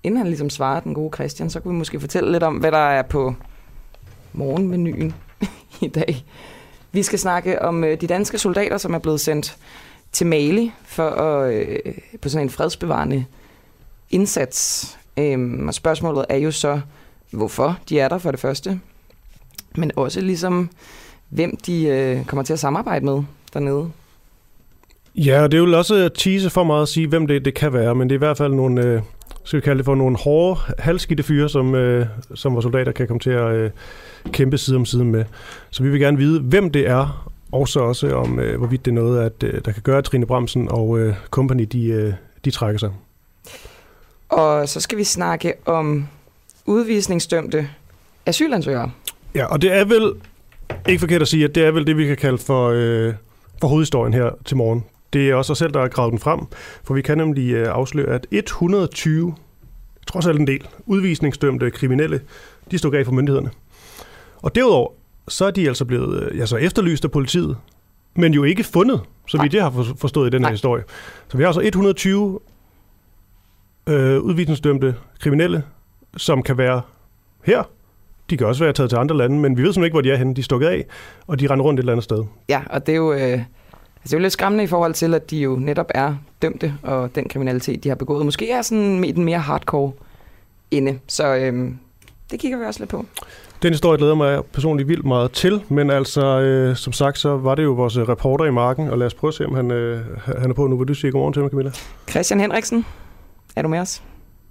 inden han ligesom svarer den gode Christian, så kunne vi måske fortælle lidt om, hvad der er på morgenmenuen i dag. Vi skal snakke om de danske soldater, som er blevet sendt til Mali for på sådan en fredsbevarende indsats. Og spørgsmålet er jo så, hvorfor de er der for det første, men også ligesom, hvem de kommer til at samarbejde med dernede. Ja, og det er jo også at tease for meget at sige, hvem det kan være, men det er i hvert fald nogle, skal vi kalde det for nogle hårde, halvskidte fyre, som vores soldater kan komme til at kæmpe side om side med. Så vi vil gerne vide, hvem det er, og så også om, hvorvidt det er noget, der kan gøre, at Trine Bramsen og company, de trækker sig. Og så skal vi snakke om udvisningsdømte asylansøgere. Ja, og det er vel ikke forkert at sige, at det er vel det, vi kan kalde for hovedhistorien her til morgen. Det er også os selv, der har gravet den frem, for vi kan nemlig afsløre, at 120, trods alt en del, udvisningsdømte kriminelle, de stod af for myndighederne. Og derudover, så er de altså blevet så efterlyst af politiet, men jo ikke fundet, så vidt jeg har forstået i den her historie. Så vi har altså 120 udvisningsdømte kriminelle, som kan være her. De kan også være taget til andre lande, men vi ved simpelthen ikke, hvor de er henne. De er stukket af, og de render rundt et eller andet sted. Ja, og det er jo... det er jo lidt skræmmende i forhold til, at de jo netop er dømte, og den kriminalitet, de har begået, måske er sådan i den mere hardcore ende. Så det kigger vi også lidt på. Den historie glæder mig personligt vildt meget til, men altså, som sagt, så var det jo vores reporter i marken, og lad os prøve at se, om han er på nu. Vil du sige godmorgen til mig, Camilla? Christian Henriksen, er du med os?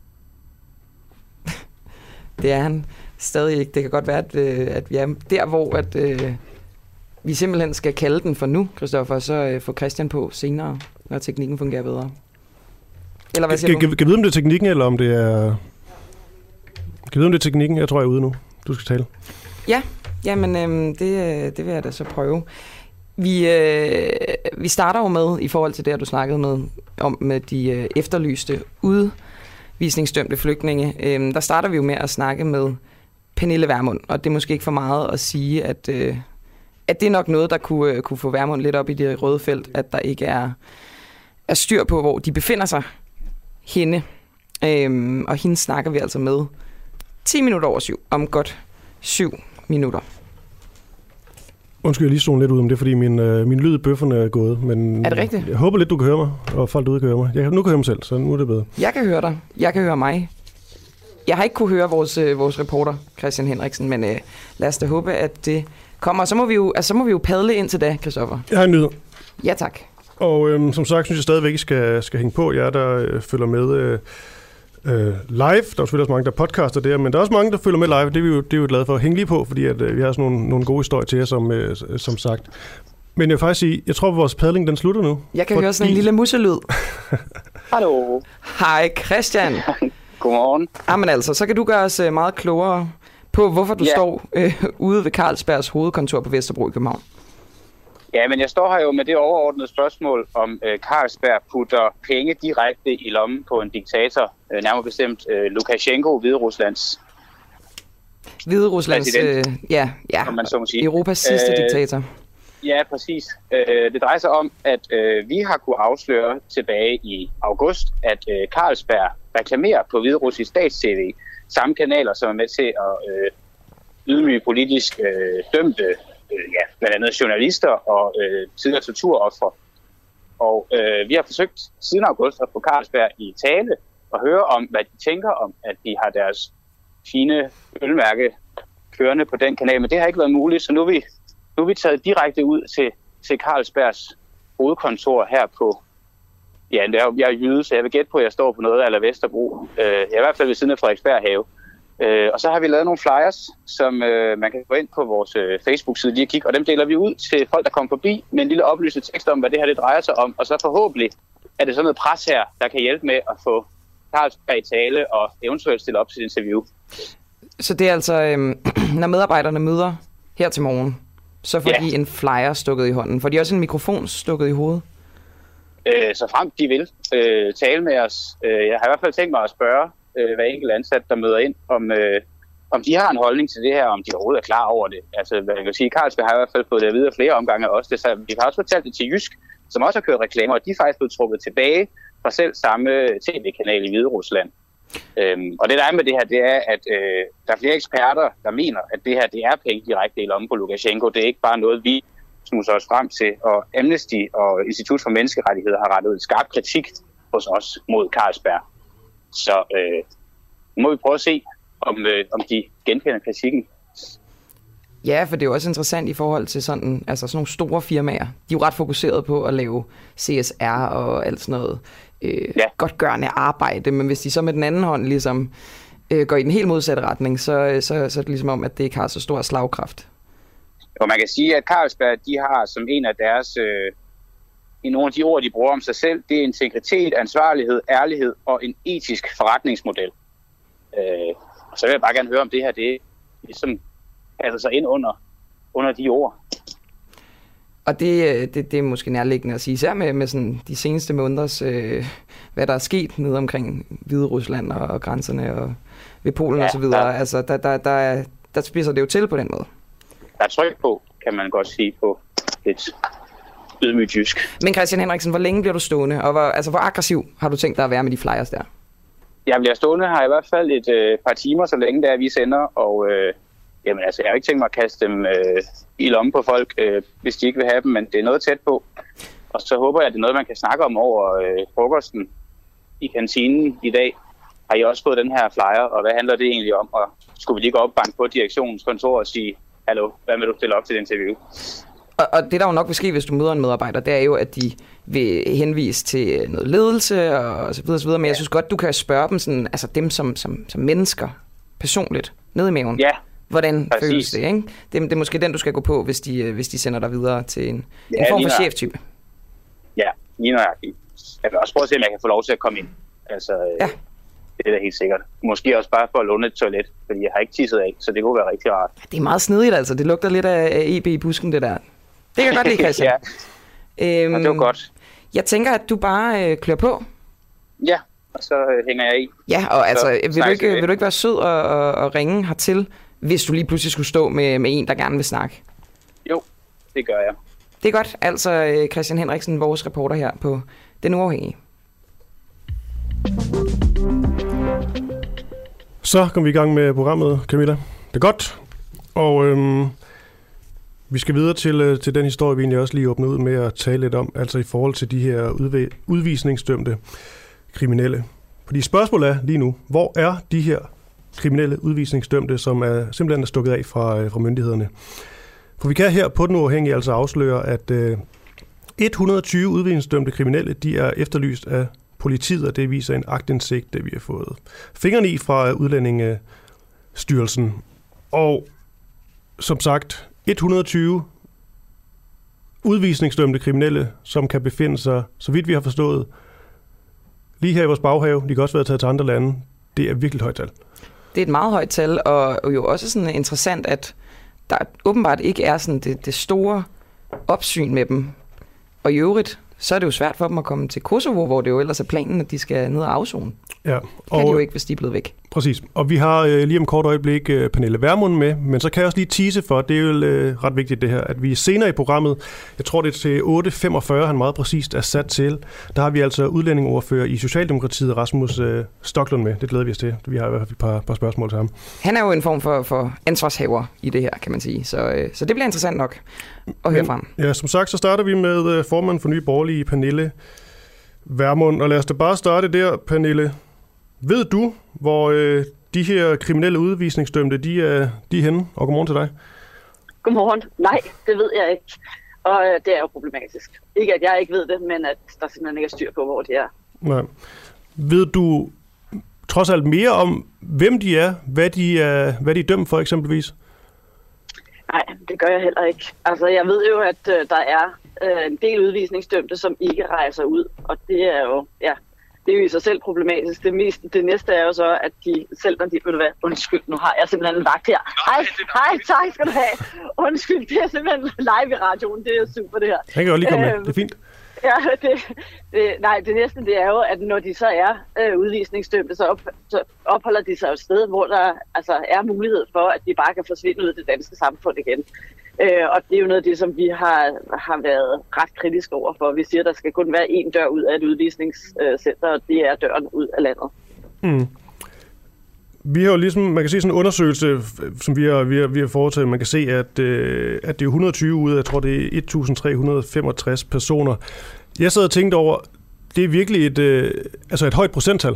Det er han stadig ikke. Det kan godt være, at vi er der, hvor vi simpelthen skal kalde den for nu, Christoffer, og så få Christian på senere, når teknikken fungerer bedre. Eller hvad siger du? Kan vi vide, om det er teknikken, eller om det er... Kan vi vide, om det er teknikken? Jeg tror, jeg er ude nu. Du skal tale. Ja, jamen det vil jeg da så prøve. Vi starter jo med, i forhold til det, du snakkede med de efterlyste udvisningsdømte flygtninge, der starter vi jo med at snakke med Pernille Vermund, og det er måske ikke for meget at sige, at det er nok noget, der kunne få Vermund lidt op i det røde felt, at der ikke er styr på, hvor de befinder sig henne. Og hende snakker vi altså med 10 minutter over 7, om godt 7 minutter. Undskyld, jeg lige zone lidt ud om det, fordi min lyd i bøfferne er gået. Men er det rigtigt? Jeg håber lidt, du kan høre mig, og folk derude kan høre mig. Nu kan jeg høre mig selv, så nu er det bedre. Jeg kan høre dig. Jeg kan høre mig. Jeg har ikke kunne høre vores reporter, Christian Henriksen, men lad os da håbe, at det kommer. Så må vi jo padle ind til da, Christoffer. Jeg har en nyhed. Ja, tak. Og som sagt, synes jeg stadigvæk, skal hænge på. Jeg der følger med live. Der er selvfølgelig også mange, der podcaster der, men der er også mange, der følger med live. Det er vi jo glade for at hænge lige på, fordi at, vi har sådan nogle gode historier til jer, som sagt. Men jeg vil faktisk sige, jeg tror, at vores padling, den slutter nu. Jeg kan høre sådan en lille muselyd. Hallo. Hej, Christian. Godmorgen. Jamen altså, så kan du gøre os meget klogere på, hvorfor du står ude ved Carlsbergs hovedkontor på Vesterbro i København. Ja, men jeg står her jo med det overordnede spørgsmål, om Carlsberg putter penge direkte i lommen på en diktator, nærmere bestemt Lukashenko, Hvideruslands om man så må sige. Europas sidste diktator. Ja, præcis. Det drejer sig om, at vi har kunne afsløre tilbage i august, at Carlsberg reklamerer på hviderussisk stats-tv, samme kanaler, som er med til at ydmyge politisk dømte, blandt andet journalister og tidligere torturofre. Og vi har forsøgt siden august at få Carlsberg i tale og høre om, hvad de tænker om, at de har deres fine ølmærke kørende på den kanal, men det har ikke været muligt, så nu er vi taget direkte ud til Carlsbergs hovedkontor her på, jeg er jyde, så jeg vil gætte på, at jeg står på noget af Vesterbro. Jeg er i hvert fald ved siden af Frederiksberg Have. Og så har vi lavet nogle flyers, som man kan gå ind på vores Facebook-side lige og kigge, og dem deler vi ud til folk, der kommer forbi med en lille oplysende tekst om, hvad det her det drejer sig om, og så forhåbentlig er det sådan noget pres her, der kan hjælpe med at få Carlsberg i tale og eventuelt stille op til et interview. Så det er altså, når medarbejderne møder her til morgen, så får de en flyer stukket i hånden. Får de også en mikrofon stukket i hovedet? Så frem de vil tale med os. Jeg har i hvert fald tænkt mig at spørge hver enkelt ansat, der møder ind, om de har en holdning til det her, om de overhovedet er klar over det. Altså, hvad jeg kan sige, Carlsberg har i hvert fald fået det videre flere omgange også. Det, så vi har også fortalt det til Jysk, som også har kørt reklamer, og de er faktisk blevet trukket tilbage fra selv samme tv-kanal i Hviderusland. Og det der er med det her, det er, at der er flere eksperter, der mener, at det her det er penge direkte i lommen på Lukashenko. Det er ikke bare noget, vi snuser os frem til. Og Amnesty og Institut for Menneskerettigheder har rettet en skarp kritik hos os mod Carlsberg. Så nu må vi prøve at se, om de genkender kritikken. Ja, for det er jo også interessant i forhold til sådan nogle store firmaer. De er jo ret fokuseret på at lave CSR og alt sådan noget godtgørende arbejde, men hvis de så med den anden hånd ligesom går i den helt modsatte retning, så er det ligesom om, at det ikke har så stor slagkraft. Og man kan sige, at Carlsberg, de har som en af deres, i nogle af de ord, de bruger om sig selv, det er integritet, ansvarlighed, ærlighed og en etisk forretningsmodel. Og så vil jeg bare gerne høre, om det her, det ligesom passer sig ind under de ord. Og det er måske nærliggende at sige, især med sådan de seneste måneders, hvad der er sket nede omkring Hvide Rusland og grænserne og ved Polen og så videre. Altså, der spidser det jo til på den måde. Der er tryk på, kan man godt sige på lidt ydmygt jysk. Men Christian Henriksen, hvor længe bliver du stående, og hvor aggressiv har du tænkt dig at være med de flyers der? Jeg bliver stående her i hvert fald et par timer, så længe der vi sender, og jeg har jo ikke tænkt mig at kaste dem i lommen på folk, hvis de ikke vil have dem, men det er noget tæt på. Og så håber jeg, at det er noget, man kan snakke om over frokosten i kantinen i dag. Har I også fået den her flyer, og hvad handler det egentlig om? Og skulle vi lige gå op og banke på direktionens kontor og sige, hallo, hvad vil du stille op til det interview? Og det der jo nok vil ske, hvis du møder en medarbejder, det er jo, at de vil henvise til noget ledelse og så videre, men jeg synes godt, du kan spørge dem, sådan, altså dem som mennesker, personligt, ned i maven. Ja. Hvordan føles det, ikke? Det er måske den, du skal gå på, hvis de sender dig videre til en form for cheftype. Ja, lige nøjagtigt. Jeg vil også prøve at se, om jeg kan få lov til at komme ind. Altså, det er da helt sikkert. Måske også bare for at låne et toilet, fordi jeg har ikke tisset af, så det kunne være rigtig rart. Det er meget snedigt, altså. Det lugter lidt af EB i busken, det der. Det kan jeg godt lide, Christian. Ja, det var godt. Jeg tænker, at du bare klør på. Ja, og så hænger jeg i. Ja, og altså, vil du ikke være sød og ringe hertil, hvis du lige pludselig skulle stå med en, der gerne vil snakke? Jo, det gør jeg. Det er godt. Altså, Christian Henriksen, vores reporter her på Den Uafhængige. Så kommer vi i gang med programmet, Camilla. Det er godt. Og vi skal videre til den historie, vi egentlig også lige åbnede ud med at tale lidt om, altså i forhold til de her udvisningsdømte kriminelle. Fordi spørgsmålet er lige nu, hvor er de her kriminelle udvisningsdømte, som simpelthen er stukket af fra myndighederne? For vi kan her på Den Uafhængige altså afsløre, at 120 udvisningsdømte kriminelle, de er efterlyst af politiet, og det viser en aktindsigt, det vi har fået fingrene i fra Udlændingestyrelsen. Og som sagt, 120 udvisningsdømte kriminelle, som kan befinde sig, så vidt vi har forstået, lige her i vores baghave. De kan også være taget til andre lande. Det er virkelig et højt tal. Det er et meget højt tal, og jo også sådan interessant, at der åbenbart ikke er sådan det store opsyn med dem. Og i øvrigt, så er det jo svært for dem at komme til Kosovo, hvor det jo ellers er planen, at de skal ned og afzone. Ja, og kan de jo ikke, hvis de er blevet væk. Præcis. Og vi har lige om kort øjeblik Pernille Vermund med, men så kan jeg også lige tease for, det er jo ret vigtigt det her, at vi senere i programmet, jeg tror det er til 8.45, han meget præcist er sat til, der har vi altså udlændingeordfører i Socialdemokratiet, Rasmus Stoklund med. Det glæder vi os til. Vi har i hvert fald et par spørgsmål til ham. Han er jo en form for ansvarshaver i det her, kan man sige. Så det bliver interessant nok at høre frem. Ja, som sagt, så starter vi med formanden for Nye Borgerlige, Pernille Vermund. Og lad os da bare starte der, Pernille. Ved du, hvor de her kriminelle udvisningsdømte, de er henne? Og godmorgen til dig. Godmorgen. Nej, det ved jeg ikke. Og det er jo problematisk. Ikke at jeg ikke ved det, men at der simpelthen ikke er styr på, hvor de er. Nej. Ved du trods alt mere om, hvem de er, hvad de er dømt for eksempelvis? Nej, det gør jeg heller ikke. Altså, jeg ved jo, at der er en del udvisningsdømte, som ikke rejser ud. Og det er jo, det er jo i sig selv problematisk. Det næste er jo så, at de selv når de, ved du hvad, undskyld, nu har jeg simpelthen en vagt her. Hej, tak skal du have. Undskyld, det er simpelthen live i radioen. Det er super det her. Han kan jo lige komme med, det er fint. Ja, det næste det er jo, at når de så er udvisningsdømte, så opholder de sig et sted, hvor der altså er mulighed for, at de bare kan forsvinde ud af det danske samfund igen. Og det er jo noget af det, som vi har været ret kritiske over for. Vi siger, at der skal kun være én dør ud af et udvisningscenter, og det er døren ud af landet. Mm. Vi har jo ligesom, man kan se sådan en undersøgelse, som vi har foretaget, man kan se, at det er 120 ud af, jeg tror det er 1365 personer. Jeg sad og tænkte over, det er virkelig et højt procenttal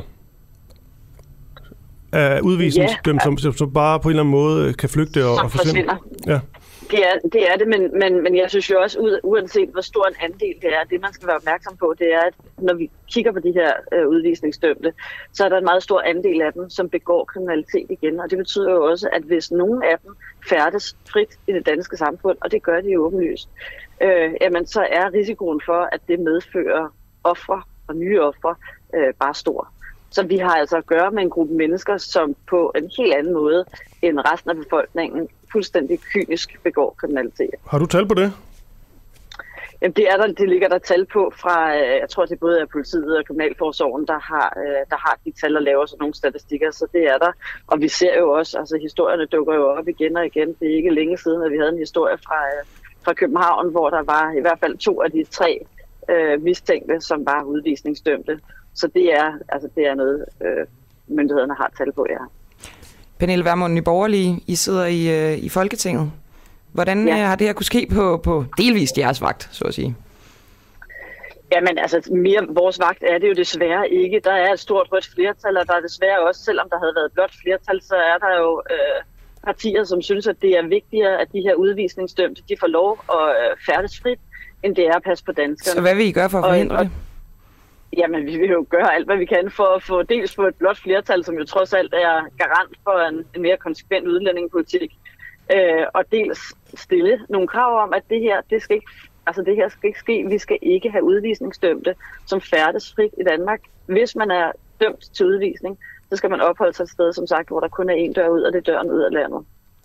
af udvisningsdømte, som bare på en eller anden måde kan flygte og forsvinde. Ja. Det er det, men jeg synes jo også, uanset hvor stor en andel det er, det man skal være opmærksom på, det er, at når vi kigger på de her udvisningsdømte, så er der en meget stor andel af dem, som begår kriminalitet igen. Og det betyder jo også, at hvis nogen af dem færdes frit i det danske samfund, og det gør de jo åbenlyst, jamen så er risikoen for, at det medfører ofre og nye ofre bare stor. Så vi har altså at gøre med en gruppe mennesker, som på en helt anden måde end resten af befolkningen fuldstændig kynisk begår kriminalitet. Har du tal på det? Jamen, det ligger der tal på fra, jeg tror det både er politiet og kriminalforsorgen, der har de tal og laver sådan nogle statistikker, så det er der. Og vi ser jo også, altså historierne dukker jo op igen og igen. Det er ikke længe siden, at vi havde en historie fra København, hvor der var i hvert fald 2 af de 3 mistænkte, som var udvisningsdømte. Så det er noget, myndighederne har tal på, ja. Pernille Vermund, Nye Borgerlige, I sidder i Folketinget. Hvordan har det her kunne ske på delvist jeres vagt, så at sige? Jamen, altså, mere vores vagt er det jo desværre ikke. Der er et stort rødt flertal, og der er desværre også, selvom der havde været blot flertal, så er der jo partier, som synes, at det er vigtigere, at de her udvisningsdømte, de får lov at færdes frit, end det er at passe på danskerne. Så hvad vil I gøre for at forhindre det? Jamen, vi vil jo gøre alt, hvad vi kan for at få dels på et blot flertal, som jo trods alt er garant for en mere konsekvent udlændingepolitik, og dels stille nogle krav om, at det her skal ikke ske. Vi skal ikke have udvisningsdømte, som færdes frit i Danmark. Hvis man er dømt til udvisning, så skal man opholde sig et sted, som sagt, hvor der kun er én dør ud, og det er døren ud af landet.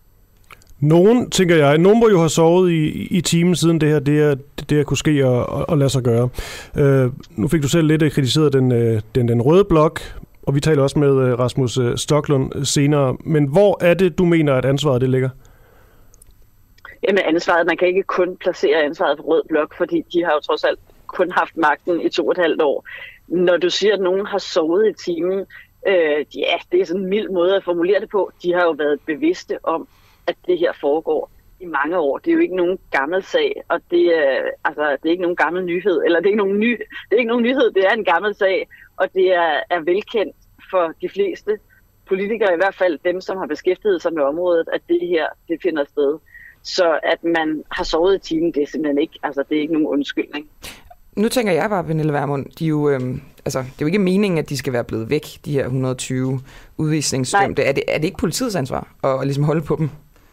Nogen må jo have sovet i timen siden det her kunne ske og lade sig gøre. Nu fik du selv lidt kritiseret den røde blok, og vi taler også med Rasmus Stoklund senere. Men hvor er det, du mener, at ansvaret det ligger? Jamen ansvaret, man kan ikke kun placere ansvaret på rød blok, fordi de har jo trods alt kun haft magten i 2,5 år. Når du siger, at nogen har sovet i timen, det er sådan en mild måde at formulere det på. De har jo været bevidste om, at det her foregår i mange år. Det er jo ikke nogen gammel sag, og det er ikke nogen gammel nyhed, eller det er ikke nogen nyhed, det er en gammel sag, og det er velkendt for de fleste politikere, i hvert fald dem, som har beskæftiget sig med området, at det her, det finder sted. Så at man har sovet i timen, det er simpelthen ikke, det er ikke nogen undskyldning. Nu tænker jeg bare, Pernille Vermund, det er jo ikke meningen, at de skal være blevet væk, de her 120 udvisningsdømte. Er det ikke politiets ansvar at ligesom holde på dem?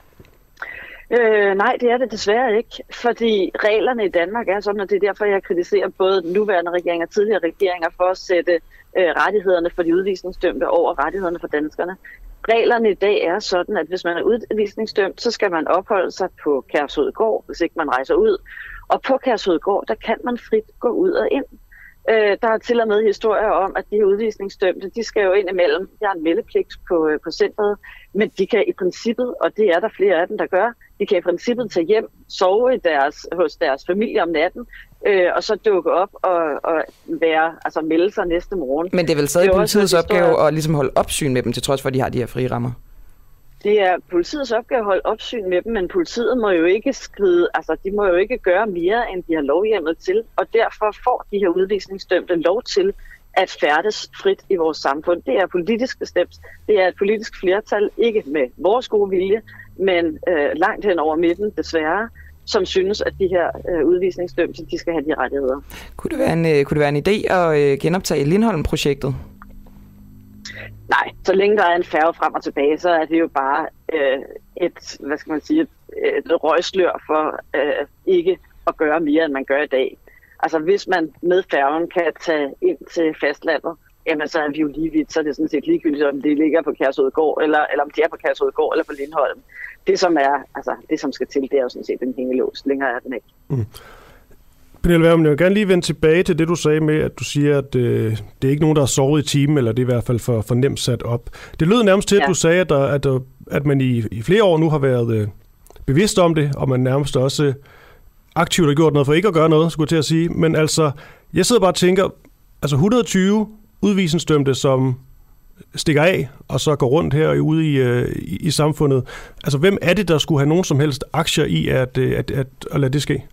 Nej, det er det desværre ikke, fordi reglerne i Danmark er sådan, og det er derfor, jeg kritiserer både den nuværende regering og tidligere regeringer for at sætte rettighederne for de udvisningsdømte over rettighederne for danskerne. Reglerne i dag er sådan, at hvis man er udvisningsdømt, så skal man opholde sig på Kærshovedgård, hvis ikke man rejser ud. Og på Kærshovedgård, der kan man frit gå ud og ind. Der er til og med historier om, at de her udvisningsdømte, de skal jo ind imellem. Der er en meldepligt på centret, men de kan i princippet, og det er der flere af dem, der gør, de kan i princippet tage hjem, sove hos deres familie om natten, og så dukke op og melde sig næste morgen. Men det er vel stadig politiets opgave at ligesom holde opsyn med dem, til trods for, at de har de her frie rammer? Det er politiets opgave at holde opsyn med dem, men politiet må jo ikke de må jo ikke gøre mere, end de har lovhjemmel til, og derfor får de her udvisningsdømte lov til at færdes frit i vores samfund. Det er politisk bestemt. Det er et politisk flertal, ikke med vores gode vilje, men langt hen over midten, desværre, som synes, at de her udvisningsdømte, de skal have de rettigheder. Kunne det være en idé at genoptage Lindholm-projektet? Nej, så længe der er en færge frem og tilbage, så er det jo bare et røgslør for ikke at gøre mere, end man gør i dag. Altså hvis man med færgen kan tage ind til fastlandet, jamen så er vi jo lige vidt, så er det sådan set ligegyldigt, om det ligger på Kærshovedgård, eller om det er på Kærshovedgård eller på Lindholm. Det som skal til, det er jo sådan set en hængelås. Længere er den ikke. Mm. Pernille Vermund, jeg vil gerne lige vende tilbage til det, du sagde med, at du siger, at det er ikke nogen, der har sovet i timen, eller det er i hvert fald for nemt sat op. Det lød nærmest til, at du sagde, at man i flere år nu har været bevidst om det, og man nærmest også aktivt har gjort noget for ikke at gøre noget, skulle jeg til at sige. Men altså, jeg sidder bare og tænker, 120 udvisningsdømte, som stikker af, og så går rundt her ude i samfundet. Altså, hvem er det, der skulle have nogen som helst aktier i at lade det ske?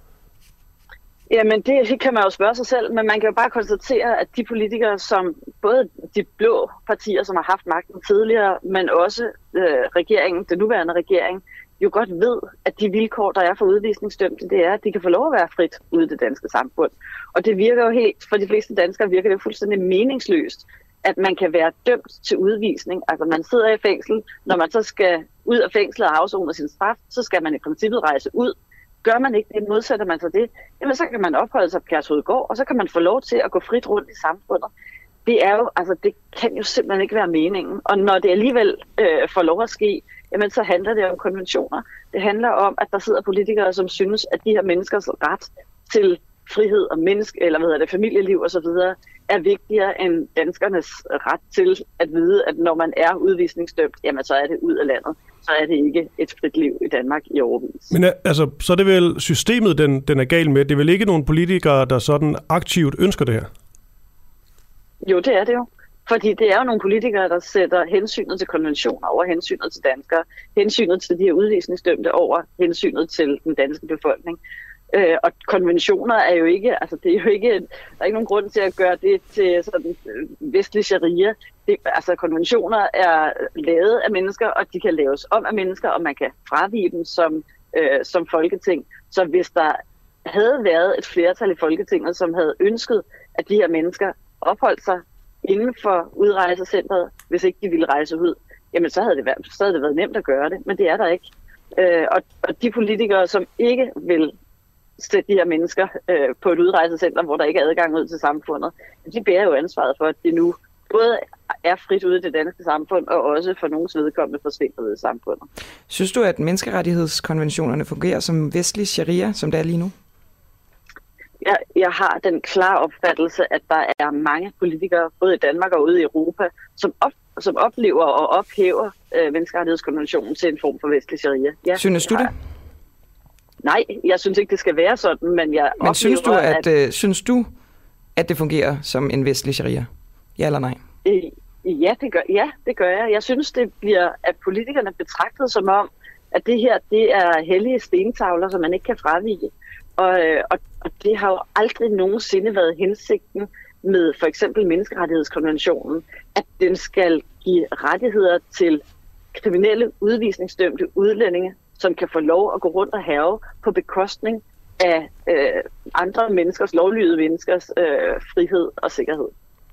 Jamen, det kan man jo spørge sig selv, men man kan jo bare konstatere, at de politikere, som både de blå partier, som har haft magten tidligere, men også regeringen, den nuværende regering, jo godt ved, at de vilkår, der er for udvisningsdømte, det er, at de kan få lov at være frit ude i det danske samfund. Og det virker jo helt, for de fleste danskere virker det fuldstændig meningsløst, at man kan være dømt til udvisning. Altså man sidder i fængsel, når man så skal ud af fængslet og afsone sin straf, så skal man i princippet rejse ud. Gør man ikke det, modsætter man sig det, jamen så kan man opholde sig på Kærshovedgård, og så kan man få lov til at gå frit rundt i samfundet. Det er jo, altså det kan jo simpelthen ikke være meningen. Og når det alligevel får lov at ske, jamen så handler det om konventioner. Det handler om, at der sidder politikere, som synes, at de her menneskers ret til frihed og familieliv og så videre, er vigtigere end danskernes ret til at vide, at når man er udvisningsdømt, jamen så er det ud af landet. Så er det ikke et frit liv i Danmark i årevis. Men altså, så er det vel systemet, den er gal med. Det er vel ikke nogen politikere, der sådan aktivt ønsker det her? Jo, det er det jo. Fordi det er jo nogle politikere, der sætter hensynet til konventioner over hensynet til danskere, hensynet til de her udvisningsdømte over hensynet til den danske befolkning. Og konventioner er jo ikke, altså det er jo ikke, der er ikke nogen grund til at gøre det til sådan vestlig sharia. Altså konventioner er lavet af mennesker, og de kan laves om af mennesker, og man kan fravige dem som Folketing. Så hvis der havde været et flertal i Folketinget, som havde ønsket, at de her mennesker opholdt sig inden for udrejsecentret, hvis ikke de ville rejse ud, jamen så havde det været nemt at gøre det, men det er der ikke. Og de politikere, som ikke vil sætte de her mennesker på et udrejsecenter, hvor der ikke er adgang ud til samfundet, de bærer jo ansvaret for, at det nu både er frit ude i det danske samfund, og også for nogens vedkommende forsvinder ud i samfundet. Synes du, at menneskerettighedskonventionerne fungerer som vestlig sharia, som det er lige nu? Jeg har den klare opfattelse, at der er mange politikere, både i Danmark og ude i Europa, som oplever og ophæver menneskerettighedskonventionen til en form for vestlig sharia. Ja, synes du det? Nej, jeg synes ikke, det skal være sådan, men jeg oplever, synes du, at det fungerer som en vestlig sharia? Ja eller nej? Ja, det gør jeg. Jeg synes, det bliver, at politikerne betragtet som om, at det her, det er hellige stentavler, som man ikke kan fravige. Og det har jo aldrig nogensinde været hensigten med for eksempel menneskerettighedskonventionen, at den skal give rettigheder til kriminelle udvisningsdømte udlændinge, som kan få lov at gå rundt og hærge på bekostning af andre menneskers, lovlydige menneskers frihed og sikkerhed.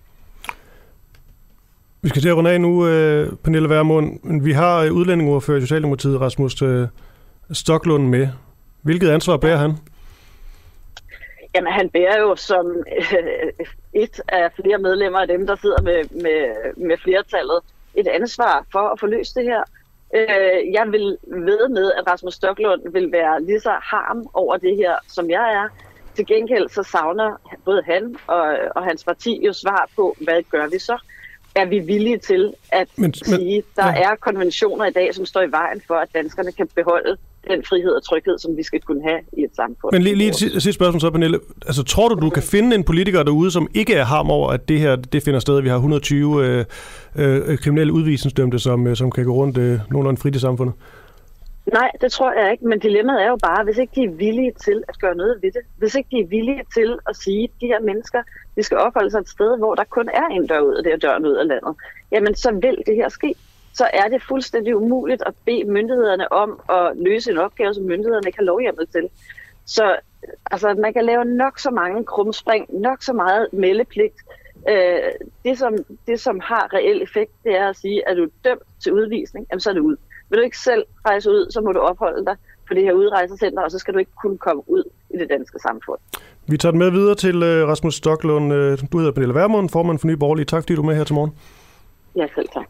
Vi skal til at runde af nu, Pernille Vermund. Vi har udlændingeordfører i Socialdemokratiet, Rasmus Stoklund, med. Hvilket ansvar bærer han? Jamen, han bærer jo som et af flere medlemmer af dem, der sidder med flertallet, et ansvar for at få løst det her. Jeg vil ved med, at Rasmus Stoklund vil være lige så harm over det her, som jeg er. Til gengæld så savner både han og hans parti jo svar på, hvad gør vi så? Er vi villige til at sige, der er konventioner i dag, som står i vejen for, at danskerne kan beholde den frihed og tryghed, som vi skal kunne have i et samfund. Men lige et sidste spørgsmål så, Pernille. Altså, tror du kan finde en politiker derude, som ikke er harm over, at det her det finder sted? Vi har 120 kriminelle udvisningsdømte, som kan gå rundt nogenlunde frit i samfundet? Nej, det tror jeg ikke, men dilemmaet er jo bare, hvis ikke de er villige til at gøre noget ved det, hvis ikke de er villige til at sige, at de her mennesker, de skal opholde sig et sted, hvor der kun er en dør ud, og det er døren ud af landet, jamen så vil det her ske. Så er det fuldstændig umuligt at bede myndighederne om at løse en opgave, som myndighederne ikke har lovhjemmel til. Så altså, man kan lave nok så mange krumspring, nok så meget meldepligt. Det, som har reel effekt, det er at sige, at du er dømt til udvisning, jamen så er det ud. Vil du ikke selv rejse ud, så må du opholde dig på det her udrejsecenter, og så skal du ikke kunne komme ud i det danske samfund. Vi tager den med videre til Rasmus Stoklund. Du hedder Pernille Vermund, formand for Nye Borgerlige. Tak fordi du er med her til morgen. Ja, selv tak.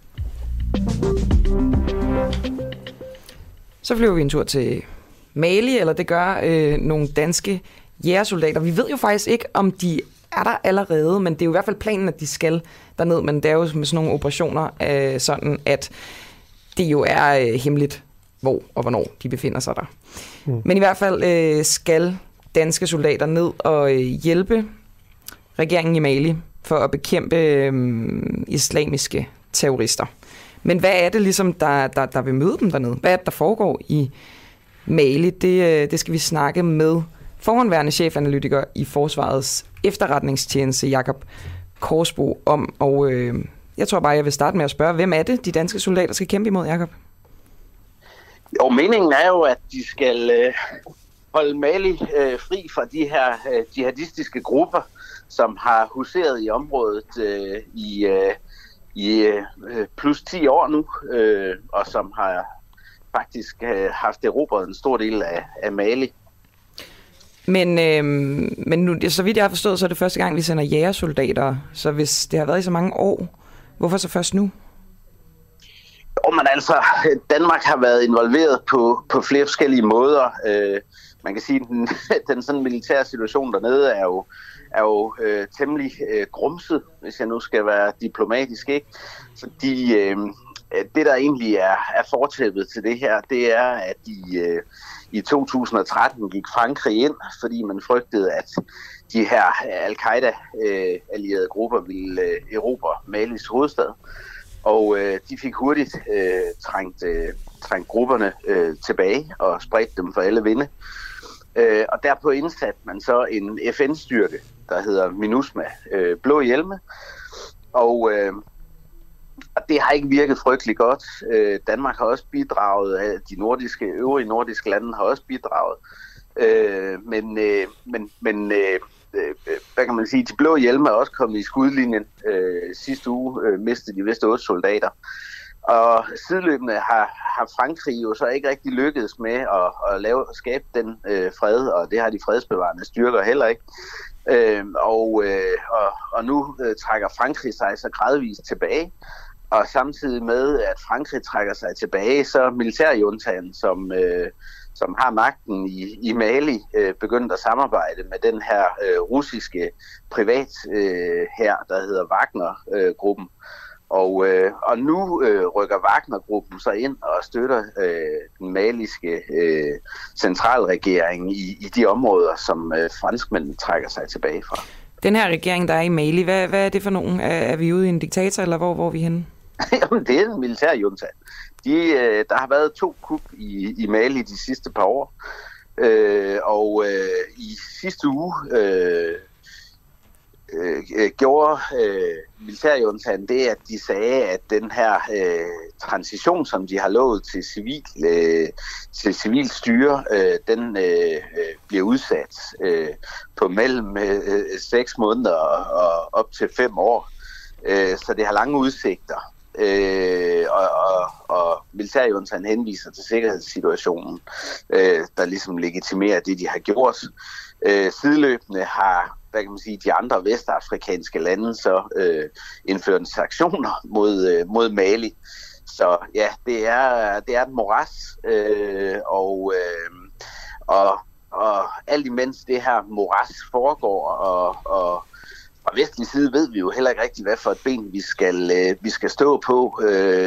Så flyver vi en tur til Mali, eller det gør nogle danske jægersoldater. Vi ved jo faktisk ikke, om de er der allerede, men det er jo i hvert fald planen, at de skal derned. Men det er jo med sådan nogle operationer sådan, at det jo er hemmeligt, hvor og hvornår de befinder sig der. Men i hvert fald skal danske soldater ned og hjælpe regeringen i Mali for at bekæmpe islamiske terrorister. Men hvad er det ligesom, der vil møde dem dernede? Hvad er det, der foregår i Mali? Det skal vi snakke med forhåndværende chefanalytiker i Forsvarets efterretningstjeneste, Jakob Korsbo, om. Og jeg tror bare, jeg vil starte med at spørge, hvem er det, de danske soldater skal kæmpe imod, Jakob? Jo, meningen er jo, at de skal holde Mali fri fra de her jihadistiske grupper, som har huseret i området i plus 10 år nu, og som har faktisk haft erobret en stor del af Mali. Men nu, så vidt jeg har forstået, så er det første gang, vi sender jægersoldater. Så hvis det har været i så mange år, hvorfor så først nu? Jo, men altså, Danmark har været involveret på flere forskellige måder. Man kan sige, at den sådan militære situation dernede er jo temmelig grumset, hvis jeg nu skal være diplomatisk, ikke? Fordi det, der egentlig er fortæppet til det her, det er, at i 2013 gik Frankrig ind, fordi man frygtede, at de her al-Qaida-allierede grupper ville erobre Malis hovedstad. Og de fik hurtigt trængt grupperne tilbage og spredt dem for alle vinde. Og derpå indsatte man så en FN-styrke, der hedder MINUSMA, blå hjelme. Og det har ikke virket frygtelig godt. Danmark har også bidraget, de øvrige nordiske lande har også bidraget. Men hvad kan man sige, de blå hjelme er også kommet i skudlinjen. Sidste uge mistede de vist 8 soldater. Og sideløbende har Frankrig jo så ikke rigtig lykkedes med at skabe den fred, og det har de fredsbevarende styrker heller ikke. Og nu trækker Frankrig sig så gradvist tilbage. Og samtidig med, at Frankrig trækker sig tilbage, så militærjuntaen, som har magten i Mali, begyndt at samarbejde med den her russiske privat hær, der hedder Wagner-gruppen. Og nu rykker Wagner-gruppen så ind og støtter den maliske centralregering i de områder, som franskmændene trækker sig tilbage fra. Den her regering, der er i Mali, hvad er det for nogen? Er vi ude i en diktator, eller hvor er vi henne? Jamen, det er en militærjunta. Der har været 2 kup i Mali de sidste par år. I sidste uge gjorde militærjuntaen det, at de sagde, at den her transition, som de har lovet til civil styre, den bliver udsat på mellem 6 måneder og op til 5 år. Så det har lange udsigter. Og militærjuntaen henviser til sikkerhedssituationen, der ligesom legitimerer det, de har gjort. Sideløbende har, hvad kan man sige, de andre vestafrikanske lande så indført sanktioner mod Mali. Så ja, det er et moras, og alt imens det her moras foregår, og fra vestlig side ved vi jo heller ikke rigtig, hvad for et ben vi skal stå på.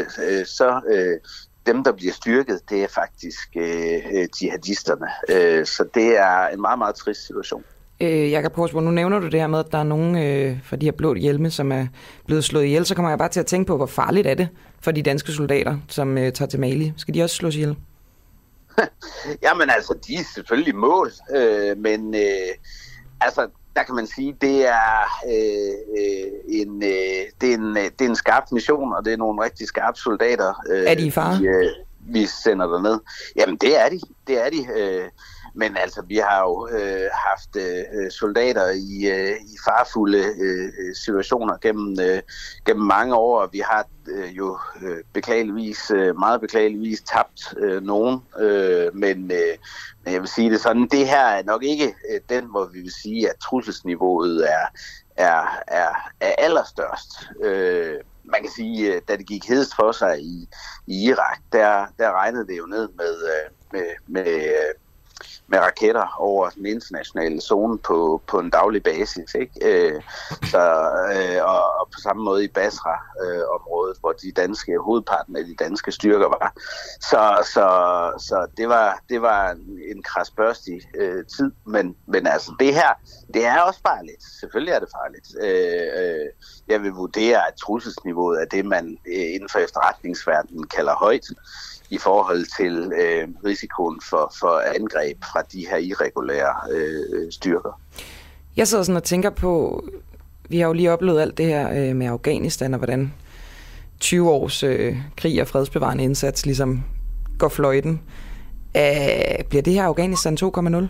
Dem, der bliver styrket, det er faktisk jihadisterne. Så det er en meget, meget trist situation. Jakob Korsbo, nu nævner du det her med, at der er nogen fra de her blå hjelme, som er blevet slået ihjel. Så kommer jeg bare til at tænke på, hvor farligt er det for de danske soldater, som tager til Mali. Skal de også slås ihjel? Jamen altså, de er selvfølgelig mål, men altså, der kan man sige, det er en skarp mission, og det er nogle rigtig skarpe soldater. Er de i fare? Vi sender derned. Jamen, det er de. Men altså, vi har jo haft soldater i farefulde situationer gennem mange år, og vi har jo meget beklageligvis tabt nogen. Men jeg vil sige det sådan, det her er nok ikke den, hvor vi vil sige, at trusselsniveauet er allerstørst. Man kan sige, da det gik hedest for sig i Irak, der regnede det jo ned med med raketter over den internationale zone på en daglig basis, ikke? Og på samme måde i Basra-området, hvor de danske hovedparten af de danske styrker var. Så det var en krasbørstig tid, men altså det her, det er også farligt. Selvfølgelig er det farligt. Jeg vil vurdere, at trusselsniveauet er det, man inden for efterretningsverdenen kalder højt i forhold til risikoen for angreb fra de her irregulære styrker. Jeg sidder sådan og tænker på, vi har jo lige oplevet alt det her med Afghanistan, og hvordan 20 års krig og fredsbevarende indsats ligesom går fløjten. Bliver det her Afghanistan 2.0?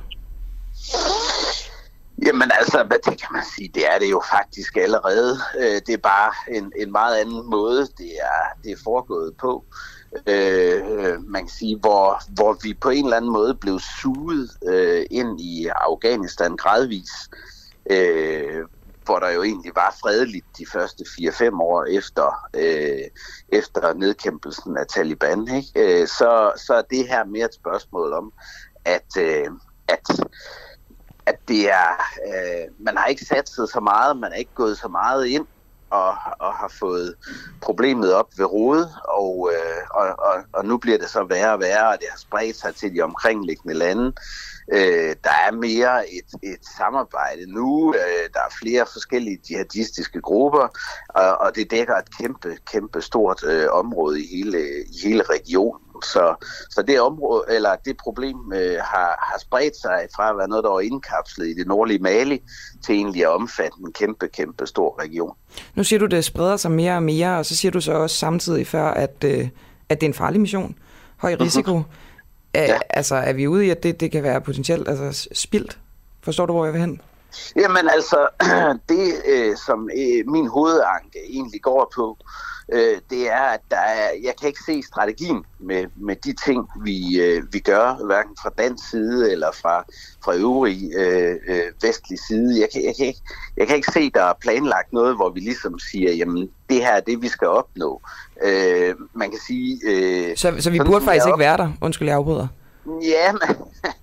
Jamen altså, det kan man sige, det er det jo faktisk allerede. Det er bare en meget anden måde, det er foregået på. Man kan sige, hvor vi på en eller anden måde blev suget ind i Afghanistan gradvis, hvor der jo egentlig var fredeligt de første 4-5 år efter nedkæmpelsen af Taliban, ikke? Så er det her mere et spørgsmål om, at det er, man har ikke satset så meget, man er ikke gået så meget ind og har fået problemet op ved rodet, og nu bliver det så værre og værre, og det har spredt sig til de omkringliggende lande. Der er mere et samarbejde nu, der er flere forskellige jihadistiske grupper, og det dækker et kæmpe stort område i hele regionen. Så det område, eller det problem har spredt sig fra at være noget, der var indkapslet i det nordlige Mali, til egentlig at omfatte en kæmpe stor region. Nu siger du, det spreder sig mere og mere, og så siger du så også samtidig før, at det er en farlig mission. Høj risiko. Mm-hmm. Ja. Altså, er vi ude i, at det kan være potentielt spildt? Forstår du, hvor jeg vil hen? Jamen altså, det som min hovedanke egentlig går på, det er, at jeg kan ikke se strategien med de ting, vi gør, hverken fra dansk side eller fra øvrig vestlig side. Jeg kan ikke se, der er planlagt noget, hvor vi ligesom siger, jamen, det her er det, vi skal opnå. Man kan sige... Så vi burde faktisk ikke være der? Undskyld, jeg afbryder. Ja, men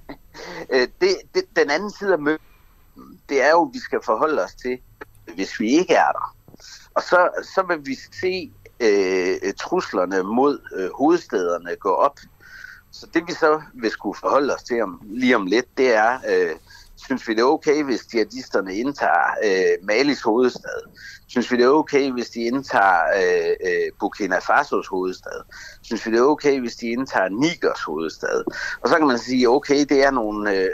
den anden side af mødet, det er jo, at vi skal forholde os til, hvis vi ikke er der. Og så vil vi se truslerne mod hovedstæderne gå op. Så det vi så vil skulle forholde os til lige om lidt, det er, synes vi det er okay, hvis jihadisterne indtager Malis hovedstad? Synes vi det er okay, hvis de indtager Burkina Fasos hovedstad? Synes vi det er okay, hvis de indtager Nigers hovedstad? Og så kan man sige, okay, det er nogle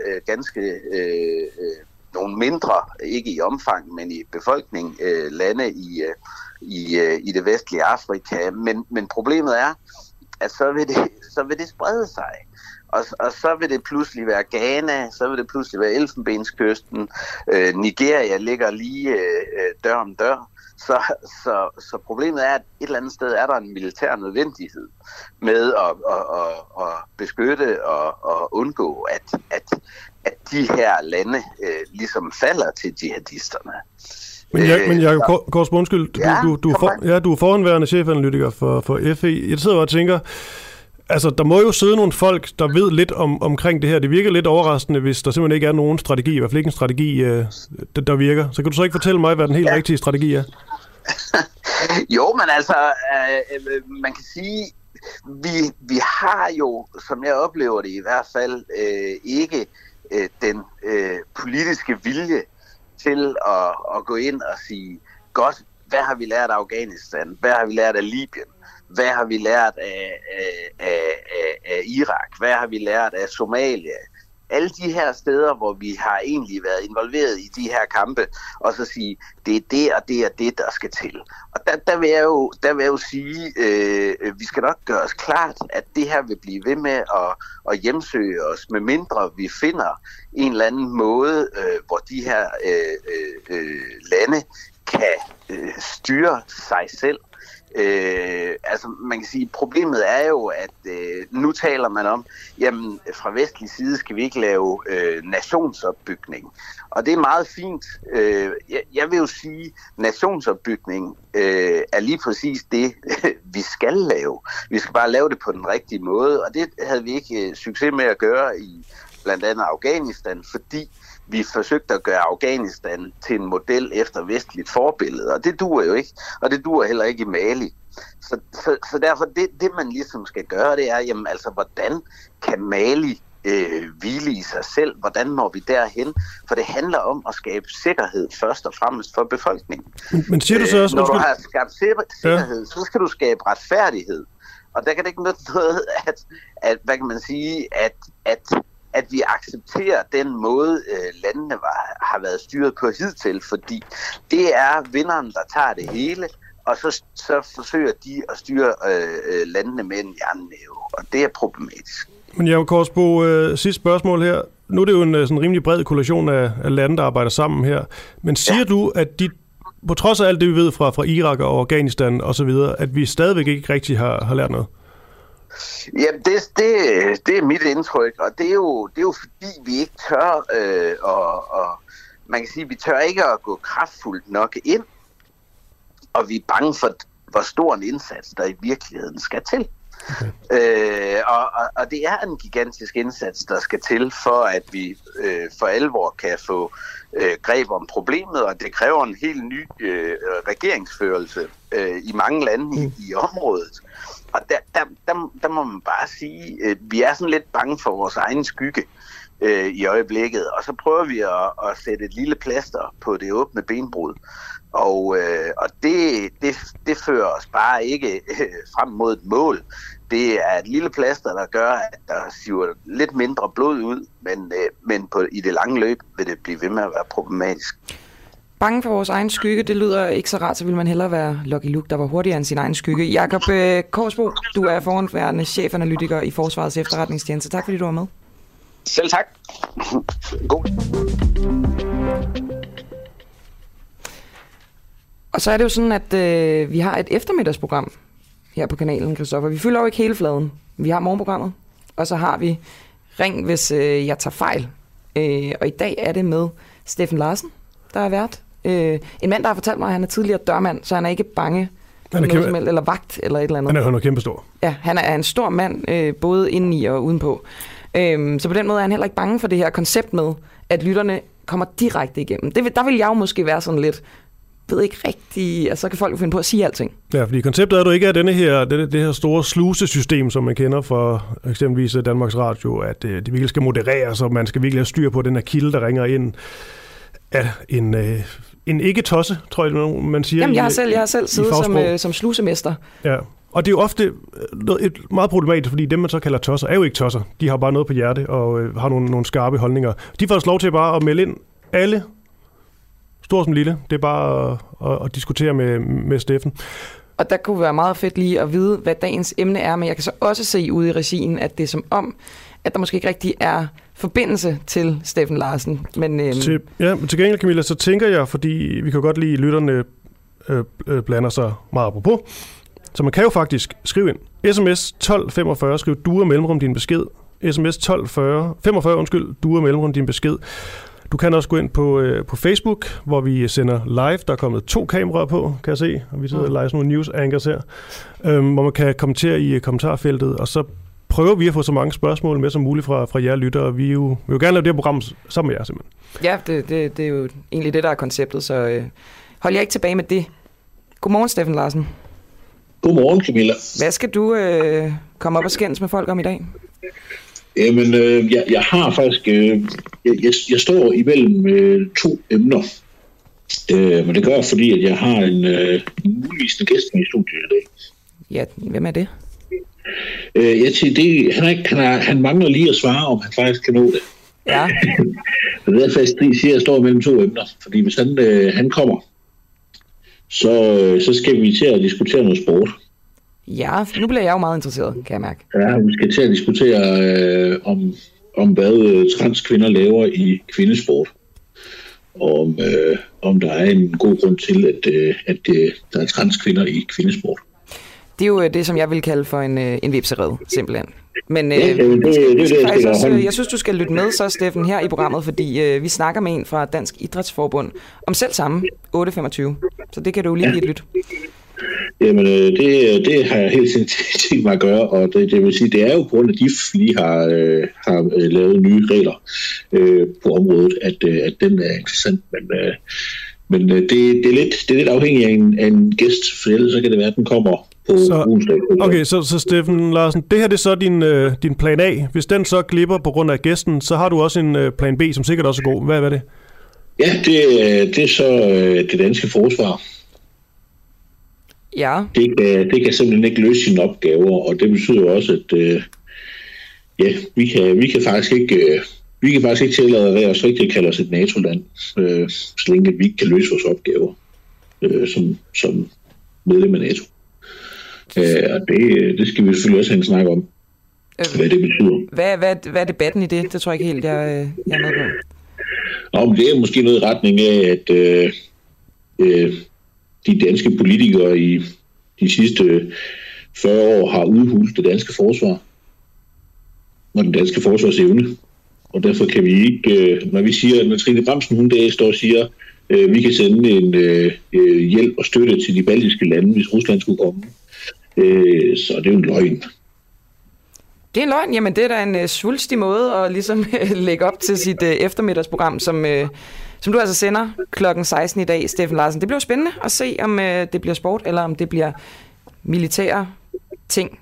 nogle mindre, ikke i omfang, men i befolkning, lande i det vestlige Afrika. Men problemet er, at så vil det sprede sig. Og så vil det pludselig være Ghana, så vil det pludselig være Elfenbenskysten. Nigeria ligger lige dør om dør. Så problemet er, at et eller andet sted er der en militær nødvendighed med at beskytte og undgå, at de her lande ligesom falder til jihadisterne. Men jeg Korsbo, undskyld, du er forhenværende chefanalytiker for FE. Jeg sidder og tænker, altså der må jo sidde nogle folk, der ved lidt omkring det her. Det virker lidt overraskende, hvis der simpelthen ikke er nogen strategi, i hvert fald ikke en strategi, der virker. Så kan du så ikke fortælle mig, hvad den helt rigtige strategi er? Jo, men altså, man kan sige, vi har jo, som jeg oplever det i hvert fald, ikke den politiske vilje til at gå ind og sige, godt, hvad har vi lært af Afghanistan? Hvad har vi lært af Libyen? Hvad har vi lært af Irak? Hvad har vi lært af Somalia? Alle de her steder, hvor vi har egentlig været involveret i de her kampe, og så sige, det er det og det og det, der skal til. Og der vil jeg jo sige, vi skal nok gøre os klart, at det her vil blive ved med at hjemsøge os, medmindre vi finder en eller anden måde, hvor de her lande kan styre sig selv. Altså man kan sige, problemet er jo, at nu taler man om, jamen fra vestlig side skal vi ikke lave nationsopbygning. Og det er meget fint. Jeg vil jo sige, nationsopbygning er lige præcis det, vi skal lave. Vi skal bare lave det på den rigtige måde, og det havde vi ikke succes med at gøre blandt andet Afghanistan, fordi vi forsøgte at gøre Afghanistan til en model efter vestligt forbillede, og det duer jo ikke, og det duer heller ikke i Mali. Så derfor, det man ligesom skal gøre, det er, jamen altså, hvordan kan Mali hvile i sig selv? Hvordan når vi derhen? For det handler om at skabe sikkerhed først og fremmest for befolkningen. Men siger du så også... Når du har skabt sikkerhed, så skal du skabe retfærdighed. Og der kan det ikke nytte noget, at hvad kan man sige, at vi accepterer den måde, landene har været styret på hidtil, fordi det er vinderen, der tager det hele, og så forsøger de at styre landene med en jernnæve, og det er problematisk. Men Jacob Korsbo, sidste spørgsmål her. Nu er det jo en sådan rimelig bred koalition af lande, der arbejder sammen her. Men siger du, at de, på trods af alt det, vi ved fra Irak og Afghanistan osv., at vi stadigvæk ikke rigtig har lært noget? Jamen, det er mit indtryk, og det er jo fordi, vi ikke tør, og man kan sige, vi tør ikke at gå kraftfuldt nok ind, og vi er bange for, hvor stor en indsats, der i virkeligheden skal til. Okay. Og det er en gigantisk indsats, der skal til, for at vi for alvor kan få greb om problemet, og det kræver en helt ny regeringsførelse i mange lande i området. Og der må man bare sige, at vi er sådan lidt bange for vores egen skygge i øjeblikket, og så prøver vi at sætte et lille plaster på det åbne benbrud. Og det fører os bare ikke frem mod et mål. Det er et lille plaster, der gør, at der siver lidt mindre blod ud, men i det lange løb vil det blive ved med at være problematisk. Bange for vores egen skygge, det lyder ikke så rart, så vil man hellere være Lucky Luke, der var hurtigere end sin egen skygge. Jacob Korsbo, du er forhåndværende chefanalytiker i Forsvarets Efterretningstjeneste. Tak fordi du var med. Selv tak. God. Og så er det jo sådan, at vi har et eftermiddagsprogram her på kanalen, Christoffer. Vi fylder jo ikke hele fladen. Vi har morgenprogrammet, og så har vi Ring, hvis jeg tager fejl. Og i dag er det med Steffen Larsen, der er vært. En mand, der har fortalt mig, at han er tidligere dørmand, så han er ikke bange for noget som helst, eller vagt, eller et eller andet. Han er kæmpe stor. Ja, han er en stor mand, både indeni og udenpå. Så på den måde er han heller ikke bange for det her koncept med, at lytterne kommer direkte igennem. Der vil jeg jo måske være sådan lidt, ved ikke rigtigt, og så kan folk jo finde på at sige alting. Ja, fordi konceptet er, at du ikke er det her store slusesystem, som man kender fra eksempelvis Danmarks Radio, at det virkelig skal modereres, og man skal virkelig have styr på den her kilde, der ringer ind af en ikke-tosse, tror jeg, man siger. Jamen, jeg har selv siddet som slusemester. Ja, og det er jo ofte et meget problematisk, fordi dem, man så kalder tosser, er jo ikke tosser. De har bare noget på hjerte og har nogle skarpe holdninger. De får lov til bare at melde ind alle, stor som lille. Det er bare at diskutere med Steffen. Og der kunne være meget fedt lige at vide, hvad dagens emne er, men jeg kan så også se ude i regien, at det er som om, at der måske ikke rigtig er forbindelse til Steffen Larsen. Men til gengæld, Camilla, så tænker jeg, fordi vi kan godt lide, at lytterne blander sig meget apropos, så man kan jo faktisk skrive ind. SMS 1245, skriv duer mellemrum din besked. SMS 1245, duer mellemrum din besked. Du kan også gå ind på Facebook, hvor vi sender live. Der er kommet 2 kameraer på, kan jeg se. Og vi sidder live sådan nogle news anchors her. Hvor man kan kommentere i kommentarfeltet. Og så prøver vi at få så mange spørgsmål med som muligt fra jer lyttere. Vi vil jo gerne lave det her program sammen med jer, simpelthen. Ja, det er jo egentlig det, der er konceptet. Så hold jer ikke tilbage med det. Godmorgen, Steffen Larsen. Godmorgen, Camilla. Hvad skal du komme op og skændes med folk om i dag? Jamen, jeg har faktisk... Jeg står imellem 2 emner. Men det gør jeg, fordi at jeg har en muligvisende gæst med i studiet i dag. Ja, hvem er det? Jeg siger, han mangler lige at svare, om han faktisk kan nå det. Ja. Det er derfor, jeg siger, at jeg står mellem 2 emner. Fordi hvis han kommer, så skal vi til at diskutere noget sport. Ja, nu bliver jeg jo meget interesseret, kan jeg mærke. Ja, vi skal til at diskutere om hvad transkvinder laver i kvindesport. Og om der er en god grund til, at der er transkvinder i kvindesport. Det er jo det, som jeg vil kalde for en vipserede, simpelthen. Men jeg synes, du skal lytte med så, Steffen, her i programmet, fordi vi snakker med en fra Dansk Idrætsforbund om selv samme 8.25. Så det kan du jo lige give et lyt. Jamen, det har jeg helt tænkt mig at gøre, og det vil sige, det er jo på grund af, at DIF lige har lavet nye regler på området, at den er interessant, men det er lidt afhængigt af en gæst, for ellers så kan det være, at den kommer på onsdag. Okay, så Steffen Larsen, det her det er så din plan A. Hvis den så glipper på grund af gæsten, så har du også en plan B, som sikkert også er god. Hvad er det? Ja, det er så det danske forsvar. Ja. Det kan simpelthen ikke løse sine opgaver, og det betyder også, at vi kan faktisk ikke tillade at være os rigtig kalde os et NATO-land, så længe vi ikke kan løse vores opgaver som medlem af NATO. Og det skal vi selvfølgelig også have en snak om, hvad det betyder. Hvad er debatten i det? Det tror jeg ikke helt, jeg er med på. Det er måske noget i retning af, at de danske politikere i de sidste 40 år har udhulet det danske forsvar og den danske forsvarsevne. Og derfor kan vi ikke, når Trine Bramsen hun står og siger, vi kan sende en hjælp og støtte til de baltiske lande, hvis Rusland skulle komme, så det er jo en løgn. Det er en løgn. Jamen, det er da en svulstig måde at ligesom lægge op til sit eftermiddagsprogram, som du altså sender klokken 16 i dag, Steffen Larsen. Det bliver spændende at se, om det bliver sport, eller om det bliver militære ting.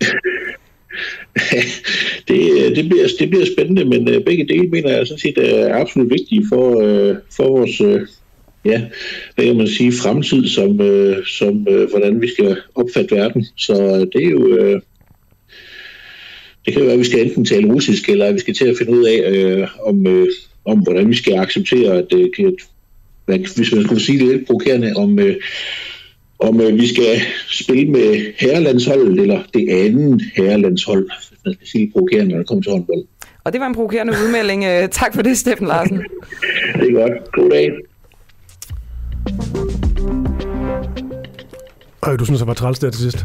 Det bliver spændende, men begge dele mener jeg sådan set er absolut vigtige for vores hvad kan man sige, fremtid, som hvordan vi skal opfatte verden. Så det er jo det kan jo være, at vi skal enten tale russisk, eller at vi skal til at finde ud af om hvordan vi skal acceptere, at hvis man skulle sige det lidt provokerende, om vi skal spille med herrelandsholdet eller det andet herrelandshold, hvis man skal sige provokerende, når det kommer til håndbold. Og det var en provokerende udmelding. Tak for det, Steffen Larsen. Det er godt. God dag. Du synes, jeg var træls der til sidst?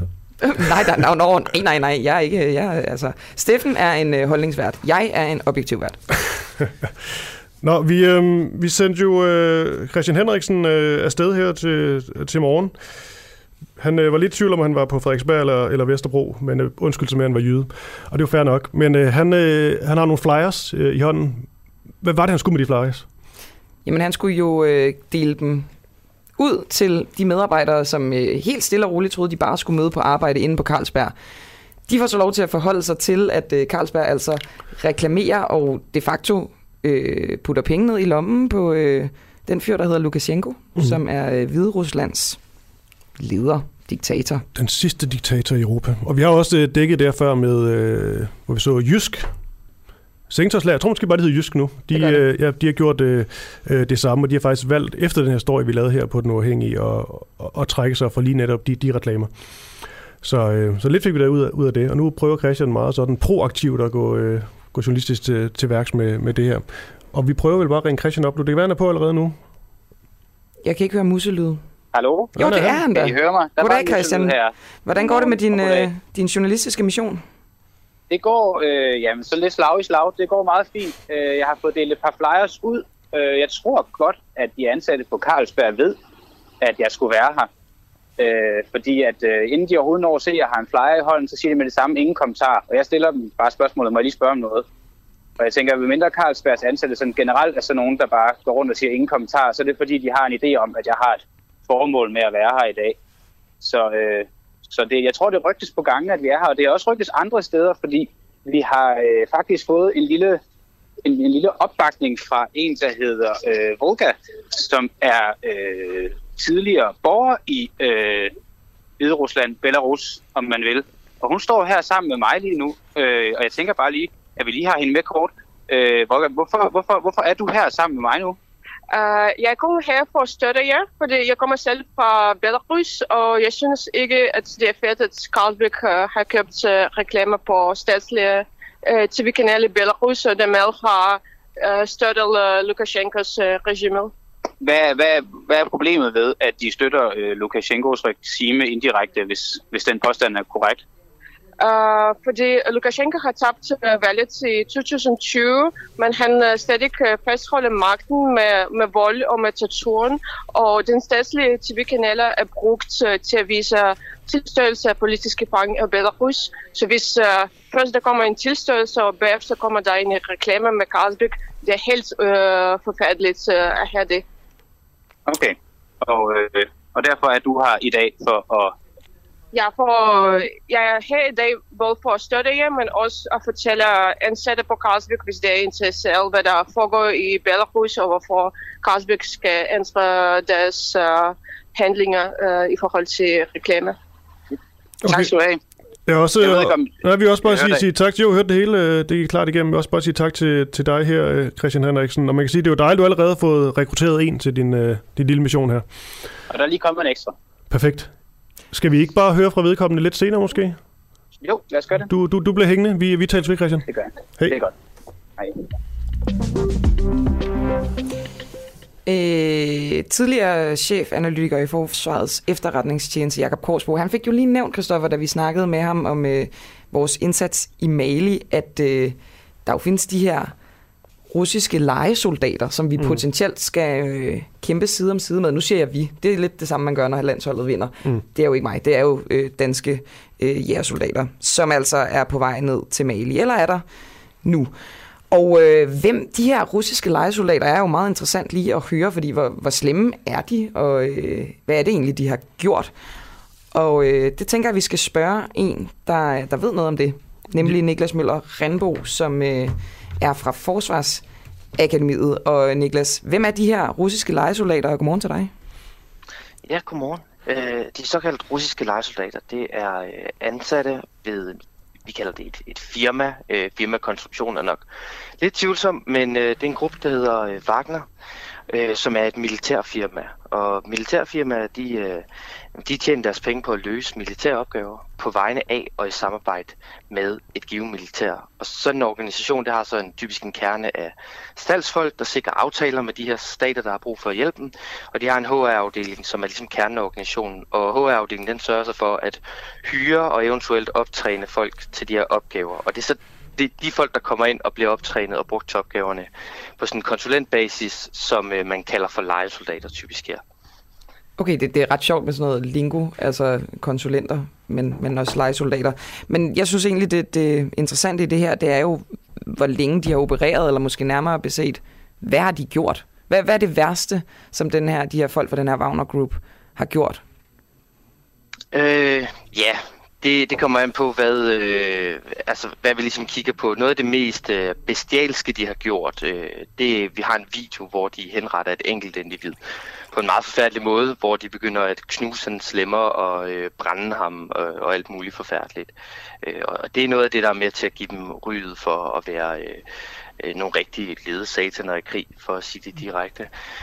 Nej. Jeg er ikke. Steffen er en holdningsvært. Jeg er en objektiv vært. Nå, vi sendte jo Christian Henriksen afsted her til morgen. Han var lidt i tvivl om, han var på Frederiksberg eller Vesterbro, men undskyld til mig, han var jyde. Og det var fair nok. Men han har nogle flyers i hånden. Hvad var det, han skulle med de flyers? Jamen, han skulle jo dele dem ud til de medarbejdere, som helt stille og roligt troede, de bare skulle møde på arbejde inde på Carlsberg. De får så lov til at forholde sig til, at Carlsberg altså reklamerer og de facto putter penge ned i lommen på den fyr, der hedder Lukashenko, som er Hvideruslands leder, diktator. Den sidste diktator i Europa. Og vi har også dækket der før med, hvor vi så Jysk. Sektorslag. Jeg tror måske bare, det hedder Jysk nu. De har gjort det samme, og de har faktisk valgt, efter den her historie, vi lavede her på Den Uafhængige, at trække sig for lige netop de reklamer. Så lidt fik vi der ud af det, og nu prøver Christian meget sådan proaktivt at gå journalistisk til værks med det her. Og vi prøver vel bare at ringe Christian op nu. Det kan være, han er på allerede nu. Jeg kan ikke høre muselyd. Hallo? Jo, det er han da. Kan I høre mig? Goddag, Christian. Hvordan går det med din journalistiske mission? Det går så lidt slag i slag. Det går meget fint. Jeg har fået delt et par flyers ud. Jeg tror godt, at de ansatte på Carlsberg ved, at jeg skulle være her. Fordi at inden de overhovedet når at se, at jeg har en flyer i hånden, så siger de med det samme ingen kommentar. Og jeg stiller dem bare spørgsmålet, må jeg lige spørge om noget? Og jeg tænker, at ved mindre Carlsbergs ansatte sådan generelt er sådan nogen, der bare går rundt og siger ingen kommentar, så er det fordi, de har en idé om, at jeg har et formål med at være her i dag. Så jeg tror, det rygtes på gangen, at vi er her, og det er også rygtes andre steder, fordi vi har faktisk fået en lille opbakning fra en, der hedder Volga, som er tidligere borger i Hviderusland, Belarus, om man vil. Og hun står her sammen med mig lige nu, og jeg tænker bare lige, at vi lige har hende med kort. Volga, hvorfor er du her sammen med mig nu? Jeg kommer her for at støtte jer, fordi jeg kommer selv fra Belarus, og jeg synes ikke, at det er fedt, at Carlsberg har købt reklamer på statslige tv-kanaler i Belarus, og dermed har støttet Lukashenkos regime. Hvad er problemet ved, at de støtter Lukashenkos regime indirekte, hvis den påstand er korrekt? Fordi Lukashenko har tabt valget til 2020, men han stadig fastholder magten med vold og med torturen, og den statslige tv-kanaler er brugt til at vise tilståelse af politiske fanger i Belarus. Så hvis først der kommer en tilståelse, og bagefter kommer der en reklame med Carlsberg, det er helt forfærdeligt at have det. Okay, og derfor er du her i dag for at... Jeg er her i dag både for at støtte jer, men også at fortælle ansatte på Carlsberg, hvis det er interesseret, hvad der foregår i Belarus, og hvorfor Carlsberg skal ændre deres handlinger i forhold til reklame. Okay. Tak skal du have. Vi vil også bare sige tak til, jeg har hørt det hele, det er klart igennem, vi vil også bare sige tak til dig her, Christian Henriksen, og man kan sige, det er jo dejligt, du allerede har fået rekrutteret en til din lille mission her. Og der er lige kommet en ekstra. Perfekt. Skal vi ikke bare høre fra vedkommende lidt senere måske? Jo, lad os gøre det. Du bliver hængende, vi tales ved, Christian. Det gør jeg. Hej. Det er godt. Hej. Tidligere chefanalytiker i Forsvarets efterretningstjeneste, Jakob Korsbo, han fik jo lige nævnt, Christoffer, da vi snakkede med ham om vores indsats i Mali, at der jo findes de her russiske lejesoldater, som vi potentielt skal kæmpe side om side med. Nu siger jeg vi. Det er lidt det samme, man gør, når landsholdet vinder. Det er jo ikke mig. Det er jo danske jægersoldater, som altså er på vej ned til Mali. Eller er der nu? Og hvem de her russiske lejesoldater er jo meget interessant lige at høre, fordi hvor slemme er de, og hvad er det egentlig, de har gjort? Og det tænker jeg, vi skal spørge en, der ved noget om det, nemlig Niklas Møller Rindbo, som er fra Forsvarsakademiet. Og Niklas, hvem er de her russiske lejesoldater? Og godmorgen til dig. Ja, godmorgen. De såkaldte russiske lejesoldater, det er ansatte ved, vi kalder det et firma. Firmakonstruktion er nok lidt tvivlsom, men det er en gruppe, der hedder Wagner, som er et militærfirma. Og militærfirmaer, de tjener deres penge på at løse militære opgaver på vegne af og i samarbejde med et givet militær. Og sådan en organisation, der har så typisk en kerne af statsfolk, der sikrer aftaler med de her stater, der har brug for hjælpen. Og de har en HR-afdeling, som er ligesom kerneorganisationen. Og HR-afdelingen, den sørger sig for at hyre og eventuelt optræne folk til de her opgaver. Og det er så de folk, der kommer ind og bliver optrænet og brugt til opgaverne på sådan en konsulentbasis, som man kalder for lejesoldater typisk her. Okay, det er ret sjovt med sådan noget lingo, altså konsulenter, men også lejesoldater. Men jeg synes egentlig, det interessante i det her, det er jo, hvor længe de har opereret, eller måske nærmere beset, hvad har de gjort? Hvad er det værste, som de her folk fra den her Wagner Group har gjort? Det kommer an på, hvad vi ligesom kigger på. Noget af det mest bestialske, de har gjort, vi har en video, hvor de henretter et enkelt individ på en meget forfærdelig måde, hvor de begynder at knuse hans lemmer og brænde ham og alt muligt forfærdeligt. Og det er noget af det, der er med til at give dem ryget for at være nogle rigtige lede sataner i krig, for at sige det direkte.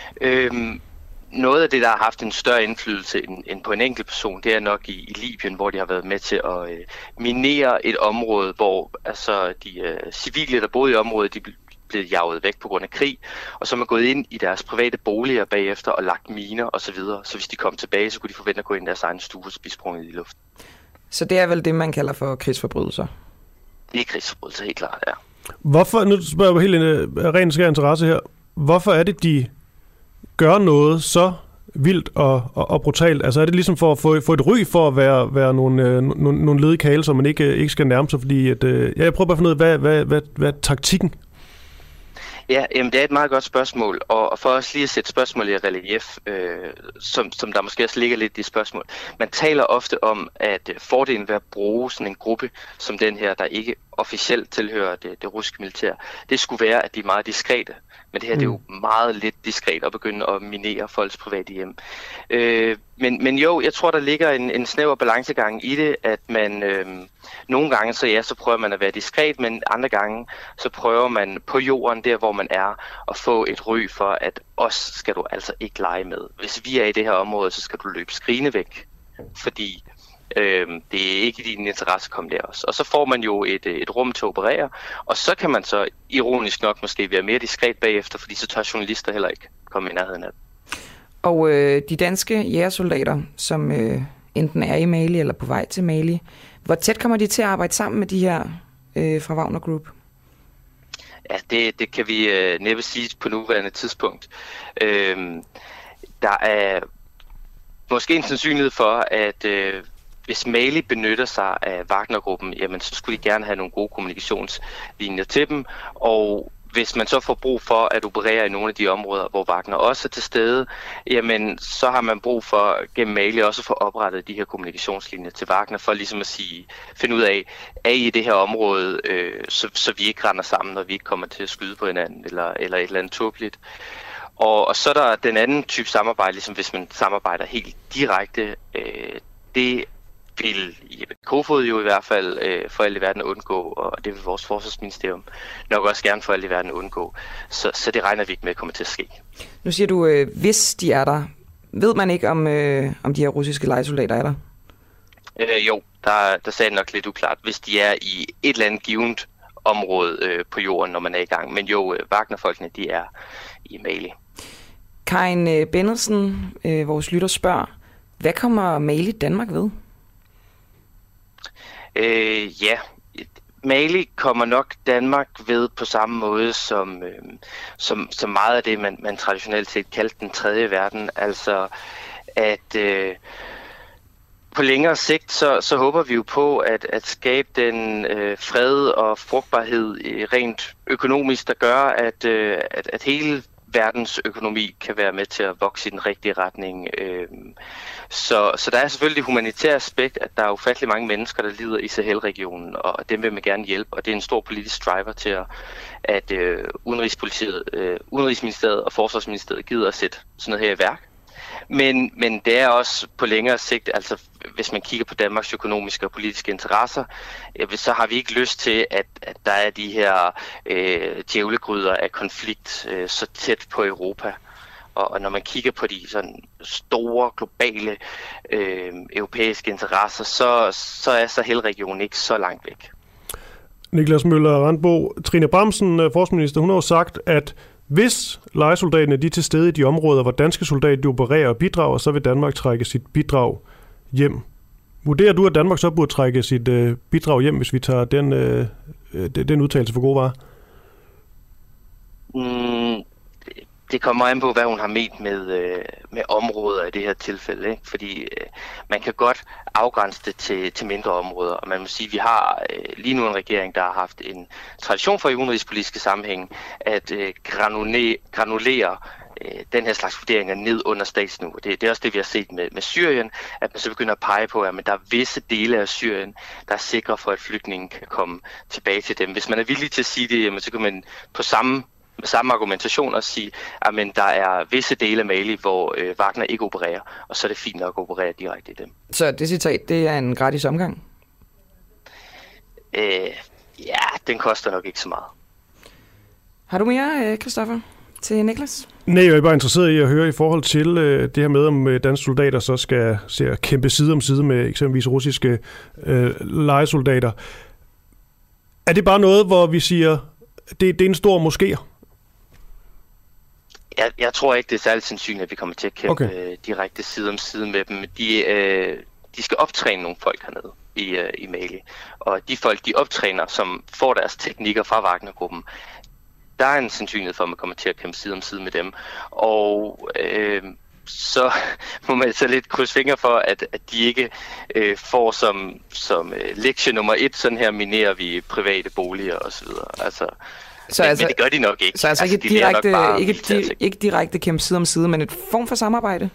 Noget af det, der har haft en større indflydelse end på en enkelt person, det er nok i Libyen, hvor de har været med til at minere et område, hvor altså de civile, der boede i området, de blev jaget væk på grund af krig, og så er man gået ind i deres private boliger bagefter og lagt miner osv. Så hvis de kom tilbage, så kunne de forvente at gå ind i deres egen stue og blive sprunget i luften. Så det er vel det, man kalder for krigsforbrydelser? Det er krigsforbrydelser, helt klart, ja. Hvorfor, nu spørger jeg helt en ren skær interesse her, hvorfor er det, de gør noget så vildt og brutalt? Altså er det ligesom for at få et ry for at være nogle ledige kale, som man ikke skal nærme sig? Fordi jeg prøver bare at finde ud af, hvad er taktikken? Ja, jamen det er et meget godt spørgsmål, og for os lige at sætte spørgsmål i relief, som der måske også ligger lidt i spørgsmål. Man taler ofte om, at fordelen ved at bruge sådan en gruppe som den her, der ikke officielt tilhører det russiske militær, det skulle være, at de er meget diskrete. Men det her det er jo meget lidt diskret at begynde at minere folks private hjem. Men jo, jeg tror, der ligger en snæver balancegang i det, at man nogle gange så prøver man at være diskret, men andre gange så prøver man på jorden, der hvor man er, at få et ry for, at os skal du altså ikke lege med. Hvis vi er i det her område, så skal du løbe skrigende væk, fordi det er ikke i din interesse at komme der også. Og så får man jo et rum til at operere, og så kan man så ironisk nok måske være mere diskret bagefter, fordi så tør journalister heller ikke komme i nærheden af det. Og de danske jægersoldater, som enten er i Mali eller på vej til Mali, Hvor tæt kommer de til at arbejde sammen med de her fra Wagner Group? Ja, det kan vi næppe sige på nuværende tidspunkt. Der er måske en sandsynlighed for, at hvis Mali benytter sig af Wagner-gruppen, jamen så skulle de gerne have nogle gode kommunikationslinjer til dem, og hvis man så får brug for at operere i nogle af de områder, hvor Wagner også er til stede, jamen så har man brug for gennem Mali også at få oprettet de her kommunikationslinjer til Wagner, for ligesom at finde ud af, er I det her område, så vi ikke render sammen, når vi ikke kommer til at skyde på hinanden, eller et eller andet tåbeligt. Og så er der den anden type samarbejde, ligesom hvis man samarbejder helt direkte, det vil Jeppe Kofod jo i hvert fald for alt i verden undgå, og det vil vores forsvarsministerium nok også gerne for alt i verden undgå. Så det regner vi ikke med kommer til at ske. Nu siger du, hvis de er der. Ved man ikke, om de her russiske lejesoldater er der? Jo, der sagde det nok lidt uklart. Hvis de er i et eller andet givet område på jorden, når man er i gang. Men jo, Wagner-folkene, de er i Mali. Karin Bennedsen, vores lytter, spørger, hvad kommer Mali Danmark ved? Ja, Mali kommer nok Danmark ved på samme måde som meget af det, man traditionelt set kaldte den tredje verden. Altså at på længere sigt, så håber vi jo på at skabe den fred og frugtbarhed rent økonomisk, der gør, at hele verdens økonomi kan være med til at vokse i den rigtige retning. Så der er selvfølgelig det humanitære aspekt, at der er ufattelig mange mennesker, der lider i Sahel-regionen, og dem vil man gerne hjælpe, og det er en stor politisk driver til, at Udenrigsministeriet og Forsvarsministeriet gider at sætte sådan noget her i værk. Men det er også på længere sigt, altså hvis man kigger på Danmarks økonomiske og politiske interesser, så har vi ikke lyst til, at der er de her djævlegryder af konflikt så tæt på Europa. Og når man kigger på de sådan store, globale europæiske interesser, så er Sahel-regionen ikke så langt væk. Niklas Møller-Randbo, Trine Bramsen, forsvarsminister, hun har jo sagt, at hvis lejesoldaterne de er til stede i de områder, hvor danske soldater opererer og bidrager, så vil Danmark trække sit bidrag hjem. Vurderer du, at Danmark så burde trække sit bidrag hjem, hvis vi tager den udtalelse for gode varer? Det kommer an på, hvad hun har ment med områder i det her tilfælde. Ikke? Fordi man kan godt afgrænse det til mindre områder. Og man må sige, at vi har lige nu en regering, der har haft en tradition for i udenrigspolitiske sammenhæng at granulere den her slags vurderinger ned under statsniveau. Det er også det, vi har set med Syrien, at man så begynder at pege på, at der er visse dele af Syrien, der er sikre for, at flygtningen kan komme tilbage til dem. Hvis man er villig til at sige det, så kan man på samme argumentation og sige, at der er visse dele af Mali, hvor Wagner ikke opererer, og så er det fint nok at operere direkte i dem. Så det citat, det er en gratis omgang? Ja, den koster nok ikke så meget. Har du mere, Christoffer, til Niklas? Nej, jeg er bare interesseret i at høre i forhold til det her med, om danske soldater så skal kæmpe side om side med eksempelvis russiske lejesoldater. Er det bare noget, hvor vi siger, det er en stor moské? Jeg tror ikke, det er særligt sandsynligt, at vi kommer til at kæmpe direkte side om side med dem. De skal optræne nogle folk hernede i Mali. Og de folk, de optræner, som får deres teknikker fra Wagner-gruppen, der er en sandsynlighed for, at man kommer til at kæmpe side om side med dem. Og så må man så lidt krydse fingre for, at de ikke får som lektie nummer 1, sådan her minerer vi private boliger osv. Men det gør de nok ikke. Så altså ikke direkte kæmpe side om side, men et form for samarbejde?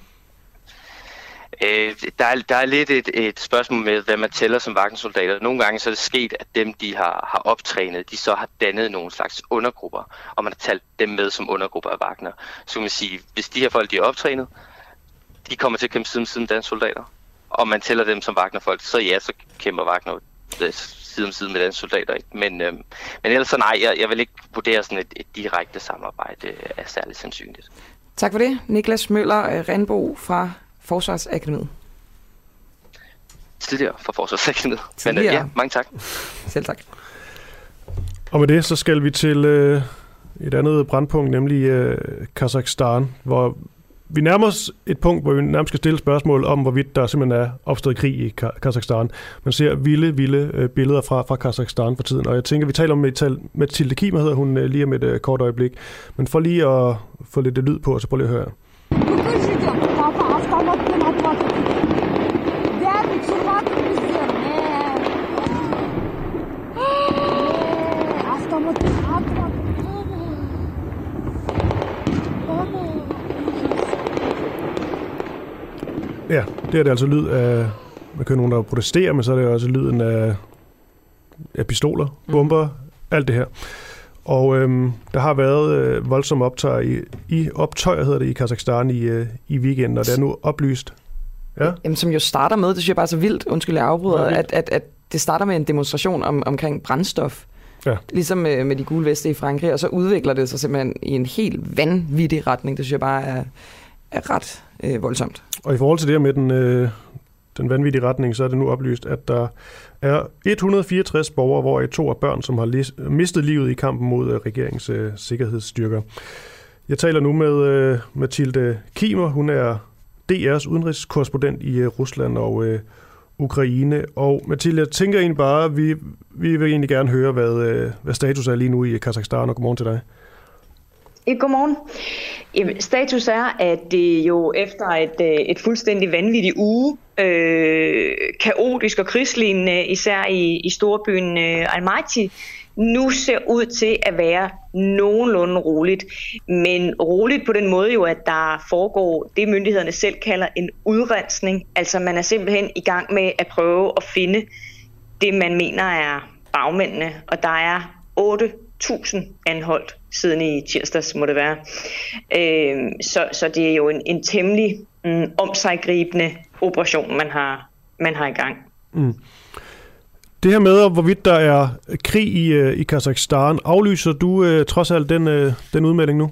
Der er lidt et spørgsmål med, hvad man tæller som Wagner-soldater. Nogle gange så er det sket, at dem, de har optrænet, de så har dannet nogle slags undergrupper, og man har talt dem med som undergrupper af Wagner. Så kan man sige, hvis de her folk, de er optrænet, de kommer til at kæmpe side om side med danske soldater, og man tæller dem som Wagner-folk, så kæmper Wagner side om side med danske soldater. Ikke? Men ellers så nej, jeg vil ikke vurdere sådan et direkte samarbejde er særligt sandsynligt. Tak for det, Niklas Møller-Randbo fra Forsvarsakademiet. Tidligere fra Forsvarsakademiet. Men ja, mange tak. Selv tak. Og med det, så skal vi til et andet brandpunkt, nemlig Kazakhstan, hvor vi nærmer os et punkt, hvor vi nærmest skal stille spørgsmål om, hvorvidt der simpelthen er opstået krig i Kazakhstan. Man ser vilde billeder fra Kazakhstan for tiden, og jeg tænker, vi taler om Mathilde Kiemer, hedder hun lige om et kort øjeblik. Men for lige at få lidt lyd på, så prøv lige at høre. Ja, det er det altså lyd af, man kører nogen, der protesterer, men så er det også lyden af pistoler, bomber, alt det her. Og der har været voldsomme optøjer, hedder det, i Kazakhstan i weekenden, og det er nu oplyst. Ja? Jamen, som jo starter med, det synes jeg bare er så vildt, undskyld jeg afbryder, at det starter med en demonstration omkring brændstof. Ja. Ligesom med de gule veste i Frankrig, og så udvikler det sig simpelthen i en helt vanvittig retning. Det synes jeg bare er ret voldsomt. Og i forhold til det her med den vanvittige retning, så er det nu oplyst, at der er 164 borgere, hvor 2 er børn, som har mistet livet i kampen mod regeringens sikkerhedsstyrker. Jeg taler nu med Mathilde Kiemer. Hun er DR's udenrigskorrespondent i Rusland og Ukraine. Og Mathilde, jeg tænker egentlig bare, vi vil egentlig gerne høre, hvad status er lige nu i Kazakhstan, og godmorgen til dig. Godmorgen. Status er, at det jo efter et fuldstændig vanvittigt uge, kaotisk og krigslignende, især i storbyen Almaty, nu ser ud til at være nogenlunde roligt. Men roligt på den måde jo, at der foregår det, myndighederne selv kalder en udrensning. Altså man er simpelthen i gang med at prøve at finde det, man mener er bagmændene. Og der er 8.000 anholdt siden i tirsdags, må det være. Så det er jo en temmelig omsiggribende operation, man har i gang. Mm. Det her med, hvorvidt der er krig i Kazakhstan, aflyser du trods alt den udmelding nu?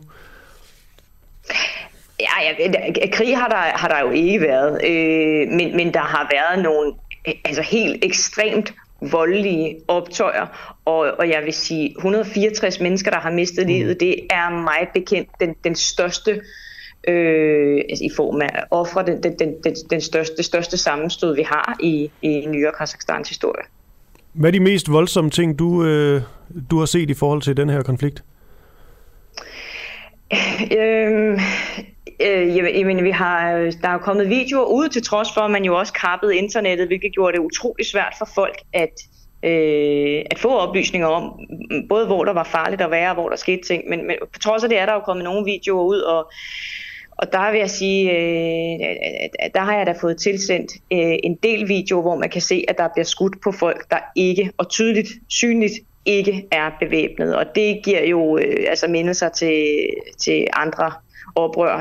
Ja, krig har der jo ikke været, men der har været nogle helt ekstremt voldelige optøjer, og jeg vil sige 164 mennesker, der har mistet livet. Det er meget bekendt den største i form af ofre, det største sammenstød, vi har i nyere Kazakhstans historie. Hvad er de mest voldsomme ting, du har set i forhold til den her konflikt? Der er kommet videoer ud, til trods for, at man jo også kappede internettet, hvilket gjorde det utrolig svært for folk at få oplysninger om, både hvor der var farligt at være, og hvor der skete ting. Men på trods af det er der jo kommet nogle videoer ud, og der vil jeg sige, der har jeg da fået tilsendt en del videoer, hvor man kan se, at der bliver skudt på folk, der ikke, og tydeligt, synligt, ikke er bevæbnet. Og det giver jo mindelser til andre oprør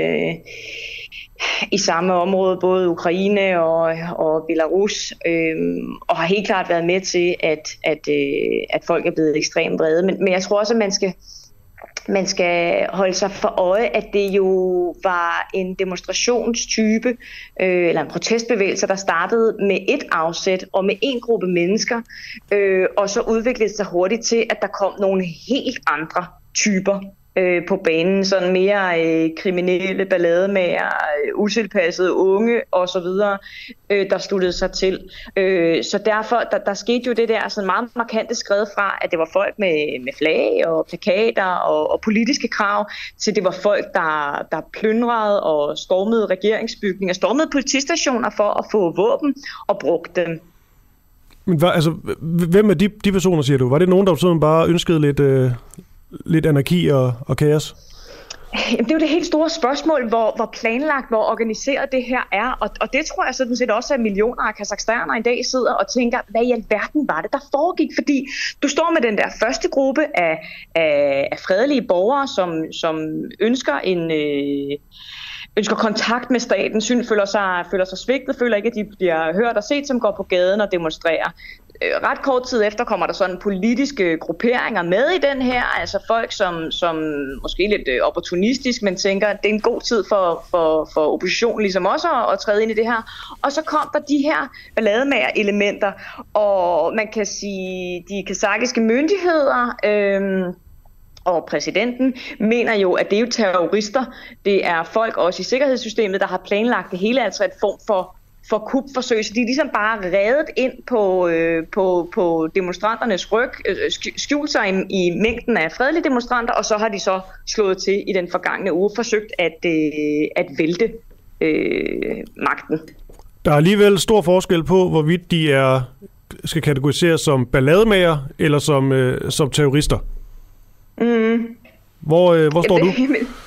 i samme område, både Ukraine og Belarus, og har helt klart været med til, at folk er blevet ekstremt vrede. Men jeg tror også, at man skal holde sig for øje, at det jo var en demonstrationstype, eller en protestbevægelse, der startede med et afsæt og med en gruppe mennesker, og så udviklede det sig hurtigt til, at der kom nogle helt andre typer på banen, sådan mere kriminelle ballademager, utilpassede unge osv., der sluttede sig til. Så derfor, der skete jo det der sådan meget markante skred fra, at det var folk med flag og plakater og politiske krav, til det var folk, der plyndrede og stormede regeringsbygninger, stormede politistationer for at få våben og brugte dem. Men hvem af de personer, siger du? Var det nogen, der sådan bare ønskede lidt anarki og kaos? Jamen, det er jo det helt store spørgsmål, hvor planlagt, hvor organiseret det her er. Og det tror jeg sådan set også, at millioner af kazakhstanere i dag sidder og tænker, hvad i alverden var det, der foregik? Fordi du står med den der første gruppe af fredelige borgere, som ønsker kontakt med staten, føler sig svigtet, føler ikke, at de bliver hørt og set, som går på gaden og demonstrerer. Ret kort tid efter kommer der sådan politiske grupperinger med i den her, altså folk, som måske lidt opportunistisk, men tænker, at det er en god tid for oppositionen ligesom også at træde ind i det her. Og så kom der de her ballademager-elementer, og man kan sige, de kazakiske myndigheder Og præsidenten mener jo, at det er jo terrorister. Det er folk også i sikkerhedssystemet, der har planlagt det hele, altså et form for kupforsøg. Så de er ligesom bare redet ind på demonstranternes ryg, skjult sig i mængden af fredelige demonstranter, og så har de så slået til i den forgangne uge, forsøgt at vælte magten. Der er alligevel stor forskel på, hvorvidt de skal kategoriseres som ballademager eller som terrorister. Hvor står du?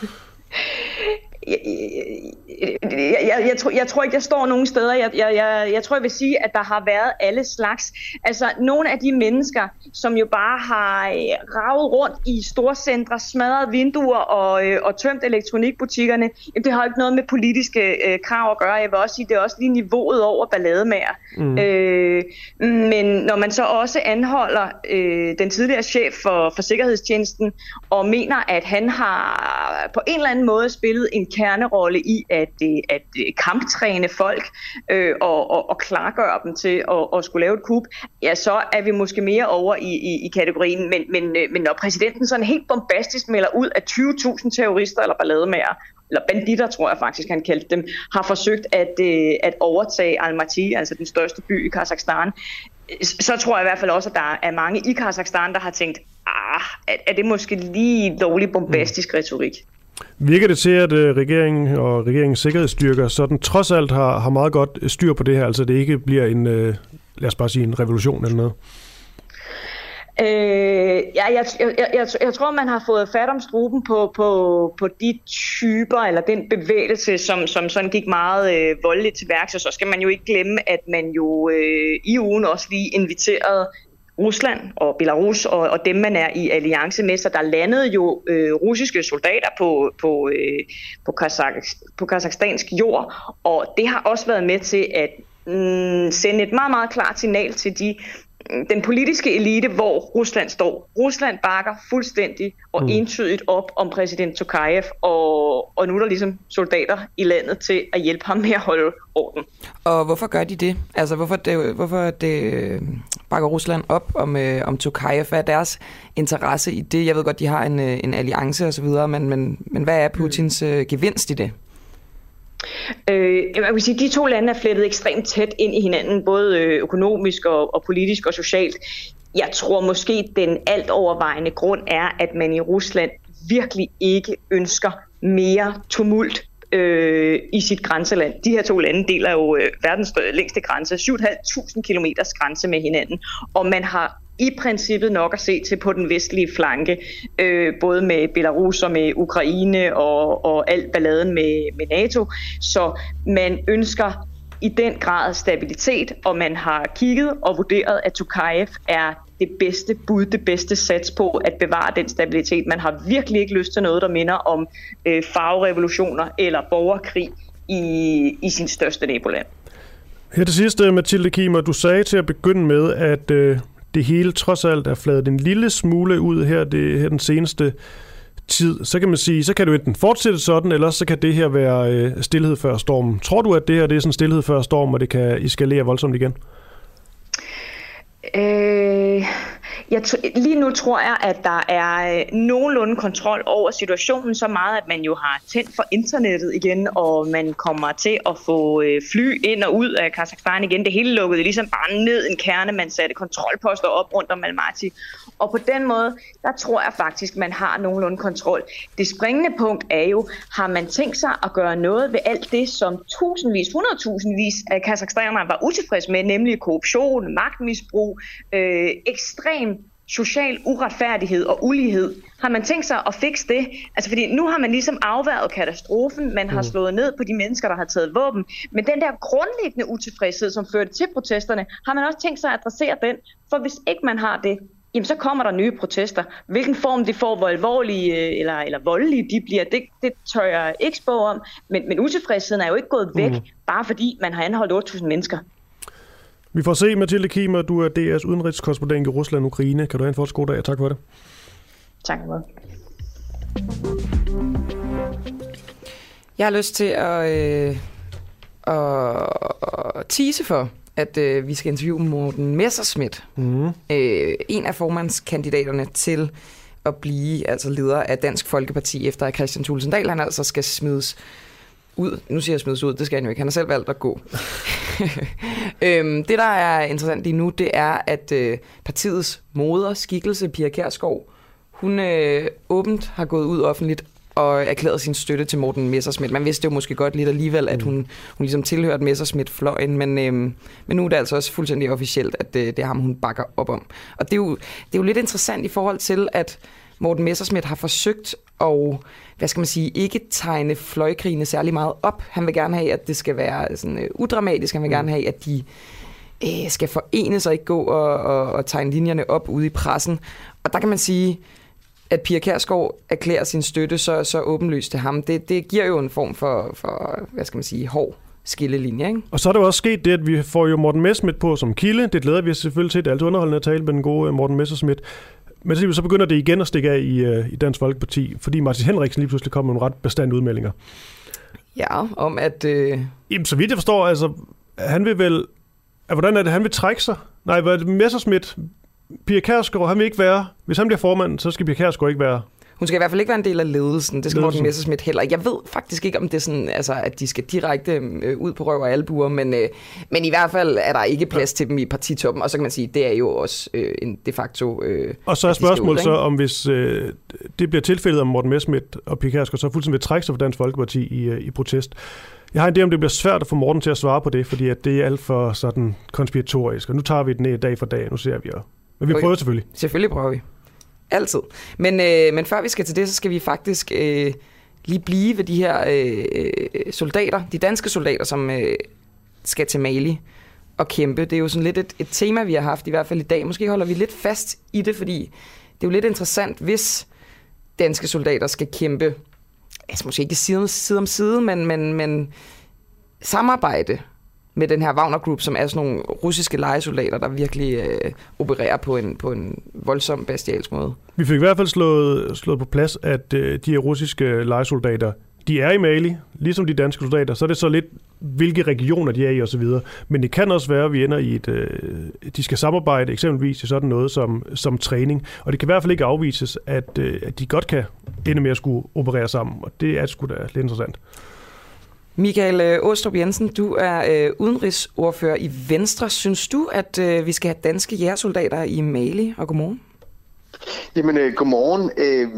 Jeg tror ikke, jeg står nogen steder. Jeg tror, jeg vil sige, at der har været alle slags. Altså, nogle af de mennesker, som jo bare har ravet rundt i storcentre, smadret vinduer og tømt elektronikbutikkerne, jamen, det har ikke noget med politiske krav at gøre. Jeg vil også sige, det er også lige niveauet over ballademager. Men når man så også anholder den tidligere chef for Sikkerhedstjenesten og mener, at han har på en eller anden måde spillet en kernerolle i at kamptræne folk og klargøre dem til at skulle lave et kup, ja, så er vi måske mere over i kategorien. Men når præsidenten sådan helt bombastisk melder ud, at 20.000 terrorister eller ballademager, eller banditter, tror jeg faktisk, han kaldte dem, har forsøgt at overtage Almaty, altså den største by i Kazakhstan, så tror jeg i hvert fald også, at der er mange i Kazakhstan, der har tænkt, er det måske lige dårlig bombastisk retorik? Virker det til, at regeringen og regeringens sikkerhedsstyrker sådan trods alt har meget godt styr på det her, altså det ikke bliver en, lad os bare sige, en revolution eller noget? Jeg tror, man har fået fat om struben på de typer, eller den bevægelse, som sådan gik meget voldeligt til værks, og så skal man jo ikke glemme, at man jo i ugen også lige inviterede Rusland og Belarus og dem, man er i alliance med, så der landede jo russiske soldater på kazakhstansk jord, og det har også været med til at sende et meget, meget klart signal til den politiske elite, hvor Rusland står. Rusland bakker fuldstændig og entydigt op om præsident Tokayev, og nu er der ligesom soldater i landet til at hjælpe ham med at holde orden. Og hvorfor gør de det? Altså, hvorfor bakker Rusland op om Tokayev? Hvad er deres interesse i det? Jeg ved godt, de har en alliance og så videre, men hvad er Putins gevinst i det? Jeg vil sige, at de to lande er flettet ekstremt tæt ind i hinanden, både økonomisk og politisk og socialt. Jeg tror måske, den alt overvejende grund er, at man i Rusland virkelig ikke ønsker mere tumult i sit grænseland. De her to lande deler jo verdens længste grænse, 7.500 kilometers grænse med hinanden, og man har i princippet nok at se til på den vestlige flanke, både med Belarus og med Ukraine og alt balladen med NATO. Så man ønsker i den grad stabilitet, og man har kigget og vurderet, at Tokayev er det bedste bud, det bedste sats på at bevare den stabilitet. Man har virkelig ikke lyst til noget, der minder om farverevolutioner eller borgerkrig i sin største naboland. Her til sidst, Mathilde Kiemer, du sagde til at begynde med, at det hele trods alt er fladet en lille smule ud her den seneste tid. Så kan man sige, så kan du enten fortsætte sådan, eller så kan det her være stilhed før stormen. Tror du, at det her det er sådan stilhed før storm, og det kan eskalere voldsomt igen? Lige nu tror jeg, at der er nogenlunde kontrol over situationen, så meget, at man jo har tændt for internettet igen, og man kommer til at få fly ind og ud af Kazakhstan igen. Det hele lukkede ligesom bare ned en kerne, man satte kontrolposter op rundt om Almaty. Og på den måde, der tror jeg faktisk, man har nogenlunde kontrol. Det springende punkt er jo, har man tænkt sig at gøre noget ved alt det, som hundredtusindvis af kazakhstanere var utilfredse med, nemlig korruption, magtmisbrug, ekstrem social uretfærdighed og ulighed. Har man tænkt sig at fikse det? Altså fordi nu har man ligesom afværget katastrofen, man har slået ned på de mennesker, der har taget våben, men den der grundlæggende utilfredshed, som førte til protesterne, har man også tænkt sig at adressere den, for hvis ikke man har det, jamen så kommer der nye protester. Hvilken form de får, hvor alvorlige eller voldelige de bliver, det tør jeg ikke spå om, men utilfredsheden er jo ikke gået væk, bare fordi man har anholdt 8.000 mennesker. Vi får se, Mathilde Kiemer, du er DR's udenrigskorrespondent i Rusland og Ukraine. Kan du have en fortsat god dag, og tak for det. Tak for det. Jeg har lyst til at tease for, at vi skal interviewe Morten Messerschmidt, en af formandskandidaterne til at blive altså leder af Dansk Folkeparti, efter at Kristian Thulesen Dahl, han altså skal smides ud. Nu siger jeg smides ud, det skal han jo ikke. Han har selv valgt at gå. Det, der er interessant lige nu, det er, at partiets moder, skikkelse, Pia Kjærsgaard, hun åbent har gået ud offentligt og erklæret sin støtte til Morten Messerschmidt. Man vidste jo måske godt lidt alligevel, at hun ligesom tilhørte Messerschmidt-fløjen, men nu er det altså også fuldstændig officielt, at det er ham, hun bakker op om. Og det er jo lidt interessant i forhold til, at Morten Messerschmidt har forsøgt at, ikke tegne fløjkrigene særlig meget op. Han vil gerne have, at det skal være sådan udramatisk. Han vil gerne have, at de skal forenes og ikke gå og tegne linjerne op ude i pressen. Og der kan man sige, at Pia Kjærsgaard erklærer sin støtte så åbenlyst til ham. Det giver jo en form for hård skillelinje, ikke? Og så er der også sket det, at vi får jo Morten Messerschmidt på som kilde. Det glæder vi os selvfølgelig til. Det er altid underholdende at tale med den gode Morten Messerschmidt. Men så begynder det igen at stikke af i Dansk Folkeparti, fordi Martin Henriksen lige pludselig kommer med nogle ret bestandte udmeldinger. Ja, om at... Jamen, så vidt jeg forstår, altså, han vil vel... Hvordan er det, han vil trække sig? Nej, Messerschmidt, Pia Kjærsgaard, han vil ikke være... Hvis han bliver formand, så skal Pia Kjærsgaard ikke være... Hun skal i hvert fald ikke være en del af ledelsen. Det skal Morten Messerschmidt heller. Jeg ved faktisk ikke, om det er sådan, altså, at de skal direkte ud på røv og albuer, men i hvert fald er der ikke plads til dem i partitoppen. Og så kan man sige, det er jo også en de facto... og så er spørgsmålet så, om hvis det bliver tilfældet, om Morten Messerschmidt og Pia Kjærsgaard så fuldstændig vil trække sig fra Dansk Folkeparti i protest. Jeg har en idé om, det bliver svært at få Morten til at svare på det, fordi at det er alt for sådan konspiratorisk. Og nu tager vi den dag for dag, nu ser vi jo. Men vi prøver selvfølgelig. Selvfølgelig prøver vi. Altid. Men før vi skal til det, så skal vi faktisk lige blive ved de her soldater, de danske soldater, som skal til Mali og kæmpe. Det er jo sådan lidt et tema, vi har haft, i hvert fald i dag. Måske holder vi lidt fast i det, fordi det er jo lidt interessant, hvis danske soldater skal kæmpe, altså måske ikke side om side, men samarbejde med den her Wagner Group, som er sådan nogle russiske lejesoldater, der virkelig opererer på en voldsom bestialsk måde. Vi fik i hvert fald slået på plads, at de her russiske lejesoldater, de er i Mali, ligesom de danske soldater. Så er det så lidt, hvilke regioner de er i osv. Men det kan også være, at vi ender i de skal samarbejde eksempelvis i sådan noget som træning. Og det kan i hvert fald ikke afvises, at de godt kan ende med at skulle operere sammen. Og det er sgu da lidt interessant. Michael Aastrup Jensen, du er udenrigsordfører i Venstre. Synes du, at vi skal have danske jægersoldater i Mali? Og godmorgen. Jamen, godmorgen.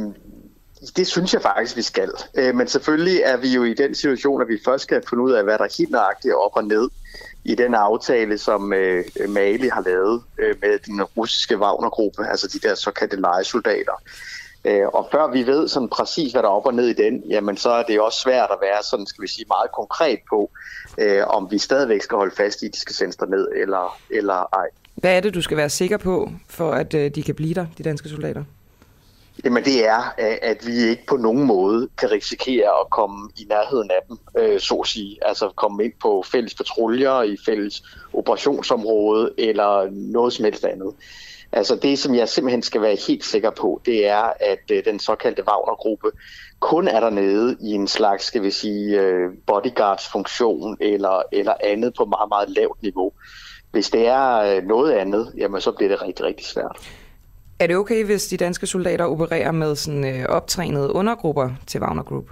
Det synes jeg faktisk, vi skal. Men selvfølgelig er vi jo i den situation, at vi først skal finde ud af, hvad der helt nøjagtigt er op og ned i den aftale, som Mali har lavet med den russiske Wagner-gruppe, altså de der såkaldte lejesoldater. Og før vi ved sådan præcis, hvad der er op og ned i den, jamen så er det også svært at være sådan, skal vi sige, meget konkret på, om vi stadigvæk skal holde fast i, at de skal sendes derned eller ej. Hvad er det, du skal være sikker på, for at de kan blive der, de danske soldater? Jamen det er, at vi ikke på nogen måde kan risikere at komme i nærheden af dem, så at sige. Altså komme ind på fælles patruljer, i fælles operationsområde eller noget som helst andet. Altså det, som jeg simpelthen skal være helt sikker på, det er, at den såkaldte Wagner-gruppe kun er dernede i en slags, skal vi sige, bodyguards-funktion eller andet på meget, meget lavt niveau. Hvis det er noget andet, jamen så bliver det rigtig, rigtig svært. Er det okay, hvis de danske soldater opererer med sådan optrænede undergrupper til Wagner Group?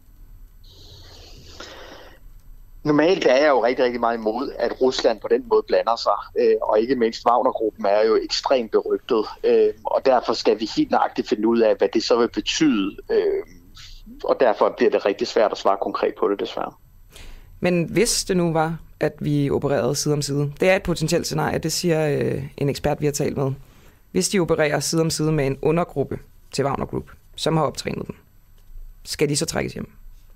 Normalt er jeg jo rigtig, rigtig meget imod, at Rusland på den måde blander sig, og ikke mindst Wagner-gruppen er jo ekstremt berygtet, og derfor skal vi helt nøjagtigt finde ud af, hvad det så vil betyde, og derfor bliver det rigtig svært at svare konkret på det, desværre. Men hvis det nu var, at vi opererede side om side, det er et potentielt scenarie, det siger en ekspert, vi har talt med. Hvis de opererer side om side med en undergruppe til Wagner Group, som har optrænet dem, skal de så trækkes hjem?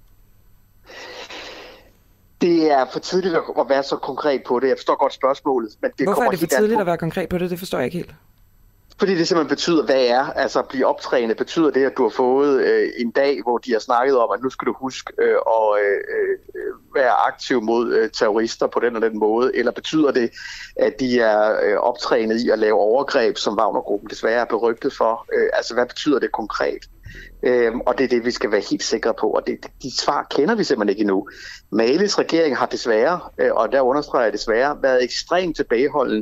Det er for tidligt at være så konkret på det. Jeg forstår godt spørgsmålet. Men det Hvorfor er det for tidligt at være konkret på det? Det forstår jeg ikke helt. Fordi det simpelthen betyder, hvad er. Altså at blive optrænet, betyder det, at du har fået en dag, hvor de har snakket om, at nu skal du huske at være aktiv mod terrorister på den og den måde. Eller betyder det, at de er optrænet i at lave overgreb, som Wagner-gruppen desværre er berygtet for? Altså hvad betyder det konkret? Og det er det, vi skal være helt sikre på, og de svar kender vi simpelthen ikke endnu. Malis regering har desværre, og der understreger jeg desværre, været ekstremt tilbageholden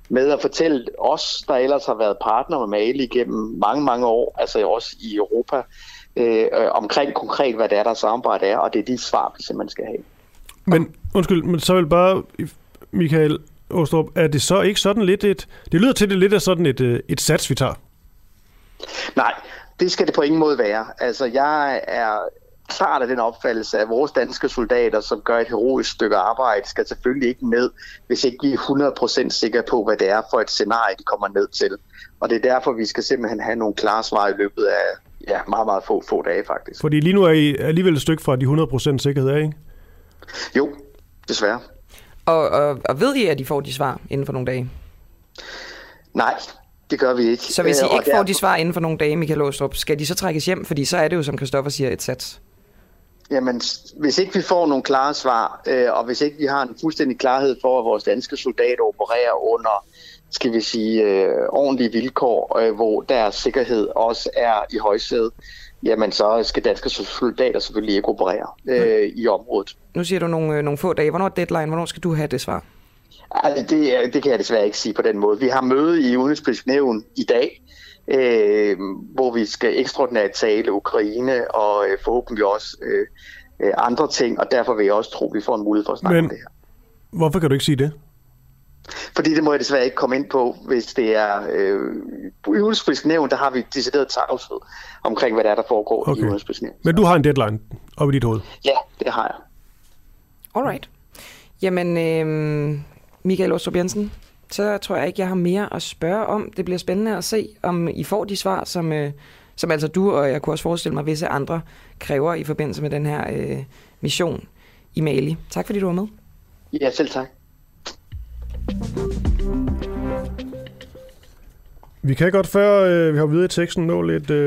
med at fortælle os, der ellers har været partner med Mali igennem mange, mange år, altså også i Europa, omkring konkret, hvad det er, der samarbejde er, og det er de svar, vi simpelthen skal have. Men undskyld, men så vil bare, Michael Aastrup, er det så ikke sådan lidt det lyder til, det lidt af sådan et sats, vi tager? Nej, det skal det på ingen måde være. Altså, jeg er klart af den opfattelse, at vores danske soldater, som gør et heroisk stykke arbejde, skal selvfølgelig ikke ned, hvis ikke vi er 100% sikre på, hvad det er for et scenarie, de kommer ned til. Og det er derfor, vi skal simpelthen have nogle klare svar i løbet af meget, meget få dage, faktisk. Fordi lige nu er I alligevel et stykke fra de 100% sikkerhed, ikke? Jo, desværre. Og ved I, at de får de svar inden for nogle dage? Nej, det gør vi ikke. Så hvis I ikke får de svar inden for nogle dage, Michael Aastrup, skal de så trækkes hjem? Fordi så er det jo, som Christoffer siger, et sats. Jamen, hvis ikke vi får nogle klare svar, og hvis ikke vi har en fuldstændig klarhed for, at vores danske soldater opererer under, skal vi sige, ordentlige vilkår, hvor deres sikkerhed også er i højsædet, jamen så skal danske soldater selvfølgelig ikke operere i området. Nu siger du nogle få dage. Hvornår er deadline? Hvornår skal du have det svar? Altså, det kan jeg desværre ikke sige på den måde. Vi har møde i Udenrigspolitisk Nævn i dag, hvor vi skal ekstraordinært tale Ukraine og forhåbentlig også andre ting, og derfor vil jeg også tro, at vi får en mulighed for at snakke om det her. Hvorfor kan du ikke sige det? Fordi det må jeg desværre ikke komme ind på, hvis det er på Udenrigspolitisk Nævn, der har vi decideret tavshed omkring, hvad der er, der foregår i Udenrigspolitisk Nævn. Men du har en deadline op i dit hoved? Ja, det har jeg. Alright. Jamen, Michael Aastrup Jensen, så tror jeg ikke, jeg har mere at spørge om. Det bliver spændende at se, om I får de svar, som altså du, og jeg kunne også forestille mig, visse andre kræver i forbindelse med den her mission i Mali. Tak fordi du var med. Ja, selv tak. Vi kan godt, før vi har videre i teksten, nå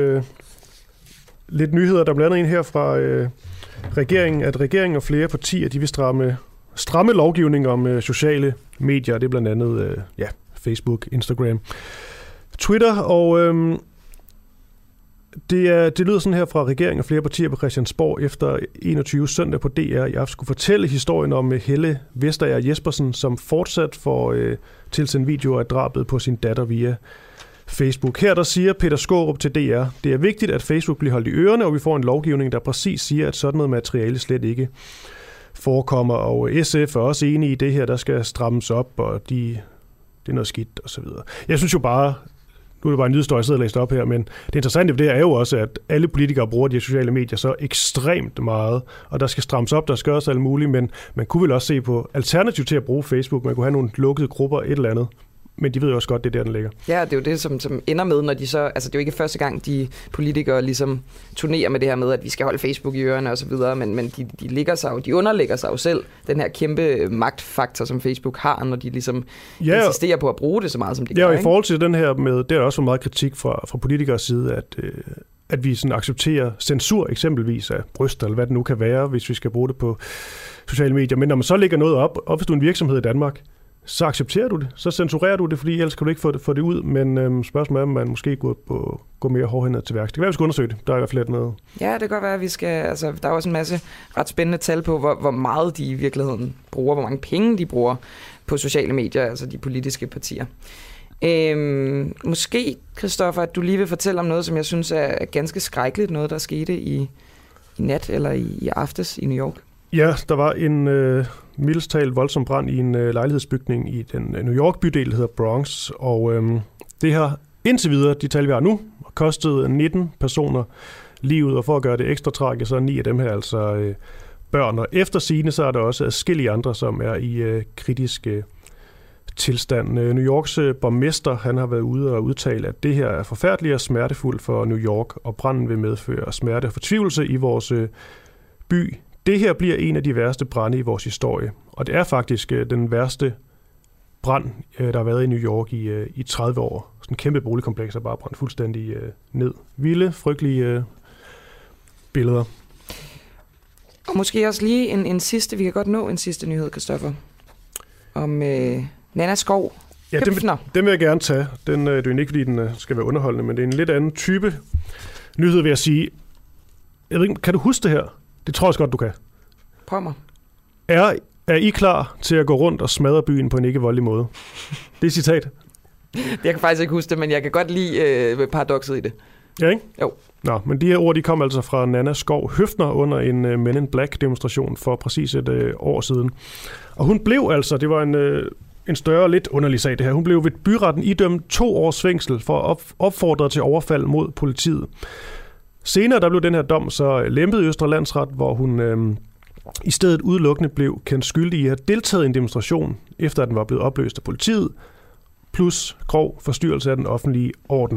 lidt nyheder. Der blandt andet en her fra regeringen, at regeringen og flere partier, de vil stramme lovgivning om sociale medier. Det er blandt andet Facebook, Instagram, Twitter, og det lyder sådan her fra regeringen og flere partier på Christiansborg efter 21 søndag på DR i aften skulle fortælle historien om Helle Vestager Jespersen, som fortsat får tilsendt videoer af drabet på sin datter via Facebook. Her der siger Peter Skaarup til DR, det er vigtigt, at Facebook bliver holdt i ørerne, og vi får en lovgivning, der præcis siger, at sådan noget materiale slet ikke forekommer, og SF er også enige i det her, der skal strammes op, og det er noget skidt, og så videre. Jeg synes jo bare, nu er det bare en nyhedsstory, jeg sidder og læst op her, men det interessante ved det er jo også, at alle politikere bruger de sociale medier så ekstremt meget, og der skal strammes op, der skal også alt muligt, men man kunne vel også se på alternativ til at bruge Facebook. Man kunne have nogle lukkede grupper, et eller andet. Men de ved jo også godt, det er der, den ligger. Ja, det er jo det, som ender med, når de så... Altså, det er jo ikke første gang, de politikere ligesom turnerer med det her med, at vi skal holde Facebook i ørerne og så videre, men de ligger sig jo, de underlægger sig jo selv den her kæmpe magtfaktor, som Facebook har, når de ligesom insisterer på at bruge det så meget, som de gør. Ja, og i forhold til den her med... Der er også meget kritik fra politikers side, at vi sådan accepterer censur eksempelvis af bryster, eller hvad det nu kan være, hvis vi skal bruge det på sociale medier. Men når man så lægger noget op, og hvis du er en virksomhed i Danmark, så accepterer du det, så censurerer du det, fordi ellers kan du ikke få det ud, men spørgsmålet er, om man måske gå mere hårdhændet til værks. Det kan være, vi skal undersøge det. Der er i hvert fald noget. Ja, det kan godt være, at vi skal... Altså, der er også en masse ret spændende tal på, hvor meget de i virkeligheden bruger, hvor mange penge de bruger på sociale medier, altså de politiske partier. Måske, Christoffer, at du lige vil fortælle om noget, som jeg synes er ganske skrækkeligt, noget, der skete i nat eller i aftes i New York. Ja, der var en mildest talt voldsom brand i en lejlighedsbygning i den New York-bydel, der hedder Bronx, og det har indtil videre, de tal vi har nu, kostet 19 personer livet, og for at gøre det ekstra tragisk, så er 9 af dem her altså børn, og efter sigende, så er der også adskillige andre, som er i kritisk tilstand. New Yorks borgmester, han har været ude og udtale, at det her er forfærdeligt og smertefuldt for New York, og branden vil medføre smerte og fortvivlelse i vores by. Det her bliver en af de værste brande i vores historie, og det er faktisk den værste brand, der har været i New York i 30 år. Sådan en kæmpe boligkompleks er bare brændt fuldstændig ned. Vilde, frygtelige billeder. Og måske også lige en sidste, vi kan godt nå en sidste nyhed, Christoffer, om Nanna Skov. Ja, den vil jeg gerne tage. Det er jo ikke, fordi den skal være underholdende, men det er en lidt anden type nyhed, vil jeg sige. Jeg ved ikke, kan du huske det her? Det tror jeg også godt, du kan. Prøv mig. Er Er I klar til at gå rundt og smadre byen på en ikke voldelig måde? Det er citat. Jeg kan faktisk ikke huske det, men jeg kan godt lide paradokset i det. Ja, ikke? Jo. Nå, men de her ord, de kom altså fra Nanna Skov Høfner under en Men in Black-demonstration for præcis et år siden. Og hun blev altså, det var en større, lidt underlig sag det her, hun blev ved byretten idømt 2 års fængsel for at opfordre til overfald mod politiet. Senere der blev den her dom så lempet i Østre Landsret, hvor hun i stedet udelukkende blev kendt skyldig i at have deltaget i en demonstration, efter at den var blevet opløst af politiet, plus grov forstyrrelse af den offentlige orden.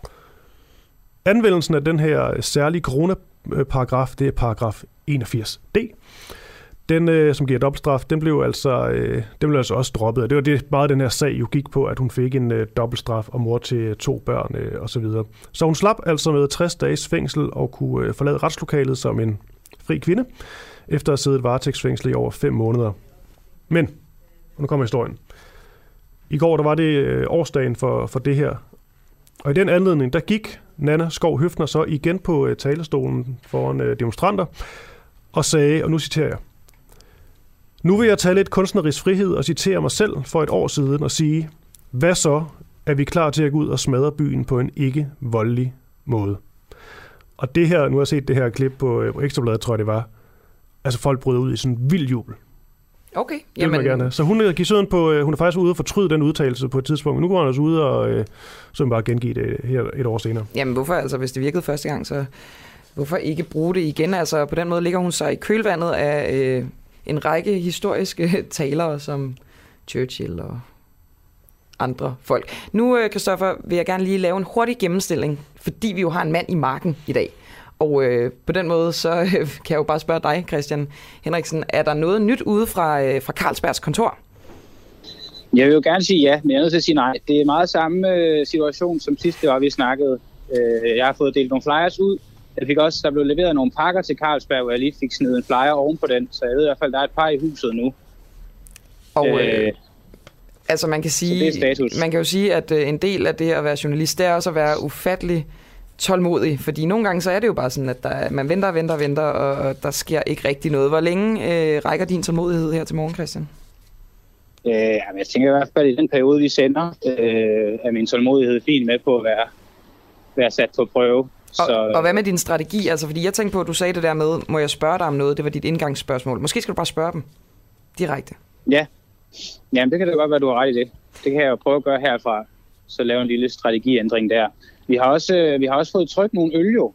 Anvendelsen af den her særlige coronaparagraf, det er paragraf 81D. Den, som giver dobbeltstraf, den blev altså også droppet. Og det var det meget den her sag jo gik på, at hun fik en dobbeltstraf og mor til 2 børn osv. Så hun slap altså med 60 dages fængsel og kunne forlade retslokalet som en fri kvinde, efter at have siddet varetægtsfængsel i over 5 måneder. Men, og nu kommer historien. I går der var det årsdagen for det her. Og i den anledning, der gik Nanna Skov Høfner så igen på talerstolen foran demonstranter og sagde, og nu citerer jeg: "Nu vil jeg tage lidt kunstnerisk frihed og citere mig selv for et år siden og sige, hvad så er vi klar til at gå ud og smadre byen på en ikke voldelig måde?" Og det her, nu har jeg set det her klip på Ekstrabladet, tror jeg det var, altså folk bryder ud i sådan en vild jubel. Okay. Det vil man gerne have. Så hun er faktisk ude og fortryde den udtalelse på et tidspunkt, men nu går hun altså ud og så bare gengive det her et år senere. Jamen hvorfor, altså hvis det virkede første gang, så hvorfor ikke bruge det igen? Altså på den måde ligger hun sig i kølvandet af en række historiske talere som Churchill og andre folk. Nu, Christoffer, vil jeg gerne lige lave en hurtig gennemstilling, fordi vi jo har en mand i marken i dag. Og på den måde, så kan jeg jo bare spørge dig, Christian Henriksen, er der noget nyt ude fra Carlsbergs kontor? Jeg vil jo gerne sige ja, men jeg er nødt til at sige nej. Det er meget samme situation som sidste år, vi snakkede. Jeg har fået delt nogle flyers ud. Der blev leveret nogle pakker til Carlsberg, hvor jeg lige fik snedet en flyer oven på den, så jeg ved i hvert fald, der er et par i huset nu. Og altså man kan jo sige, at en del af det at være journalist, det er også at være ufattelig tålmodig, fordi nogle gange så er det jo bare sådan, at man venter, og der sker ikke rigtig noget. Hvor længe rækker din tålmodighed her til morgen, Christian? Jeg tænker i hvert fald, i den periode, vi sender, er min tålmodighed fint med på at være sat på prøve. Og hvad med din strategi? Altså, fordi jeg tænkte på, at du sagde det der med, må jeg spørge dig om noget? Det var dit indgangsspørgsmål. Måske skal du bare spørge dem direkte. Ja. Jamen, det kan da godt være, du har ret i det. Det kan jeg jo prøve at gøre herfra, så lave en lille strategiændring der. Vi har også fået trykt nogle øl jo,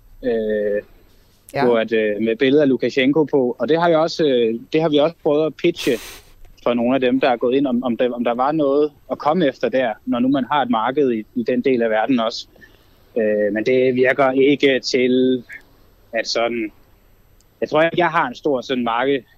med billeder af Lukashenko på, og det har vi også prøvet at pitche for nogle af dem, der er gået ind, om der var noget at komme efter der, når nu man har et marked i den del af verden også. Men det virker ikke til, at sådan... Jeg tror ikke, jeg har en stor sådan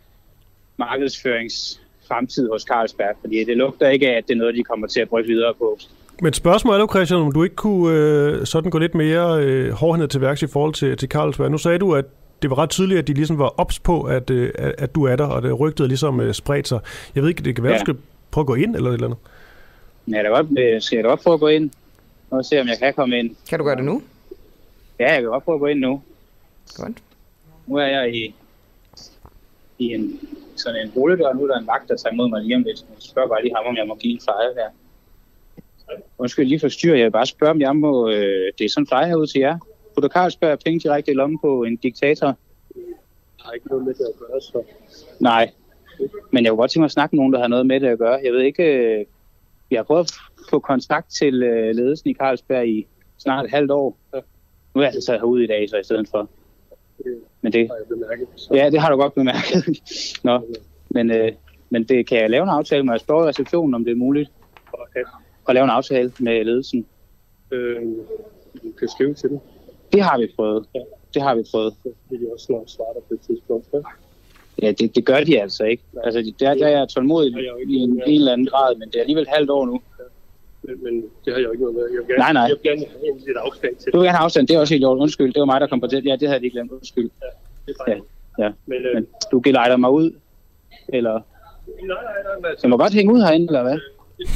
markedsføringsfremtid hos Carlsberg, fordi det lugter ikke af, at det er noget, de kommer til at bruge videre på. Men spørgsmålet er jo, Christian, om du ikke kunne sådan gå lidt mere hårdhændet til værks i forhold til Carlsberg. Nu sagde du, at det var ret tydeligt, at de ligesom var ops på, at du er der, og det rygtede ligesom spredt sig. Jeg ved ikke, det kan være, at du skal prøve at gå ind eller et eller andet? Ja, skal jeg da godt prøve at gå ind og se, om jeg kan komme ind. Kan du gøre det nu? Ja, jeg kan godt prøve at gå ind nu. Godt. Nu er jeg i sådan en boligdør, nu er der en vagt, der tager imod mig lige om lidt. Jeg spørger bare lige ham, om jeg må give en flyer her. Undskyld lige forstyrre, jeg vil bare spørge, om jeg må... det er sådan en flyer herude til jer. Putter Carlsberg penge direkte i lommen på en diktator? Jeg har ikke noget med det at gøre, så... Nej, men jeg kunne godt tænke mig at snakke med nogen, der har noget med det at gøre. Jeg ved ikke... Vi har prøvet at få kontakt til ledelsen i Carlsberg i snart et halvt år. Nu er jeg altså taget herud i dag, så i stedet for. Men det har jeg bemærket. Ja, det har du godt bemærket. Nå, men det kan jeg lave en aftale med at spørge receptionen, om det er muligt at lave en aftale med ledelsen. Du kan skrive til dem. Det har vi prøvet. Ja. Det har vi prøvet. Vil de også snart svare dig på et tidspunkt? Ja, det gør de altså ikke. Altså, der er jeg tålmodig i en eller anden grad, men det er alligevel halvt år nu. Men det har jeg jo ikke noget med. Jeg vil gerne have lidt afstand til det. Du vil gerne have afstand, det er også helt gjort. Undskyld, det var mig, der kom på det. Ja, det havde jeg lige glemt. Undskyld. Ja, det er faktisk. Ja. Men du gelejder mig ud, eller? Nej. Så må godt hænge ud herinde, eller hvad?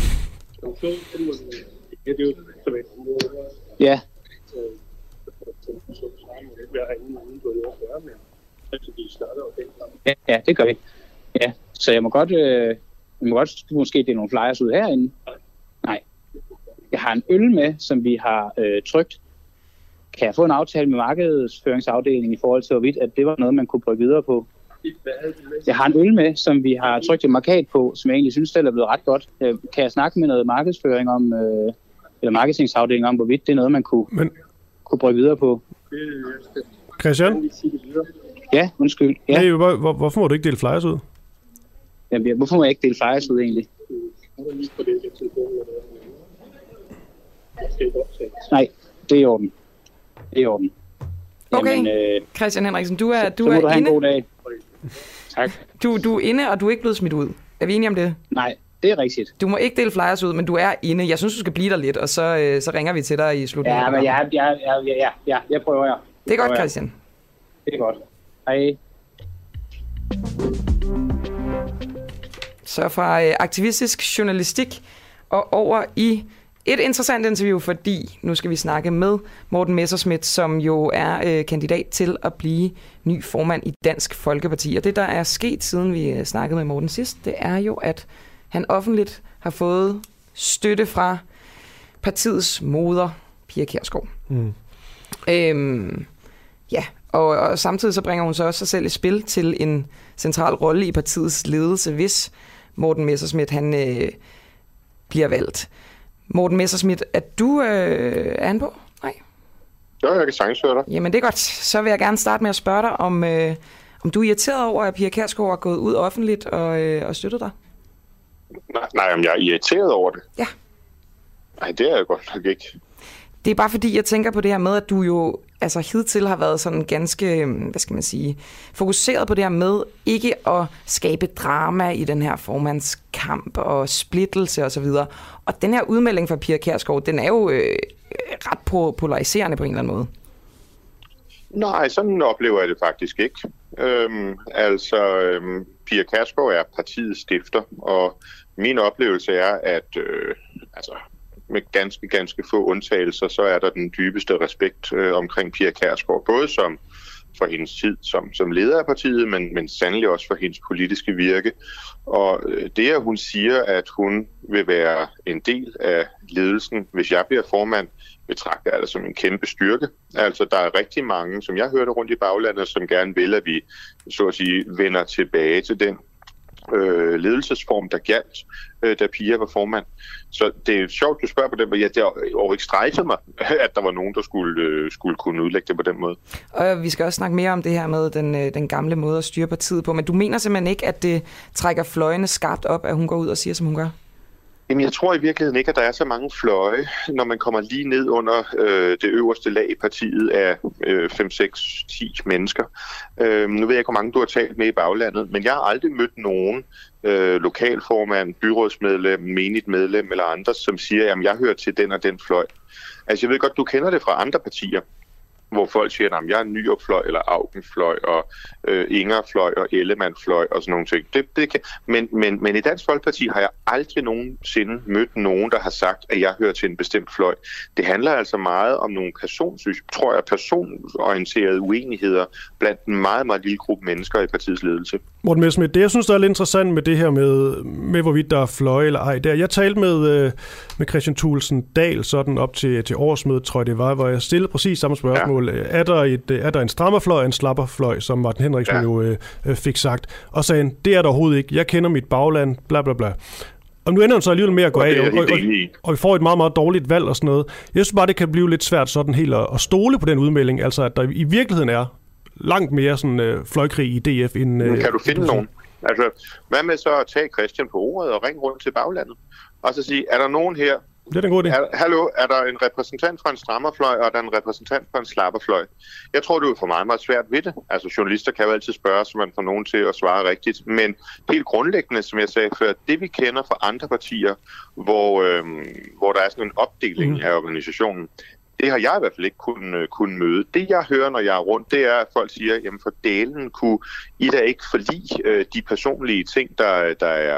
Det er jo privat. Ja. Ja, det gør vi. Ja, Så jeg må godt måske dele nogle flyers ud herinde. Nej. Jeg har en øl med, som vi har trykt. Kan jeg få en aftale med markedsføringsafdelingen i forhold til, hvorvidt at det var noget, man kunne brygge videre på? Jeg har en øl med, som vi har trykt et markat på, som jeg egentlig synes, det er blevet ret godt. Kan jeg snakke med noget markedsføring om, eller marketingsafdelingen om, hvorvidt det er noget, man kunne brygge videre på? Christian? Ja, undskyld. Ja. Hey, hvorfor må du ikke dele flyers ud? Jamen, hvorfor må jeg ikke dele flyers ud egentlig? Nej, det er i orden. Det er i orden. Okay, jamen, Christian Henriksen, du er så må du have inde. En god dag. Tak. Du er inde, og du er ikke blevet smidt ud. Er vi enige om det? Nej, det er rigtigt. Du må ikke dele flyers ud, men du er inde. Jeg synes, du skal blive der lidt, og så ringer vi til dig i slutningen. Ja, men jeg prøver jer. Det er godt, Christian. Det er godt. Hej. Så fra aktivistisk journalistik og over i et interessant interview, fordi nu skal vi snakke med Morten Messerschmidt, som jo er kandidat til at blive ny formand i Dansk Folkeparti. Og det, der er sket, siden vi snakkede med Morten sidst, det er jo, at han offentligt har fået støtte fra partiets moder, Pia Kjærsgaard. Ja, og samtidig så bringer hun så også sig selv i spil til en central rolle i partiets ledelse, hvis Morten Messerschmidt han bliver valgt. Morten Messerschmidt, er han på? Nej. Ja, jeg kan sagtens høre dig. Jamen det er godt. Så vil jeg gerne starte med at spørge dig, om du er irriteret over, at Pia Kjærsgaard er gået ud offentligt og støttet dig? Nej, om jeg er irriteret over det? Ja. Nej, det er jeg godt nok ikke. Det er bare fordi, jeg tænker på det her med, at du jo hidtil har været sådan ganske, fokuseret på det her med ikke at skabe drama i den her formandskamp og splittelse osv. Og den her udmelding fra Pia Kjærsgaard, den er jo ret polariserende på en eller anden måde. Nej, sådan oplever jeg det faktisk ikke. Pia Kjærsgaard er partiets stifter, og min oplevelse er, at med ganske få undtagelser, så er der den dybeste respekt omkring Pia Kjærsgaard, både for hendes tid som leder af partiet, men sandelig også for hendes politiske virke. Og det, at hun siger, at hun vil være en del af ledelsen, hvis jeg bliver formand, betragter jeg det som en kæmpe styrke. Altså, der er rigtig mange, som jeg hørte rundt i baglandet, som gerne vil, at vi, så at sige, vender tilbage til den ledelsesform, der gjaldt, da Pia var formand. Så det er sjovt, du spørger på den måde. Ja, det har overhovedet ikke strejset mig, at der var nogen, der skulle kunne udlægge det på den måde. Og vi skal også snakke mere om det her med den gamle måde at styre partiet på. Men du mener simpelthen ikke, at det trækker fløjene skarpt op, at hun går ud og siger, som hun gør? Jamen, jeg tror i virkeligheden ikke, at der er så mange fløje, når man kommer lige ned under det øverste lag i partiet af 5, 6, 10 mennesker. Nu ved jeg ikke, hvor mange du har talt med i baglandet, men jeg har aldrig mødt nogen lokalformand, byrådsmedlem, menigt medlem eller andre, som siger, at jeg hører til den og den fløj. Altså, jeg ved godt, du kender det fra andre partier, hvor folk siger, at jeg er Nyrup-fløj eller Augen-fløj og Inger-fløj og Ellemann-fløj og sådan nogle ting. Det kan. Men i Dansk Folkeparti har jeg aldrig nogensinde mødt nogen, der har sagt, at jeg hører til en bestemt fløj. Det handler altså meget om nogle personorienterede uenigheder blandt en meget, meget lille gruppe mennesker i partiets ledelse. Morten Messerschmidt, det jeg synes, der er lidt interessant med det her med hvorvidt der er fløje eller ej, jeg talte med Kristian Thulesen Dahl sådan op til årsmødet, tror jeg det var, hvor jeg stillede præcis samme spørgsmål. Ja. Er der en strammerfløj og en slapperfløj, som Martin Henriksen jo fik sagt? Og sagde han, det er der overhovedet ikke. Jeg kender mit bagland, bla bla bla. Og nu ender han så alligevel med at gå af, og vi får et meget, meget dårligt valg og sådan noget. Jeg synes bare, det kan blive lidt svært sådan helt at stole på den udmelding, altså at der i virkeligheden er langt mere sådan fløjkrig i DF end... Kan du finde nogen? Altså, hvad med så at tage Christian på ordet og ringe rundt til baglandet? Og så sige, er der nogen her? Det er en god idé. Hallo, er der en repræsentant fra en strammerfløj, og er der en repræsentant fra en slapperfløj? Jeg tror, det er for meget, meget svært ved det. Altså, journalister kan jo altid spørge, så man får nogen til at svare rigtigt. Men helt grundlæggende, som jeg sagde før, det vi kender fra andre partier, hvor der er sådan en opdeling af organisationen, det har jeg i hvert fald ikke kunne møde. Det, jeg hører, når jeg er rundt, det er, at folk siger, jamen for delen kunne I da ikke forlige de personlige ting, der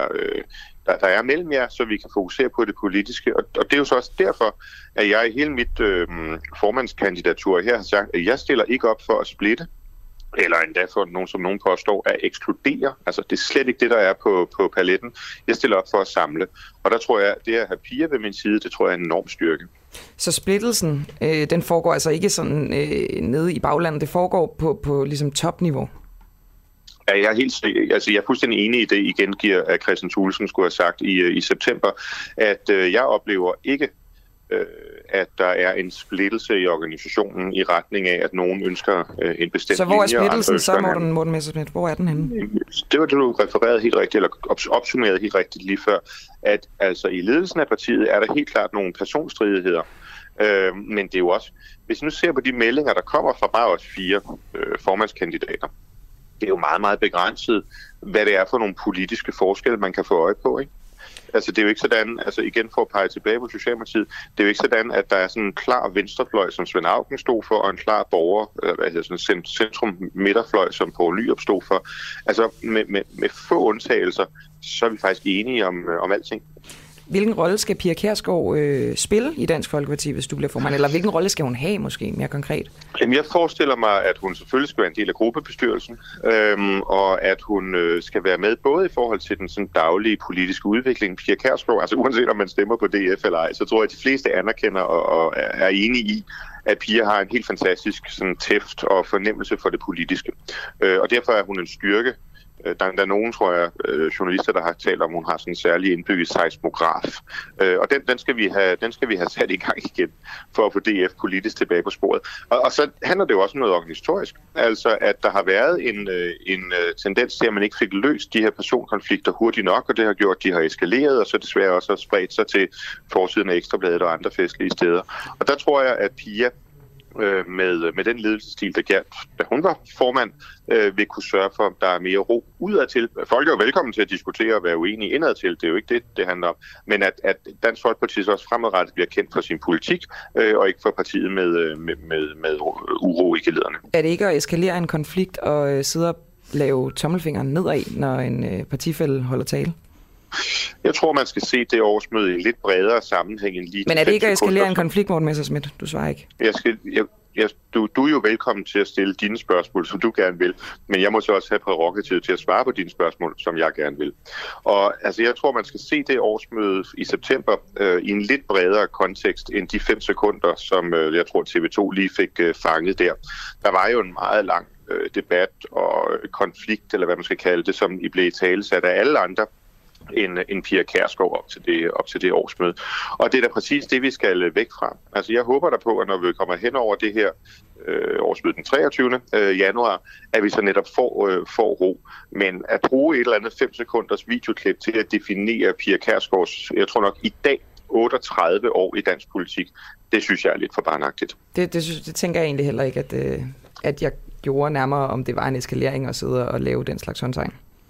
er mellem jer, så vi kan fokusere på det politiske. Og det er jo så også derfor, at jeg i hele mit formandskandidatur her har sagt, at jeg stiller ikke op for at splitte. eller endda for nogen, som nogen påstår, at ekskludere. Altså, det er slet ikke det, der er på paletten. Jeg stiller op for at samle. Og der tror jeg, at det at have Pia ved min side, det tror jeg er en enorm styrke. Så splittelsen, den foregår altså ikke sådan nede i baglandet, det foregår på ligesom topniveau? Ja, jeg er fuldstændig enig i det, igen giver, at Christian Thulesen skulle have sagt i september, at jeg oplever ikke, at der er en splittelse i organisationen i retning af, at nogen ønsker en bestemt linje. Så hvor er splittelsen så, Morten Messerschmidt? Hvor er den henne? Det var det, du refererede helt rigtigt, eller opsummerede helt rigtigt lige før, at altså i ledelsen af partiet er der helt klart nogle personstridigheder. Men det er jo også, hvis I nu ser på de meldinger, der kommer fra bare os 4 formandskandidater, det er jo meget, meget begrænset, hvad det er for nogle politiske forskelle, man kan få øje på, ikke? Altså det er jo ikke sådan, altså igen for at pege tilbage på Socialdemokratiet, det er jo ikke sådan, at der er sådan en klar venstrefløj, som Svend Auken stod for, og en klar sådan centrum-midterfløj, som Poul Lyrup stod for. Altså med få undtagelser, så er vi faktisk enige om alting. Hvilken rolle skal Pia Kjærsgaard spille i Dansk Folkeparti, hvis du bliver formand? Eller hvilken rolle skal hun have, måske mere konkret? Jamen, jeg forestiller mig, at hun selvfølgelig skal være en del af gruppebestyrelsen, og at hun skal være med både i forhold til den sådan daglige politiske udvikling. Pia Kjærsgaard, altså uanset om man stemmer på DF eller ej, så tror jeg, at de fleste anerkender og er enige i, at Pia har en helt fantastisk sådan, tæft og fornemmelse for det politiske. Og derfor er hun en styrke. Der er nogen, tror jeg, journalister, der har talt om, hun har sådan en særlig indbygget seismograf. Og den skal vi have sat i gang igen, for at få DF politisk tilbage på sporet. Og så handler det jo også om noget organisatorisk. Altså, at der har været en tendens til, at man ikke fik løst de her personkonflikter hurtigt nok, og det har gjort, at de har eskaleret, og så desværre også har spredt sig til forsiden af Ekstrabladet og andre festlige steder. Og der tror jeg, at Pia med den ledelsesstil, der gjaldt, da hun var formand, vil kunne sørge for, at der er mere ro udadtil. Folk er jo velkommen til at diskutere og være uenige indadtil, det er jo ikke det handler om, men at Dansk Folkeparti også fremadrettet bliver kendt for sin politik, og ikke for partiet med uro i gelederne. Er det ikke at eskalere en konflikt og sidde og lave tommelfingeren nedad, når en partifælle holder tale? Jeg tror, man skal se det årsmøde i en lidt bredere sammenhæng end lige. Men er det ikke at eskalere en konflikt, Morten Messerschmidt? Du svarer ikke. Du er jo velkommen til at stille dine spørgsmål, som du gerne vil, men jeg må så også have prærogativet til at svare på dine spørgsmål, som jeg gerne vil. Og altså, jeg tror, man skal se det årsmøde i september i en lidt bredere kontekst end de 5 sekunder, som jeg tror TV2 lige fik fanget der. Der var jo en meget lang debat og konflikt, eller hvad man skal kalde det, som I blev italesat af alle andre en Pia Kjærsgaard op til det årsmøde. Og det er da præcis det, vi skal væk fra. Altså jeg håber der på, at når vi kommer hen over det her årsmøde den 23. januar, at vi så netop får ro. Men at bruge et eller andet 5 sekunders videoklip til at definere Pia Kjærsgaards, jeg tror nok i dag, 38 år i dansk politik, det synes jeg er lidt for barnagtigt. Det tænker jeg egentlig heller ikke, at jeg gjorde nærmere, om det var en eskalering at sidde og lave den slags håndtegn.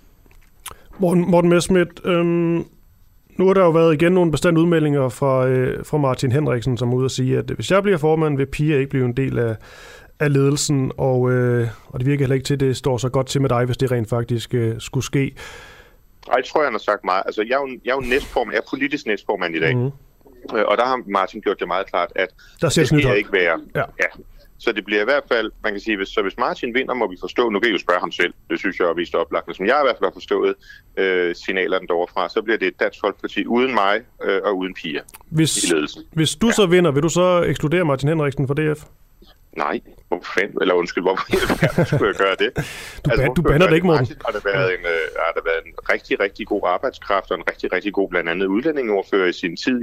Morten Messerschmidt, nu har der jo været igen nogle bestandte udmeldinger fra Martin Henriksen, som er ude at sige, at hvis jeg bliver formand, vil Pia ikke blive en del af ledelsen, og det virker heller ikke til, at det står så godt til med dig, hvis det rent faktisk skulle ske. Ej, jeg tror, han har sagt meget. Altså, jeg er jo næstformand, jeg er politisk næstformand i dag, og der har Martin gjort det meget klart, at det skal ikke være. Ja. Så det bliver i hvert fald, man kan sige, hvis Martin vinder, må vi forstå, nu kan I jo spørge ham selv, det synes jeg er vist oplagt, som jeg i hvert fald har forstået signalerne derovre fra, så bliver det et Dansk Folkeparti uden mig og uden Pia i ledelsen. Hvis du så vinder, vil du så ekskludere Martin Henriksen fra DF? Nej, hvorfor skulle jeg gøre det? Du bander det ikke, Morten. Har der været en rigtig, rigtig god arbejdskraft og en rigtig, rigtig god blandt andet udlændingeordfører i sin tid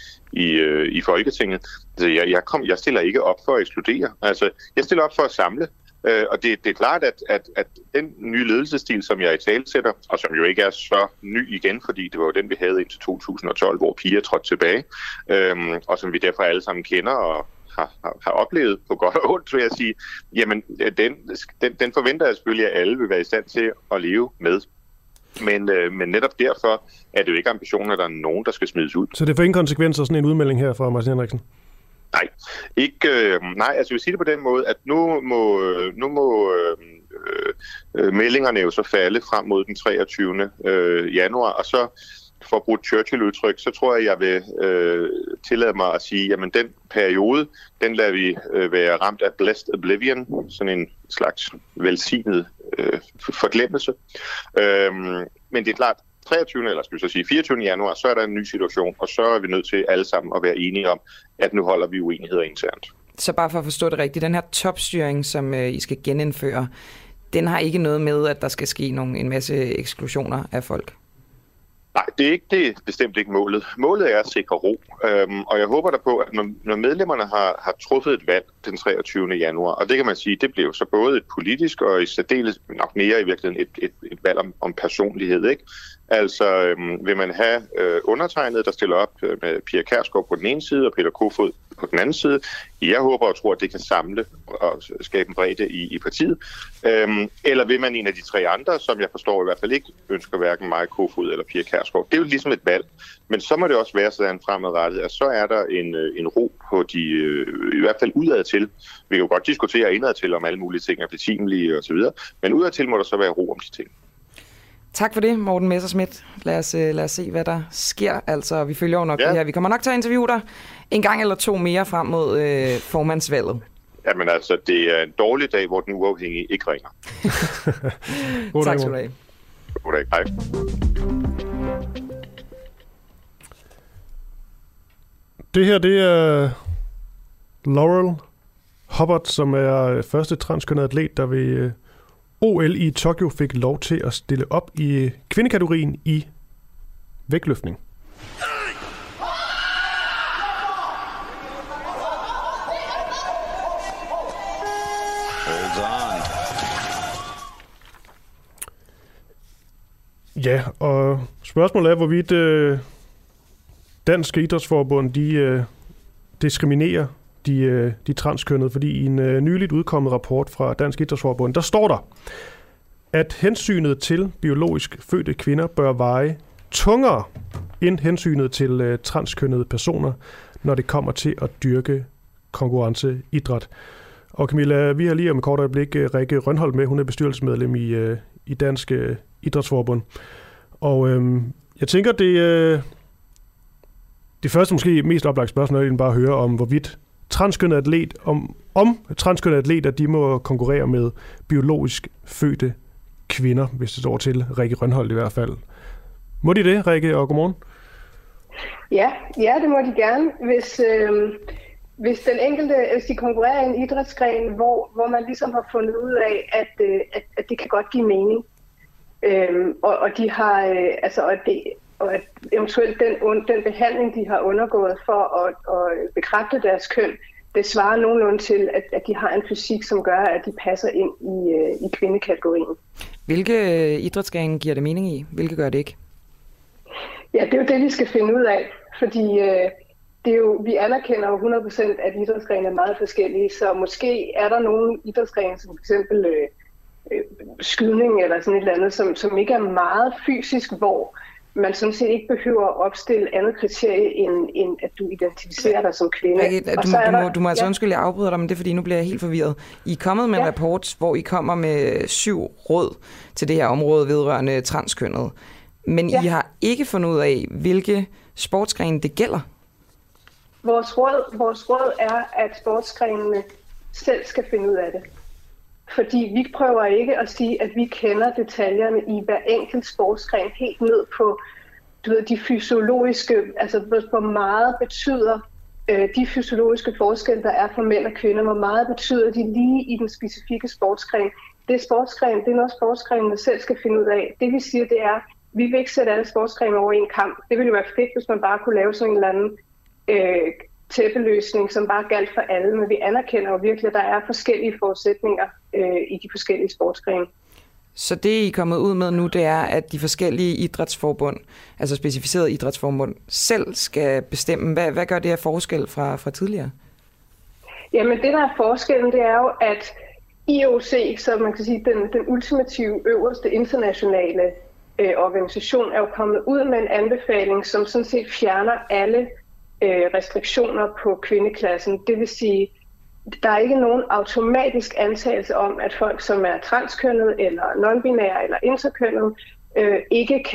i Folketinget. Altså, jeg stiller ikke op for at ekskludere. Altså, jeg stiller op for at samle. Og det er klart, at den nye ledelsesstil, som jeg italesætter, og som jo ikke er så ny igen, fordi det var jo den, vi havde indtil 2012, hvor Pia trådte tilbage, og som vi derfor alle sammen kender og har oplevet på godt og ondt, vil jeg sige, jamen den forventer jeg selvfølgelig, at alle vil være i stand til at leve med. Men netop derfor er det jo ikke ambitionen, at der er nogen, der skal smides ud. Så det får ingen konsekvenser, sådan en udmelding her fra Martin Henriksen? Nej, altså jeg vil sige det på den måde, at nu må meldingerne jo så falde frem mod den 23. januar, og så for at bruge et Churchill-udtryk, så tror jeg vil tillade mig at sige, jamen den periode, den lader vi være ramt af blessed oblivion, sådan en slags velsignet forglemmelse. Men det er klart, 24. januar, så er der en ny situation, og så er vi nødt til alle sammen at være enige om, at nu holder vi uenigheder internt. Så bare for at forstå det rigtigt, den her topstyring, som I skal genindføre, den har ikke noget med, at der skal ske en masse eksklusioner af folk? Nej, det er bestemt ikke målet. Målet er at sikre ro, og jeg håber da på, at når medlemmerne har truffet et valg den 23. januar, og det kan man sige, det blev så både et politisk og i særdeles nok mere i virkeligheden et valg om personlighed, ikke? Altså vil man have undertegnet, der stiller op med Pia Kjærsgaard på den ene side og Peter Kofod på den anden side. Jeg håber og tror, at det kan samle og skabe en bredde i partiet. Eller vil man en af de tre andre, som jeg forstår i hvert fald ikke ønsker hverken mig, Kofod eller Pia Kjærsgaard. Det er jo ligesom et valg. Men så må det også være sådan fremadrettet, at så er der en ro på de, i hvert fald udad til. Vi kan jo godt diskutere indad til, om alle mulige ting er betimelige osv. Men udad til må der så være ro om de ting. Tak for det, Morten Messerschmidt. Lad os se, hvad der sker. Altså, vi følger jo nok det her. Vi kommer nok til at interviewe dig en gang eller to mere frem mod formandsvalget. Jamen altså, det er en dårlig dag, hvor den uafhængige ikke ringer. Tak skal du have. Goddag. Hej. Det her, det er Laurel Hubbard, som er første transkønnet atlet, der ved OL i Tokyo fik lov til at stille op i kvindekategorien i vægtløftning. Ja, og spørgsmålet er, hvorvidt Dansk Idrætsforbund de diskriminerer de transkønnede, fordi i en nyligt udkommet rapport fra Dansk Idrætsforbund, der står der, at hensynet til biologisk fødte kvinder bør veje tungere end hensynet til transkønnede personer, når det kommer til at dyrke konkurrenceidræt. Og Camilla, vi har lige om et kort øjeblik Rikke Rønholdt med, hun er bestyrelsesmedlem i Dansk Idrætsforbund. Og jeg tænker, det første måske mest oplagt spørgsmål er bare at høre om, hvorvidt transkønnede atleter, de må konkurrere med biologisk fødte kvinder, hvis det står til Rikke Rønholdt i hvert fald. Må de det, Rikke, og godmorgen? Ja, det må de gerne. Hvis den enkelte, hvis de konkurrerer i en idrætsgren, hvor man ligesom har fundet ud af, at det kan godt give mening, og de har, og at eventuelt den behandling, de har undergået for at bekræfte deres køn, det svarer nogenlunde til, at de har en fysik, som gør, at de passer ind i kvindekategorien. Hvilke idrætsgrene giver det mening i? Hvilke gør det ikke? Ja, det er jo det, vi skal finde ud af, fordi det er jo, vi anerkender jo 100%, at idrætsgrene er meget forskellige, så måske er der nogle idrætsgrene, som f.eks. skydning eller sådan et eller andet, som ikke er meget fysisk, hvor man sådan set ikke behøver at opstille andet kriterie, end at du identificerer dig som kvinde. Du må altså undskylde, jeg afbryder dig, men det er fordi, nu bliver jeg helt forvirret. I er kommet med en rapport, hvor I kommer med 7 råd til det her område vedrørende transkønnet. Men I har ikke fundet ud af, hvilke sportsgrene det gælder? Vores råd er, at sportsgrenene selv skal finde ud af det. Fordi vi prøver ikke at sige, at vi kender detaljerne i hver enkelt sportsgren helt ned på de fysiologiske, altså hvor meget betyder de fysiologiske forskelle, der er for mænd og kvinder, hvor meget betyder de lige i den specifikke sportsgren. Det er noget sportsgrenene selv skal finde ud af. Det vi siger, det er, vi vil ikke sætte alle sportsgrene over en kamp. Det ville jo være fedt, hvis man bare kunne lave sådan en eller anden tæppeløsning, som bare galt for alle, men vi anerkender jo virkelig, at der er forskellige forudsætninger i de forskellige sportsgrene. Så det, I er kommet ud med nu, det er, at de forskellige idrætsforbund, altså specificerede idrætsforbund, selv skal bestemme. Hvad gør det her forskel fra tidligere? Jamen, det der er forskellen, det er jo, at IOC, så man kan sige, den ultimative øverste internationale organisation, er jo kommet ud med en anbefaling, som sådan set fjerner alle restriktioner på kvindeklassen. Det vil sige, der er ikke nogen automatisk antagelse om, at folk, som er transkønnet eller non-binære eller interkønnet, ikke kan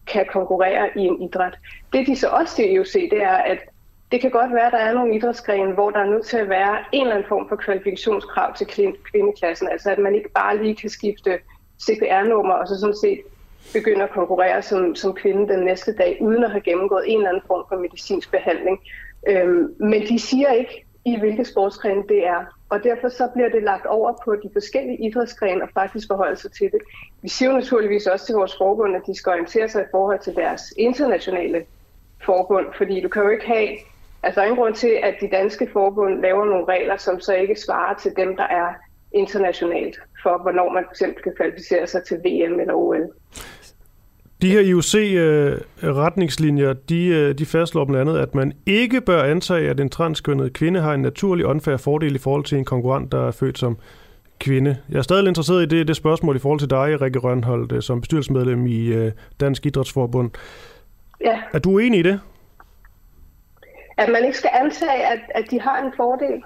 kan konkurrere i en idræt. Det de så også siger i IOC, det er, at det kan godt være, at der er nogle idrætsgrene, hvor der er nødt til at være en eller anden form for kvalifikationskrav til kvindeklassen. Altså at man ikke bare lige kan skifte CPR-nummer og så sådan set begynde at konkurrere som kvinde den næste dag, uden at have gennemgået en eller anden form for medicinsk behandling. Men de siger ikke, i hvilke sportsgrene det er. Og derfor så bliver det lagt over på de forskellige idrætsgrene og faktisk forholde sig til det. Vi siger jo naturligvis også til vores forbund, at de skal orientere sig i forhold til deres internationale forbund, fordi du kan jo ikke have, altså ingen grund til, at de danske forbund laver nogle regler, som så ikke svarer til dem, der er internationalt, for hvornår man fx kan kvalificere sig til VM eller OL. De her IOC-retningslinjer, de fastslår blandt andet, at man ikke bør antage, at en transkønnet kvinde har en naturlig unfair fordel i forhold til en konkurrent, der er født som kvinde. Jeg er stadig interesseret i det spørgsmål i forhold til dig, Rikke Rønholt, som bestyrelsesmedlem i Dansk Idrætsforbund. Ja. Er du enig i det? At man ikke skal antage, at de har en fordel?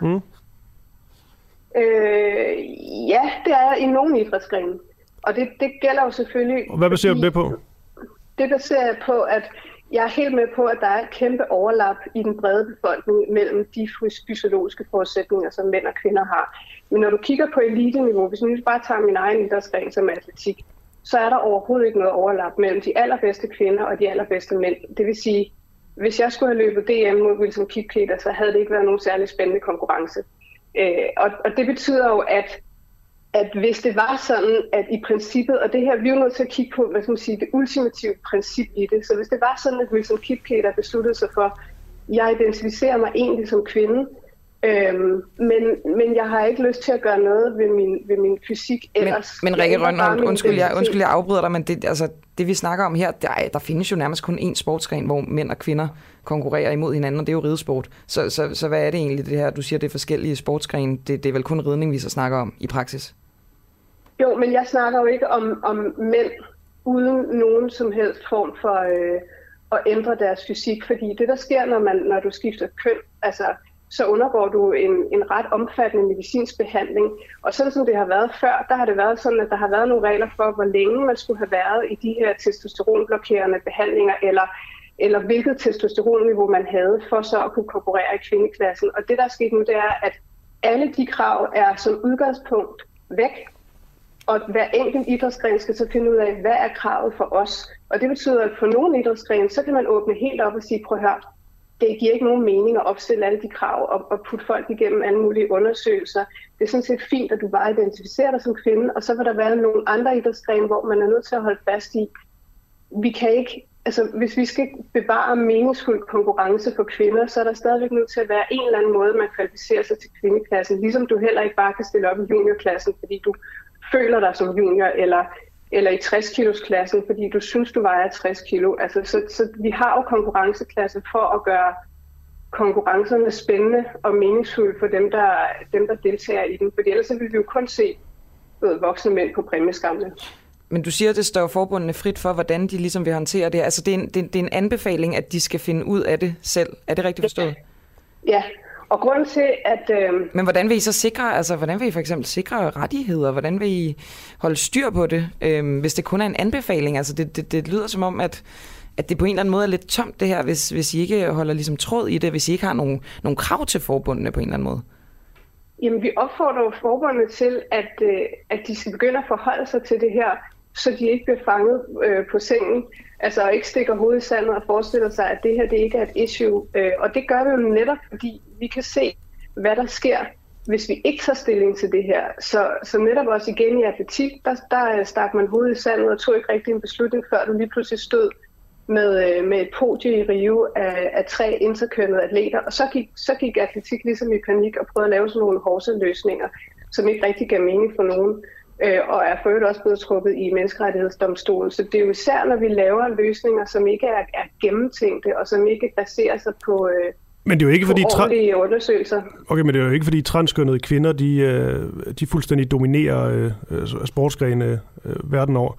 Ja, det er i nogle idrætsgrene. Og det gælder jo selvfølgelig... Og hvad baserer du det på? Det baserer jeg på, at jeg er helt med på, at der er et kæmpe overlap i den brede befolkning mellem de fysiologiske forudsætninger, som mænd og kvinder har. Men når du kigger på eliteniveau, hvis nu bare tager min egen idrætsgren som atletik, så er der overhovedet ikke noget overlap mellem de allerbedste kvinder og de allerbedste mænd. Det vil sige, hvis jeg skulle have løbet DM mod Wilson Kipketer, så havde det ikke været nogen særlig spændende konkurrence. Og det betyder jo, at hvis det var sådan, at i princippet, og det her, vi er jo nødt til at kigge på, hvad skal man sige, det ultimative princip i det, så hvis det var sådan, at Wilson Kipketer besluttede sig for, jeg identificerer mig egentlig som kvinde, men jeg har ikke lyst til at gøre noget ved min fysik ellers. Men Rikke Rønholt, undskyld, jeg afbryder dig, men det vi snakker om her, der findes jo nærmest kun én sportsgren, hvor mænd og kvinder konkurrerer imod hinanden, og det er jo ridesport. Så hvad er det egentlig, det her? Du siger, det er forskellige sportsgrene. Det er vel kun ridning, vi så snakker om i praksis? Jo, men jeg snakker jo ikke om mænd uden nogen som helst form for at ændre deres fysik, fordi det, der sker, når du skifter køn, altså så undergår du en ret omfattende medicinsk behandling. Og sådan som det har været før, der har det været sådan, at der har været nogle regler for, hvor længe man skulle have været i de her testosteronblokerende behandlinger, eller hvilket testosteronniveau man havde, for så at kunne konkurrere i kvindeklassen. Og det, der er sket nu, det er, at alle de krav er som udgangspunkt væk, og hver enkelt idrætsgren skal så finde ud af, hvad er kravet for os. Og det betyder, at på nogle idrætsgrene, så kan man åbne helt op og sige, prøv at høre, det giver ikke nogen mening at opstille alle de krav og putte folk igennem alle mulige undersøgelser. Det er sådan set fint, at du bare identificerer dig som kvinde, og så vil der være nogle andre idrætsgrene, hvor man er nødt til at holde fast i. Vi kan ikke, altså hvis vi skal bevare meningsfuld konkurrence for kvinder, så er der stadigvæk nødt til at være en eller anden måde, man kvalificerer sig til kvindeklassen, ligesom du heller ikke bare kan stille op i juniorklassen, fordi du føler dig som junior, eller i 60-kilos-klassen, fordi du synes, du vejer 60 kilo. Altså, så vi har jo konkurrenceklassen for at gøre konkurrencerne spændende og meningsfulde for dem, der deltager i den. For ellers vil vi jo kun se voksne mænd på præmieskammene. Men du siger, at det står forbundene frit for, hvordan de ligesom vil håndtere det. Altså, det er en anbefaling, at de skal finde ud af det selv. Er det rigtigt forstået? Ja. Og grunden til, at... Men hvordan vil I så sikre, altså hvordan vil I for eksempel sikre rettigheder? Hvordan vil I holde styr på det, hvis det kun er en anbefaling? Altså det lyder som om, at det på en eller anden måde er lidt tomt det her, hvis I ikke holder ligesom tråd i det, hvis I ikke har nogle krav til forbundene på en eller anden måde. Jamen vi opfordrer jo forbundene til, at de skal begynde at forholde sig til det her, så de ikke bliver fanget på sengen. Altså ikke stikker hovedet i sandet og forestiller sig, at det her det ikke er et issue. Og det gør vi jo netop, fordi vi kan se, hvad der sker, hvis vi ikke tager stilling til det her. Så netop også igen i atletik, der stak man hovedet i sandet og tog ikke rigtig en beslutning, før du lige pludselig stod med et podie i Rio af 3 interkønnede atleter. Og så gik atletik ligesom i panik og prøvede at lave sådan nogle horseløsninger, som ikke rigtig gav mening for nogen. Og er for øvrigt også blevet trukket i menneskerettighedsdomstolen. Så det er jo især, når vi laver løsninger, som ikke er gennemtænkte, og som ikke baserer sig på, men det er jo ikke, fordi ordentlige undersøgelser. Okay, men det er jo ikke, fordi transkønnede kvinder, de fuldstændig dominerer sportsgrene verden over.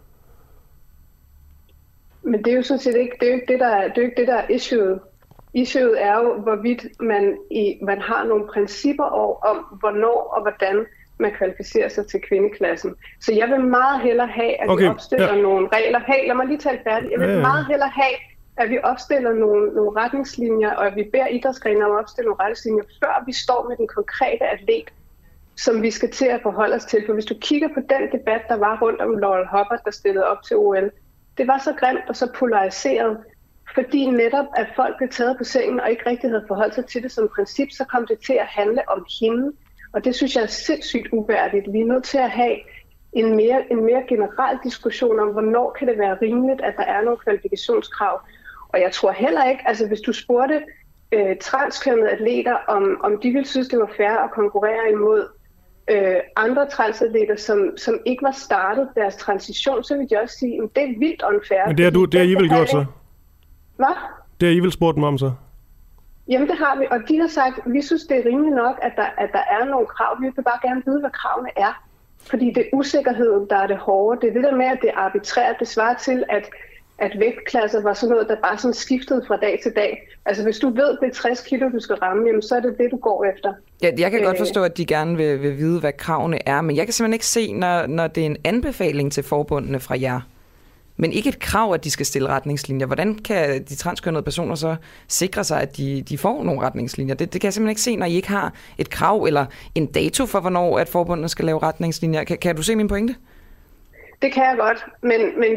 Men det er jo sådan set ikke, det er jo ikke det, der er issueet. Issueet er jo, hvorvidt man har nogle principper om, hvornår og hvordan man kvalificerer sig til kvindeklassen. Så jeg vil meget hellere have, at vi opstiller nogle regler. Hey, lad mig lige tale færdigt. Jeg vil meget hellere have, at vi opstiller nogle retningslinjer, og at vi beder idrætsgrene om at opstille nogle retningslinjer, før vi står med den konkrete atlet, som vi skal til at forholde os til. For hvis du kigger på den debat, der var rundt om Laurel Hubbard, der stillede op til OL, det var så grimt og så polariseret, fordi netop at folk blev taget på sengen og ikke rigtig havde forholdt sig til det som princip, så kom det til at handle om hende. Og det synes jeg er sindssygt uværdigt. Vi er nødt til at have en mere generel diskussion om, hvornår kan det være rimeligt, at der er nogle kvalifikationskrav. Og jeg tror heller ikke, altså hvis du spurgte transkønnede atleter, om de ville synes, det var fair at konkurrere imod andre transatleter, som ikke var startet deres transition, så vil jeg også sige, at det er vildt unfair. Men det har I vel gjort så? Hvad? Det har I vel spurgt dem om så? Jamen det har vi, og de har sagt, at vi synes, det er rimeligt nok, at der er nogle krav. Vi vil bare gerne vide, hvad kravene er. Fordi det er usikkerheden, der er det hårde. Det er det der med, at det er arbitrært. Det svarer til, at vægtklasser var sådan noget, der bare sådan skiftede fra dag til dag. Altså hvis du ved, det er 60 kilo, du skal ramme, jamen, så er det det, du går efter. Ja, jeg kan godt forstå, at de gerne vil vide, hvad kravene er, men jeg kan simpelthen ikke se, når det er en anbefaling til forbundene fra jer, men ikke et krav, at de skal stille retningslinjer. Hvordan kan de transkønnede personer så sikre sig, at de får nogle retningslinjer? Det kan jeg simpelthen ikke se, når I ikke har et krav eller en dato for, hvornår at forbundene skal lave retningslinjer. Kan du se min pointe? Det kan jeg godt, men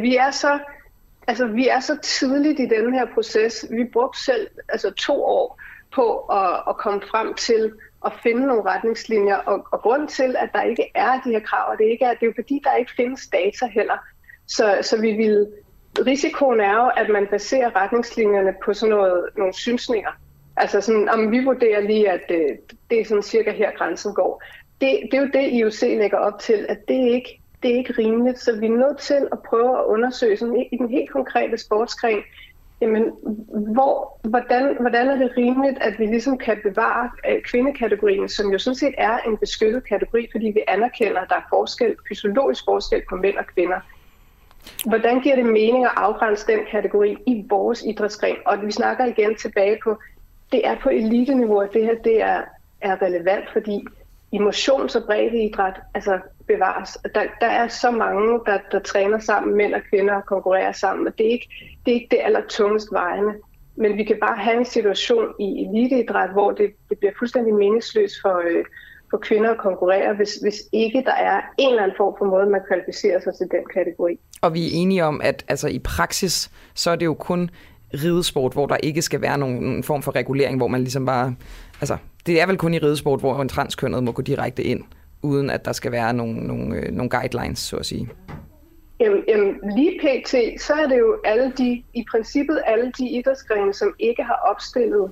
vi er så tidligt i den her proces. Vi brugte selv 2 år på at komme frem til at finde nogle retningslinjer, og grund til, at der ikke er de her krav, og det er jo fordi, der ikke findes data heller. Så risikoen er jo, at man baserer retningslinjerne på sådan nogle synsninger. Altså sådan, om vi vurderer lige, at det er sådan cirka her grænsen går. Det er jo det, IOC lægger op til, at det er ikke rimeligt. Så vi er nødt til at prøve at undersøge sådan, i den helt konkrete sportsgren, jamen, hvordan er det rimeligt, at vi ligesom kan bevare kvindekategorien, som jo sådan set er en beskyttet kategori, fordi vi anerkender, at der er fysiologisk forskel på mænd og kvinder. Hvordan giver det mening at afgrænse den kategori i vores idrætsgren? Og vi snakker igen tilbage på, det er på eliteniveau, at det her det er relevant, fordi i motions- og breddeidræt bevares. Der er så mange, der træner sammen, mænd og kvinder, og konkurrerer sammen, og det er ikke det allertungest vejende. Men vi kan bare have en situation i eliteidræt, hvor det bliver fuldstændig meningsløst for kvinder at konkurrere, hvis ikke der er en eller anden form for måde, man kvalificerer sig til den kategori. Og vi er enige om, at i praksis, så er det jo kun ridesport, hvor der ikke skal være nogen form for regulering, hvor man ligesom bare... Altså, det er vel kun i ridesport, hvor en transkønnet må gå direkte ind, uden at der skal være nogle guidelines, så at sige. Jamen, lige pt., så er det jo i princippet alle de idrætsgrene, som ikke har opstillet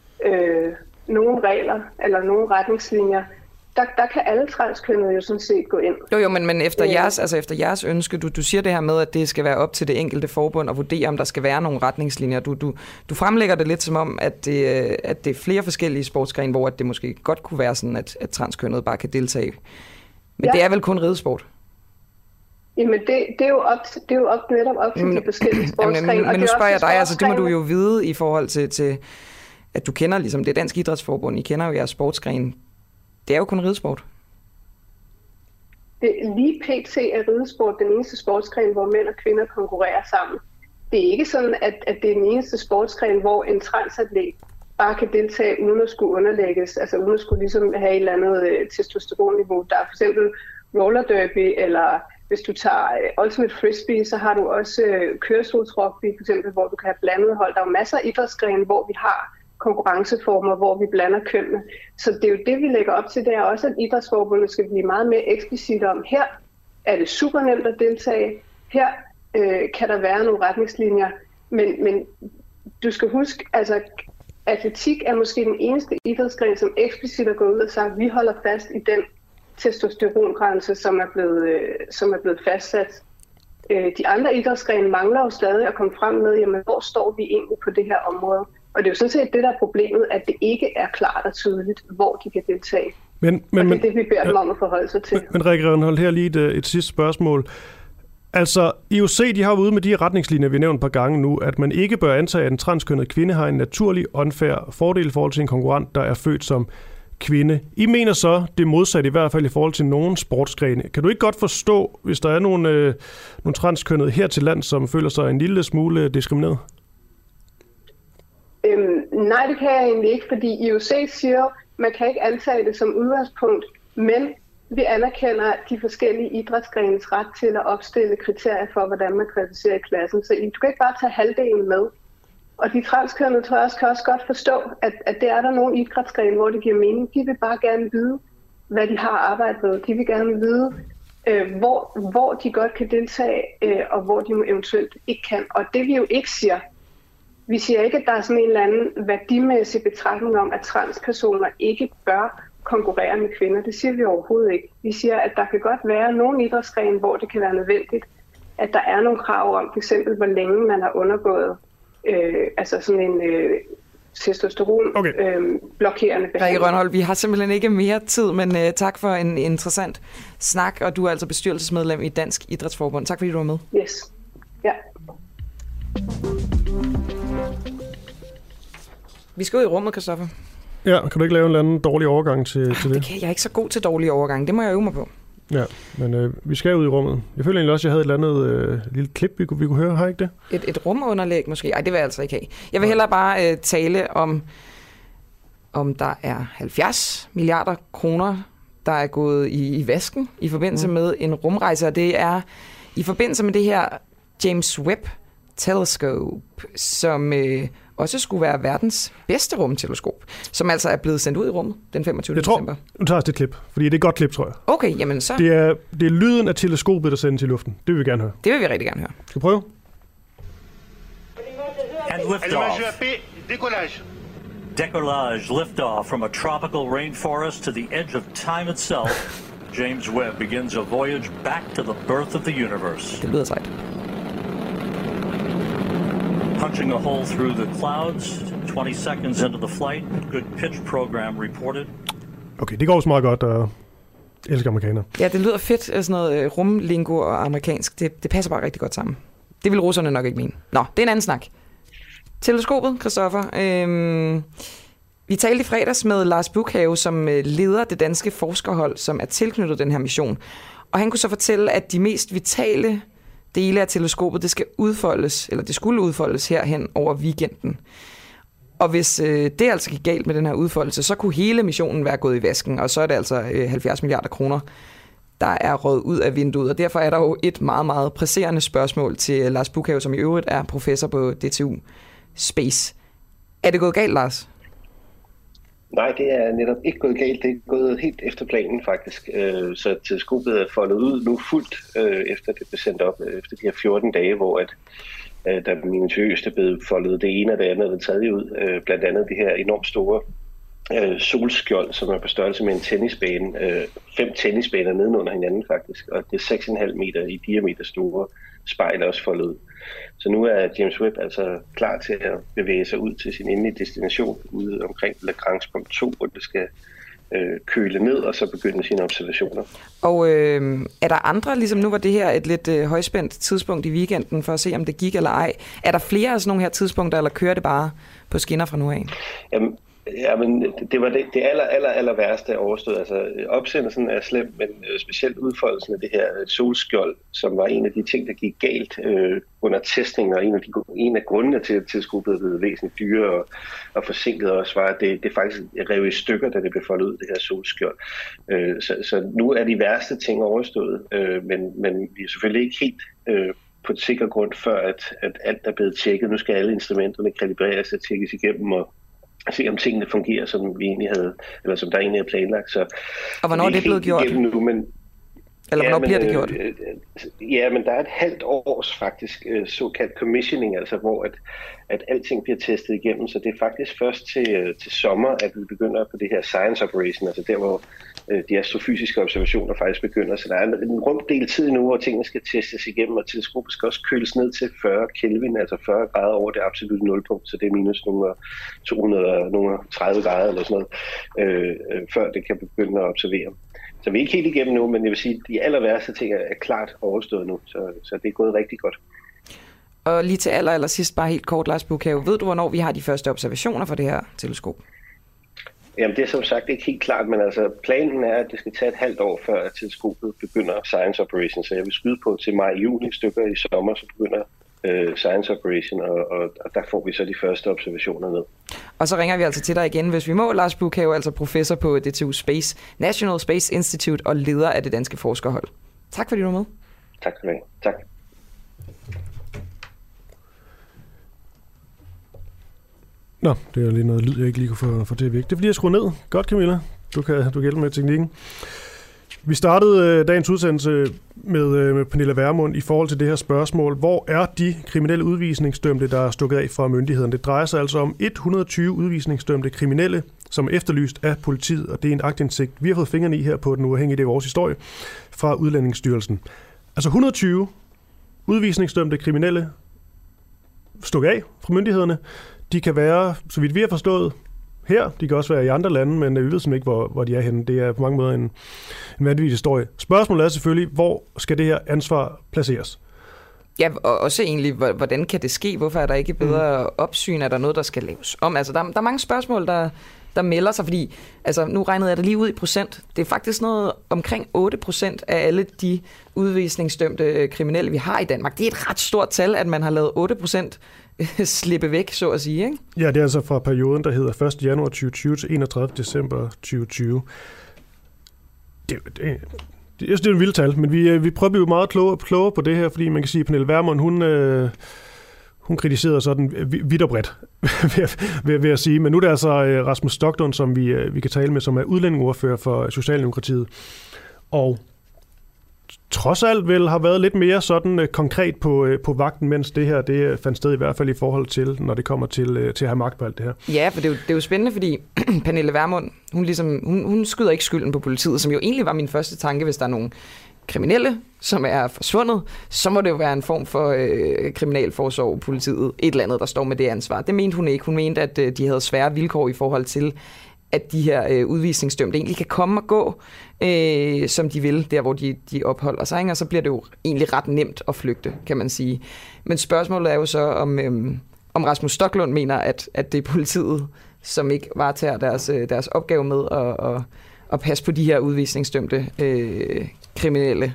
nogle regler eller nogle retningslinjer. Der kan alle transkønnede jo sådan set gå ind. Jo, men efter jeres ønske, du siger det her med, at det skal være op til det enkelte forbund at vurdere, om der skal være nogle retningslinjer. Du fremlægger det lidt som om, at det er flere forskellige sportsgrene, hvor det måske godt kunne være sådan, at transkønnede bare kan deltage. Men det er vel kun ridesport? Jamen, det er jo netop op til de forskellige sportsgrene. Men nu spørger jeg dig, det må du jo vide i forhold til at du kender ligesom det Danske Idrætsforbund, I kender jo jeres sportsgren. Det er jo kun ridesport. Lige pt. Er ridesport den eneste sportsgren, hvor mænd og kvinder konkurrerer sammen. Det er ikke sådan, at det er den eneste sportsgren, hvor en transatlet bare kan deltage uden at skulle underlægges, altså uden at skulle ligesom have et eller andet testosteronniveau. Der er for eksempel roller derby, eller hvis du tager ultimate frisbee, så har du også kørestolsrugby, for eksempel, hvor du kan have blandet hold. Der er jo masser af idrætsgrene, hvor vi har konkurrenceformer, hvor vi blander kønnene. Så det er jo det, vi lægger op til. Det er også, at idrætsforbundet skal blive meget mere eksplicit om. Her er det super nemt at deltage. Her kan der være nogle retningslinjer. Men du skal huske, altså atletik er måske den eneste idrætsgren, som eksplicit er gået ud og sagt, at vi holder fast i den testosterongrænse, som er blevet fastsat. De andre idrætsgrene mangler jo stadig at komme frem med, jamen, hvor står vi egentlig på det her område? Og det er jo sådan set det, der er problemet, at det ikke er klart og tydeligt, hvor de kan deltage. Men det er det, vi beder dem om at forholde sig til. Men Rikke Revnholt, her lige et sidste spørgsmål. Altså, IOC, de har ude med de retningslinjer, vi nævnt et par gange nu, at man ikke bør antage, at en transkønnet kvinde har en naturlig, unfair fordel i forhold til en konkurrent, der er født som kvinde. I mener så det modsatte, i hvert fald i forhold til nogle sportsgrene. Kan du ikke godt forstå, hvis der er nogle transkønnede her til land, som føler sig en lille smule diskrimineret? Nej, det kan jeg egentlig ikke, fordi IOC siger, man kan ikke antage det som udgangspunkt, men vi anerkender de forskellige idrætsgrenes ret til at opstille kriterier for, hvordan man kvalificerer i klassen. Så du kan ikke bare tage halvdelen med. Og de transkønnede, tror jeg også, kan også godt forstå, at det er der nogle idrætsgrene, hvor det giver mening. De vil bare gerne vide, hvad de har arbejdet med. De vil gerne vide, hvor de godt kan deltage, og hvor de eventuelt ikke kan. Og det vi jo ikke siger, vi siger ikke, at der er sådan en eller anden værdimæssig betragtning om, at transpersoner ikke bør konkurrere med kvinder. Det siger vi overhovedet ikke. Vi siger, at der kan godt være nogle idrætsgrene, hvor det kan være nødvendigt, at der er nogle krav om, f.eks. hvor længe man har undergået altså sådan en testosteron-blokerende behandling. Rikke Rønholt, vi har simpelthen ikke mere tid, men tak for en interessant snak, og du er altså bestyrelsesmedlem i Dansk Idrætsforbund. Tak fordi du var med. Yes. Ja. Vi skal ud i rummet, Christoffer. Ja, kan du ikke lave en eller anden dårlig overgang til det? Det kan jeg ikke så god til dårlige overgange. Det må jeg øve mig på. Ja, men vi skal ud i rummet. Jeg føler egentlig også, at jeg havde et eller andet lille klip, vi kunne høre. Har ikke det? Et rumunderlæg måske? Ej, det vil jeg altså ikke have. Jeg vil hellere bare tale om der er 70 milliarder kroner, der er gået i vasken i forbindelse med en rumrejse. Og det er i forbindelse med det her James Webb Telescope, som også skulle være verdens bedste rumteleskop, som altså er blevet sendt ud i rummet den 25. december. Nu tager os det klip, fordi det er et godt klip, tror jeg. Okay, jamen så... Det er lyden af teleskopet, der sendes i luften. Det vil vi gerne høre. Det vil vi rigtig gerne høre. Skal vi prøve? And liftoff. Décollage, liftoff from a tropical rainforest to the edge of time itself. James Webb begins a voyage back to the birth of the universe. Det lyder sejt. Punching a hole through the clouds, 20 seconds into the flight, good pitch program reported. Okay, det går også meget godt, og elsker amerikanere. Ja, det lyder fedt, sådan noget rumlingo og amerikansk. Det passer bare rigtig godt sammen. Det vil russerne nok ikke mene. Nå, det er en anden snak. Teleskopet, Christoffer. Vi talte i fredags med Lars Bukhave, som leder det danske forskerhold, som er tilknyttet den her mission. Og han kunne så fortælle, at de mest vitale dele af teleskopet, det skulle udfoldes herhen over weekenden. Og hvis det altså gik galt med den her udfoldelse, så kunne hele missionen være gået i vasken, og så er det altså 70 milliarder kroner, der er røget ud af vinduet. Og derfor er der jo et meget, meget presserende spørgsmål til Lars Bukhave, som i øvrigt er professor på DTU Space. Er det gået galt, Lars? Nej, det er netop ikke gået galt. Det er gået helt efter planen, faktisk. Så teleskopet er foldet ud nu fuldt, efter det blev sendt op, efter de her 14 dage, hvor der minutiøst er blevet foldet det ene og det andet og det tredje ud. Blandt andet det her enormt store solskjold, som er på størrelse med en tennisbane. 5 tennisbaner nedenunder hinanden, faktisk. Og det er 6,5 meter i diameter store spejl også foldet ud. Så nu er James Webb altså klar til at bevæge sig ud til sin endelige destination ude omkring Lagrange punkt 2, hvor det skal køle ned og så begynde sine observationer. Og er der andre, ligesom nu var det her et lidt højspændt tidspunkt i weekenden for at se, om det gik eller ej. Er der flere af sådan nogle her tidspunkter, eller kører det bare på skinner fra nu af? Jamen, det var det aller værste overstået. Altså, opsendelsen er slem, men specielt udfoldelsen af det her solskjold, som var en af de ting, der gik galt under testningen, og en af grundene til, at teleskopet blev væsentligt dyrere og forsinket også, var, at det faktisk rev i stykker, da det blev foldet ud, det her solskjold. Så nu er de værste ting overstået, men vi er selvfølgelig ikke helt på et sikker grund, før at alt er blevet tjekket. Nu skal alle instrumenterne kalibreres og tjekkes igennem og se om tingene fungerer, som vi egentlig havde, eller som der egentlig er planlagt. Så og hvornår er det blevet gjort? Nu, men, eller hvornår bliver det gjort? Ja, men der er et halvt års faktisk såkaldt commissioning, altså hvor at alting bliver testet igennem, så det er faktisk først til sommer, at vi begynder på det her science operation, altså der, hvor de astrofysiske observationer faktisk begynder. Så der er en rumdel tid nu, hvor tingene skal testes igennem, og teleskopet skal også køles ned til 40 Kelvin, altså 40 grader over det absolutte nulpunkt, så det er minus nogle 230 grader eller sådan noget, før det kan begynde at observere. Så vi er ikke helt igennem nu, men jeg vil sige, at de aller værste ting er klart overstået nu, så det er gået rigtig godt. Og lige til aller sidst, bare helt kort, Lars Bukhave, ved du, hvornår vi har de første observationer for det her teleskop? Jamen, det er som sagt ikke helt klart, men altså planen er, at det skal tage et halvt år, før teleskopet begynder Science Operation. Så jeg vil skyde på til maj-juni stykker i sommer, så begynder Science Operation, og der får vi så de første observationer ned. Og så ringer vi altså til dig igen, hvis vi må. Lars Buchhaver, altså professor på DTU Space, National Space Institute og leder af det danske forskerhold. Tak fordi du var med. Tak skal du have. Tak. Nå, det er lige noget lyd, jeg ikke lige kunne få til at virke. Det er fordi, jeg skruer ned. Godt, Camilla. Du kan hjælpe med teknikken. Vi startede dagens udsendelse med Pernille Vermund i forhold til det her spørgsmål. Hvor er de kriminelle udvisningsdømte, der er stukket af fra myndighederne? Det drejer sig altså om 120 udvisningsdømte kriminelle, som er efterlyst af politiet, og det er en aktindsigt, vi har fået fingrene i her på Den Uafhængige, det er vores historie, fra Udlændingsstyrelsen. Altså 120 udvisningsdømte kriminelle stukket af fra myndighederne. De kan være, så vidt vi har forstået, her. De kan også være i andre lande, men vi ved simpelthen ikke, hvor de er henne. Det er på mange måder en vanvittig historie. Spørgsmålet er selvfølgelig, hvor skal det her ansvar placeres? Ja, og også egentlig, hvordan kan det ske? Hvorfor er der ikke bedre opsyn? Er der noget, der skal laves om? Altså, der er mange spørgsmål, der melder sig, fordi altså, nu regnede jeg det lige ud i procent. Det er faktisk noget omkring 8% af alle de udvisningsdømte kriminelle, vi har i Danmark. Det er et ret stort tal, at man har lavet 8% slippe væk, så at sige, ikke? Ja, det er altså fra perioden, der hedder 1. januar 2020 til 31. december 2020. Jeg synes, det er en vild tal, men vi prøver at blive meget klogere på det her, fordi man kan sige, at Pernille Vermund, hun kritiserede sådan vidt og bredt, ved at sige. Men nu er det altså Rasmus Stoklund, som vi kan tale med, som er udlændingeordfører for Socialdemokratiet. Og trods alt vel har været lidt mere sådan konkret på vagten, mens det her det fandt sted i hvert fald i forhold til, når det kommer til at have magt på alt det her. Ja, for det er jo spændende, fordi Pernille Vermund, hun skyder ikke skylden på politiet, som jo egentlig var min første tanke, hvis der er nogle kriminelle, som er forsvundet, så må det jo være en form for kriminalforsorg, politiet, et eller andet, der står med det ansvar. Det mente hun ikke. Hun mente, at de havde svære vilkår i forhold til, at de her udvisningsdømte egentlig kan komme og gå, som de vil, der hvor de opholder sig, og så bliver det jo egentlig ret nemt at flygte, kan man sige. Men spørgsmålet er jo så, om Rasmus Stoklund mener, at det er politiet, som ikke varetager deres opgave med at passe på de her udvisningsdømte kriminelle,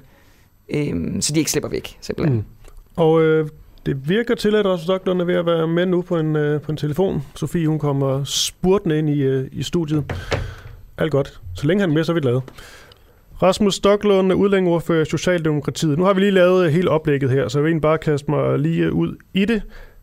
så de ikke slipper væk, simpelthen. Og det virker til, at Rasmus Stoklund er ved at være med nu på en telefon. Sofie, hun kommer spurtende ind i studiet. Alt godt. Så længe han er med, så er vi glade. Rasmus Stoklund, udlændingeordfører i Socialdemokratiet. Nu har vi lige lavet hele oplægget her, så jeg vil egentlig bare kaste mig lige ud i det.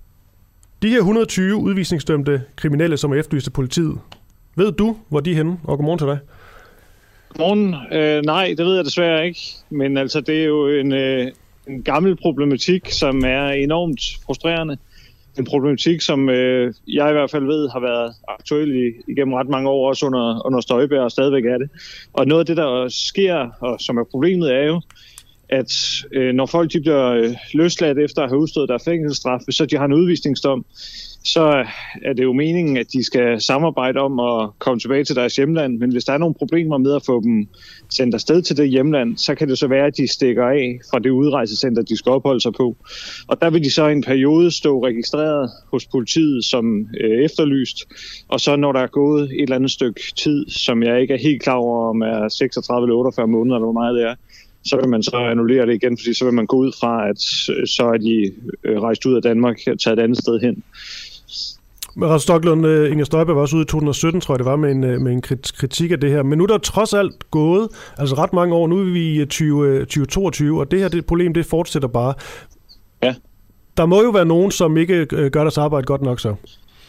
De her 120 udvisningsdømte kriminelle, som er efterlyst af politiet. Ved du, hvor de er henne? Og godmorgen til dig. Godmorgen. Nej, det ved jeg desværre ikke. Men altså, det er jo en gammel problematik, som er enormt frustrerende. En problematik, som jeg i hvert fald ved har været aktuel igennem ret mange år, også under Støjberg, og stadigvæk er det. Og noget af det, der sker, og som er problemet, er jo, at når folk de bliver løsladt efter at have udstået deres fængselsstraf, så de har en udvisningsdom, så er det jo meningen, at de skal samarbejde om at komme tilbage til deres hjemland. Men hvis der er nogle problemer med at få dem sendt afsted til det hjemland, så kan det så være, at de stikker af fra det udrejsecenter, de skal opholde sig på. Og der vil de så i en periode stå registreret hos politiet som efterlyst. Og så når der er gået et eller andet stykke tid, som jeg ikke er helt klar over, om er 36 eller 48 måneder, eller hvor meget det er, så vil man så annullere det igen, fordi så vil man gå ud fra, at så er de rejst ud af Danmark og taget et andet sted hen. Rasmus Stoklund, Inger Støjberg var også ude i 2017, tror jeg det var, med en kritik af det her. Men nu er der trods alt gået, altså ret mange år, nu er vi i 2022, og det her problem, det fortsætter bare. Ja. Der må jo være nogen, som ikke gør deres arbejde godt nok så.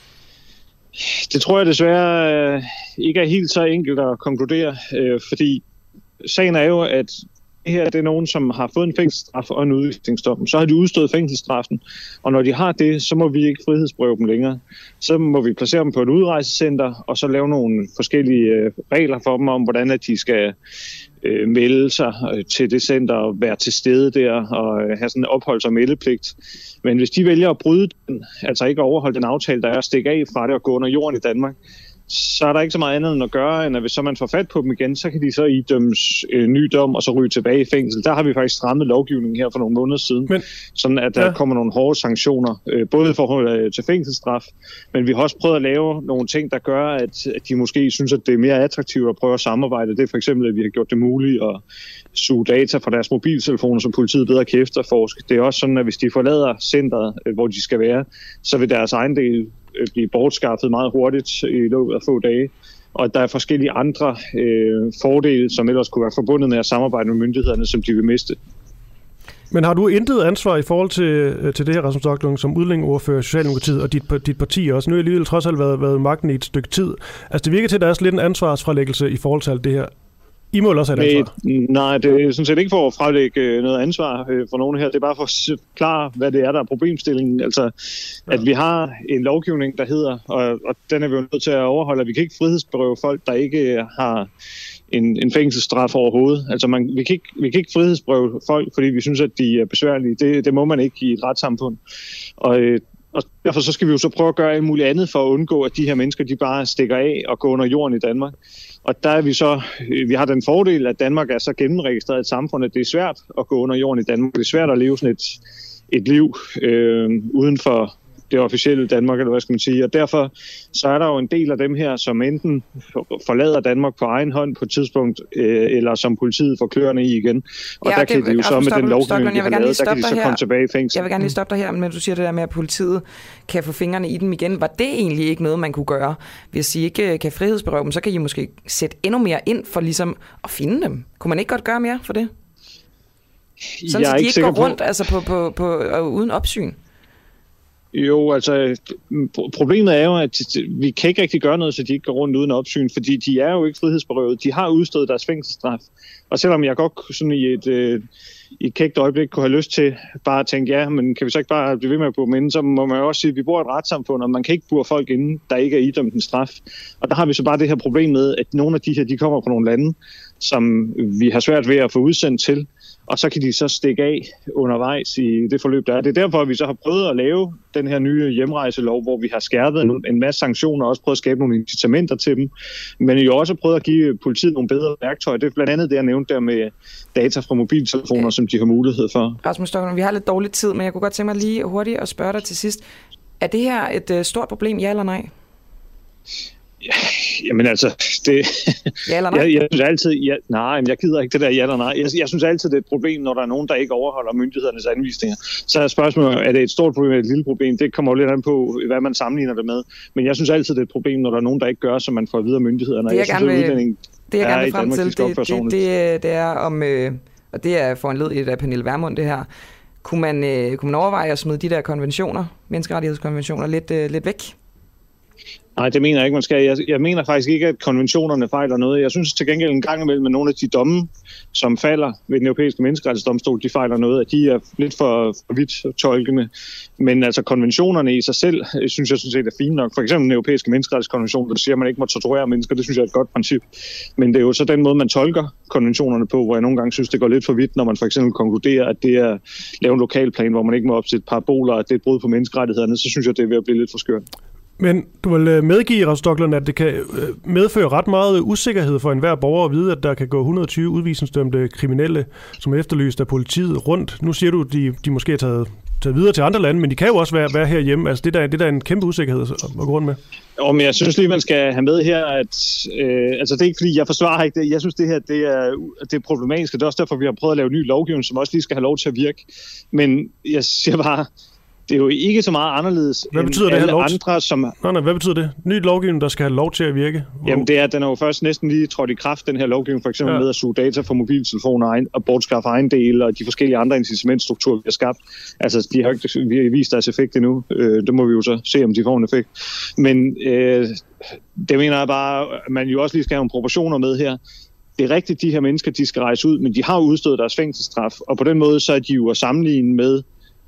Det tror jeg desværre ikke er helt så enkelt at konkludere, fordi sagen er jo, at det her det er nogen, som har fået en fængselsstraf og en udvisningsdom. Så har de udstået fængselsstraffen, og når de har det, så må vi ikke frihedsberøve dem længere. Så må vi placere dem på et udrejsecenter, og så lave nogle forskellige regler for dem om, hvordan at de skal melde sig til det center og være til stede der og have sådan en opholds- og meldepligt. Men hvis de vælger at bryde den, altså ikke overholde den aftale, der er at stikke af fra det og gå under jorden i Danmark, så er der ikke så meget andet end at gøre, end at hvis så man får fat på dem igen, så kan de så idømmes ny dom og så ryge tilbage i fængsel. Der har vi faktisk strammet lovgivningen her for nogle måneder siden, sådan at der kommer nogle hårde sanktioner, både i forhold til fængselsstraf, men vi har også prøvet at lave nogle ting, der gør, at de måske synes, at det er mere attraktivt at prøve at samarbejde. Det er for eksempel, at vi har gjort det muligt at suge data fra deres mobiltelefoner, så politiet bedre kan efterforske. Det er også sådan, at hvis de forlader centret, hvor de skal være, så vil deres ejendel blive bortskaffet meget hurtigt i løbet af få dage. Og der er forskellige andre fordele, som ellers kunne være forbundet med at samarbejde med myndighederne, som de vil miste. Men har du intet ansvar i forhold til det her, Rasmus Stoklund, som udlændingeordfører i Socialdemokratiet og dit parti også? Nu har alligevel trods alt været magten i et stykke tid. Altså det virker til, at der er lidt en ansvarsfralæggelse i forhold til alt det her. I må også have et ansvar. Nej, det er sådan set ikke for at frelægge noget ansvar for nogen her. Det er bare for at forklare, hvad det er, der er problemstillingen. Altså, at vi har en lovgivning, der hedder, og den er vi jo nødt til at overholde, at vi kan ikke frihedsberøve folk, der ikke har en fængselsstraf overhovedet. Altså, vi kan ikke frihedsberøve folk, fordi vi synes, at de er besværlige. Det må man ikke i et retssamfund. Og derfor så skal vi jo så prøve at gøre alt muligt andet for at undgå, at de her mennesker, de bare stikker af og går under jorden i Danmark. Og der er vi har den fordel, at Danmark er så gennemregistreret et samfund, at det er svært at gå under jorden i Danmark. Det er svært at leve sådan et liv uden for det officielle Danmark, eller hvad skal man sige. Og derfor så er der jo en del af dem her, som enten forlader Danmark på egen hånd på et tidspunkt, eller som politiet får kløerne i igen. Og der kan de jo så med den lovgivning, de har lavet, der kan de så komme tilbage i fængsel. Jeg vil gerne lige stoppe dig her, men du siger det der med, at politiet kan få fingrene i dem igen. Var det egentlig ikke noget, man kunne gøre? Hvis I ikke kan frihedsberøve dem, så kan I måske sætte endnu mere ind for ligesom at finde dem. Kunne man ikke godt gøre mere for det? Sådan, så de ikke går rundt på uden opsyn. Jo, altså problemet er jo, at vi kan ikke rigtig gøre noget, så de ikke går rundt uden opsyn, fordi de er jo ikke frihedsberøvet. De har udstået deres fængselsstraf. Og selvom jeg godt sådan i et kægt øjeblik kunne have lyst til bare at tænke, ja, men kan vi så ikke bare blive ved med at bo inde, så må man jo også sige, at vi bor i et retssamfund, og man kan ikke bure folk inde, der ikke er idømt en straf. Og der har vi så bare det her problem med, at nogle af de her, de kommer fra nogle lande, som vi har svært ved at få udsendt til, og så kan de så stikke af undervejs i det forløb, der er. Det er derfor, at vi så har prøvet at lave den her nye hjemrejselov, hvor vi har skærpet en masse sanktioner og også prøvet at skabe nogle incitamenter til dem. Men jo også prøvet at give politiet nogle bedre værktøjer. Det er blandt andet det, jeg nævnte der med data fra mobiltelefoner, som de har mulighed for. Rasmus Stoklund, vi har lidt dårlig tid, men jeg kunne godt tænke mig lige hurtigt at spørge dig til sidst. Er det her et stort problem, ja eller nej? Jamen altså, det... Ja eller nej? Jeg synes altid... Nej, men jeg gider ikke det der ja eller nej. Jeg synes altid, det er et problem, når der er nogen, der ikke overholder myndighedernes anvisninger. Så er spørgsmålet, er det et stort problem eller et lille problem? Det kommer jo lidt an på, hvad man sammenligner det med. Men jeg synes altid, det er et problem, når der er nogen, der ikke gør, som man får at vide af myndighederne. Det jeg gerne vil frem til, det er om... og det er foranlediget af Pernille Vermund, det her. Kunne man overveje at smide de der konventioner, menneskerettighedskonventioner, lidt væk? Nej, det mener jeg ikke, man skal. Jeg mener faktisk ikke, at konventionerne fejler noget. Jeg synes til gengæld en gang imellem med nogle af de domme, som falder ved den europæiske menneskerettighedsdomstol, de fejler noget, at de er lidt for vidt tolkende. Men altså konventionerne i sig selv, synes jeg sådan set er fine nok. For eksempel den europæiske menneskerettighedskonvention, der siger, at man ikke må torturere mennesker, det synes jeg er et godt princip. Men det er jo så den måde, man tolker konventionerne på, hvor jeg nogle gange synes, det går lidt for vidt, når man for eksempel konkluderer, at det er at lave en lokalplan, hvor man ikke må opsætte paraboler, at det er et brud på menneskerettighederne, så synes jeg, det er ved at blive lidt for skørt. Men du vil medgive, Rasmus Stoklund, at det kan medføre ret meget usikkerhed for enhver borger at vide, at der kan gå 120 udvisningsdømte kriminelle, som er efterlyst af politiet rundt. Nu siger du, at de måske er taget videre til andre lande, men de kan jo også være herhjemme. Altså det er der en kæmpe usikkerhed at gå rundt med. Men jeg synes lige, man skal have med her, at altså det er ikke fordi, jeg forsvarer ikke det. Jeg synes, det her det er problematisk, og det er også derfor, vi har prøvet at lave ny lovgivning, som også lige skal have lov til at virke. Men jeg siger bare, det er jo ikke så meget anderledes end alle andre, som... Nej, hvad betyder det? Ny lovgivning, der skal have lov til at virke? Jamen det er, den er jo først næsten lige trådt i kraft, den her lovgivning, for eksempel med at suge data fra mobiltelefoner og bortskaffe ejendele og de forskellige andre incitamentstrukturer, vi har skabt. Altså, de har ikke vist deres effekt endnu. Det må vi jo så se, om de får en effekt. Men det mener jeg bare, at man jo også lige skal have nogle proportioner med her. Det er rigtigt, de her mennesker, de skal rejse ud, men de har udstået deres fængselsstraf, og på den måde så er de jo at sammenligne med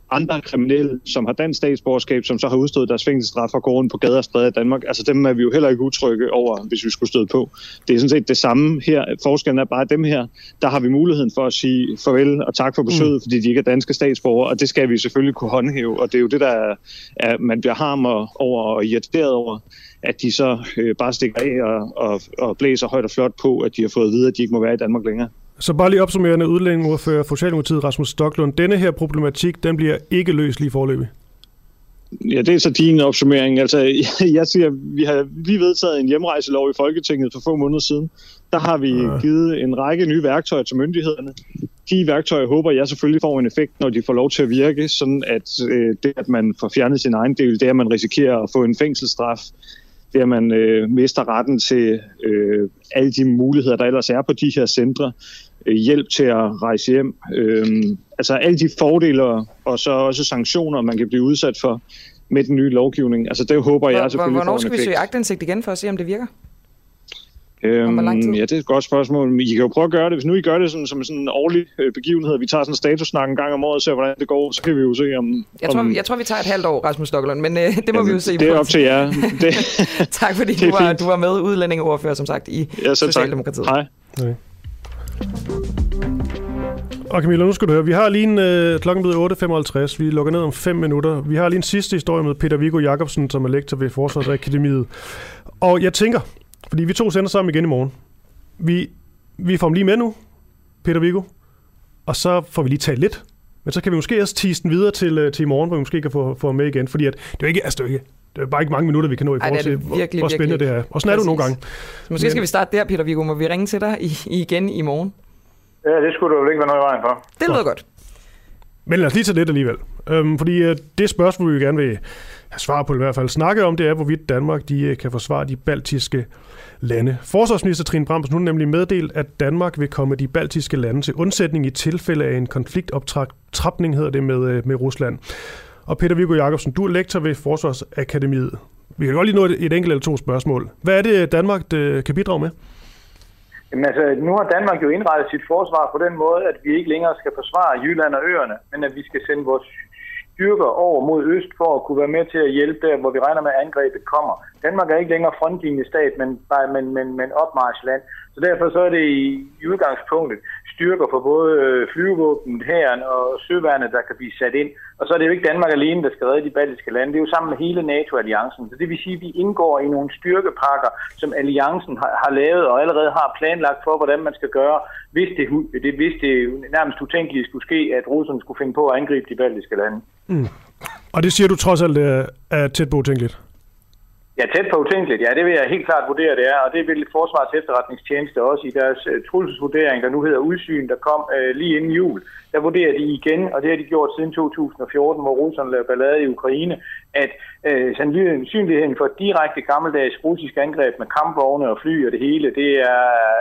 andre kriminelle, som har dansk statsborgerskab, som så har udstået deres fængselsstraf og går rundt på gader og stræder i Danmark. Altså dem er vi jo heller ikke utrygge over, hvis vi skulle støde på. Det er sådan set det samme her. Forskellen er bare dem her. Der har vi muligheden for at sige farvel og tak for besøget, fordi de ikke er danske statsborgere, og det skal vi selvfølgelig kunne håndhæve. Og det er jo det, der er man bliver harmer over og irriteret over, at de så bare stikker af og blæser højt og flot på, at de har fået at vide, at de ikke må være i Danmark længere. Så bare lige opsummerende udlændingeordfører for Socialdemokratiet, Rasmus Stoklund. Denne her problematik, den bliver ikke løst lige foreløbig. Ja, det er så din opsummering. Altså, jeg siger, vi har lige vedtaget en hjemrejselov i Folketinget for få måneder siden. Der har vi givet en række nye værktøjer til myndighederne. De værktøjer håber jeg selvfølgelig får en effekt, når de får lov til at virke, sådan at det, at man får fjernet sin egen del, det at man risikerer at få en fængselsstraf, det at man mister retten til alle de muligheder, der ellers er på de her centre, hjælp til at rejse hjem, altså alle de fordele og så også sanktioner, man kan blive udsat for med den nye lovgivning. Altså det håber jeg selvfølgelig får en effekt. Hvornår skal vi søge aktindsigt igen for at se, om det virker? Ja, det er et godt spørgsmål. I kan jo prøve at gøre det. Hvis nu I gør det som sådan en årlig begivenhed, vi tager sådan en statussnak en gang om året og ser, hvordan det går, så kan vi jo se om... Jeg tror vi tager et halvt år, Rasmus Stoklund, men det må vi jo se. Det er op til jer. Tak fordi du var med, udlændingeordfører, som sagt, i Socialdemokratiet. Hej. Og Camilla, nu skal du høre, vi har lige en klokken blevet 8.55, vi lukker ned om 5 minutter. Vi har lige en sidste historie med Peter Viggo Jacobsen, som er lektor ved Forsvarsakademiet. Og jeg tænker, fordi vi to sender sammen igen i morgen. Vi får ham lige med nu, Peter Viggo, og så får vi lige talt lidt. Men så kan vi måske også tease den videre til i morgen, hvor vi måske kan få ham med igen. Fordi at det er ikke, det er bare ikke mange minutter, vi kan nå i forhold til, hvor spændende det er. Og sådan er det nogle gange. Så måske skal vi starte der, Peter Viggo. Må vi ringe til dig igen i morgen? Ja, det skulle du jo ikke være noget i vejen for. Det lyder godt. Men lad os lige tage lidt alligevel. Fordi det spørgsmål, vi gerne vil have svar på i hvert fald, snakke om, det er, hvorvidt Danmark kan forsvare de baltiske lande. Forsvarsminister Trine Bramsen, hun nemlig meddelt, at Danmark vil komme de baltiske lande til undsætning i tilfælde af en konfliktoptrapning, hedder det, med Rusland. Og Peter Viggo Jacobsen, du er lektor ved Forsvarsakademiet. Vi kan godt lige nå et enkelt eller to spørgsmål. Hvad er det, Danmark kan bidrage med? Jamen altså, nu har Danmark jo indrettet sit forsvar på den måde, at vi ikke længere skal forsvare Jylland og øerne, men at vi skal sende vores styrker over mod øst for at kunne være med til at hjælpe der, hvor vi regner med, at angrebet kommer. Danmark er ikke længere frontlinjestat, men opmarchland. Så derfor så er det i udgangspunktet styrker for både flyvevåbnet, hæren og søværnet, der kan blive sat ind. Og så er det jo ikke Danmark alene, der skal redde de baltiske lande. Det er jo sammen med hele NATO-alliancen. Så det vil sige, at vi indgår i nogle styrkepakker, som alliancen har lavet og allerede har planlagt for, hvordan man skal gøre, hvis det nærmest utænkeligt skulle ske, at Rusland skulle finde på at angribe de baltiske lande. Mm. Og det siger du trods alt er tæt på utænkeligt? Ja, tæt på utænkeligt. Ja, det vil jeg helt klart vurdere, det er. Og det vil Forsvarets Efterretningstjeneste også i deres trusselsvurdering, der nu hedder Udsyn, der kom lige inden jul. Der vurderer de igen, og det har de gjort siden 2014, hvor Rusland lavede ballade i Ukraine, at sandsynligheden for direkte gammeldags russisk angreb med kampvogne og fly og det hele, det er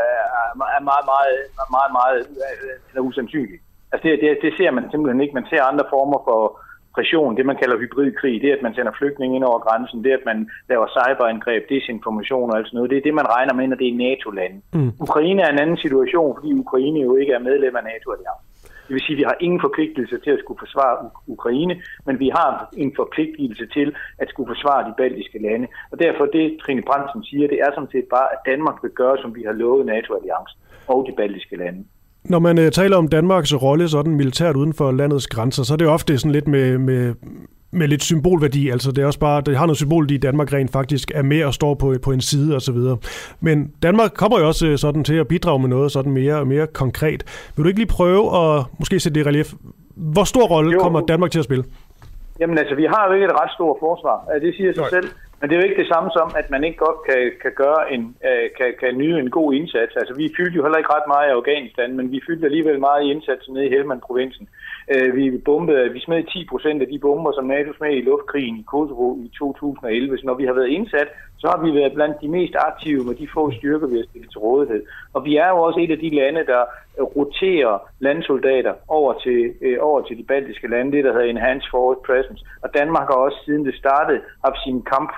meget usandsynligt. Altså det ser man simpelthen ikke. Man ser andre former for pression, det man kalder hybridkrig, det at man sender flygtninge ind over grænsen, det at man laver cyberangreb, desinformation og alt sådan noget, det er det, man regner med, når det er NATO-lande. Ukraine er en anden situation, fordi Ukraine jo ikke er medlem af NATO-alliancen. Det vil sige, at vi har ingen forpligtelse til at skulle forsvare Ukraine, men vi har en forpligtelse til at skulle forsvare de baltiske lande. Og derfor det, Trine Bramsen siger, det er sådan set bare, at Danmark vil gøre, som vi har lovet NATO-alliancen og de baltiske lande. Når man taler om Danmarks rolle sådan militært uden for landets grænser, så er det ofte sådan lidt med lidt symbolværdi. Altså det er også bare, det har noget symbolværdi, at Danmark rent faktisk er med og står på en side og så videre. Men Danmark kommer jo også sådan til at bidrage med noget sådan mere konkret. Vil du ikke lige prøve at måske sætte det i relief? Hvor stor rolle kommer Danmark til at spille? Jamen altså, vi har jo ikke et ret stort forsvar. Det siger sig selv. Men det er jo ikke det samme som, at man ikke godt kan nyde en god indsats. Altså, vi fyldte jo heller ikke ret meget i Afghanistan, men vi fyldte alligevel meget i indsatsen nede i Helmand-provinsen. Vi smed 10% af de bomber, som NATO smed i luftkrigen i Kosovo i 2011. Så når vi har været indsat, så har vi været blandt de mest aktive med de få styrker, vi har stillet til rådighed. Og vi er jo også et af de lande, der roterer landsoldater over til de baltiske lande, det der hedder Enhanced Forward Presence. Og Danmark har også siden det startede haft sine kampfly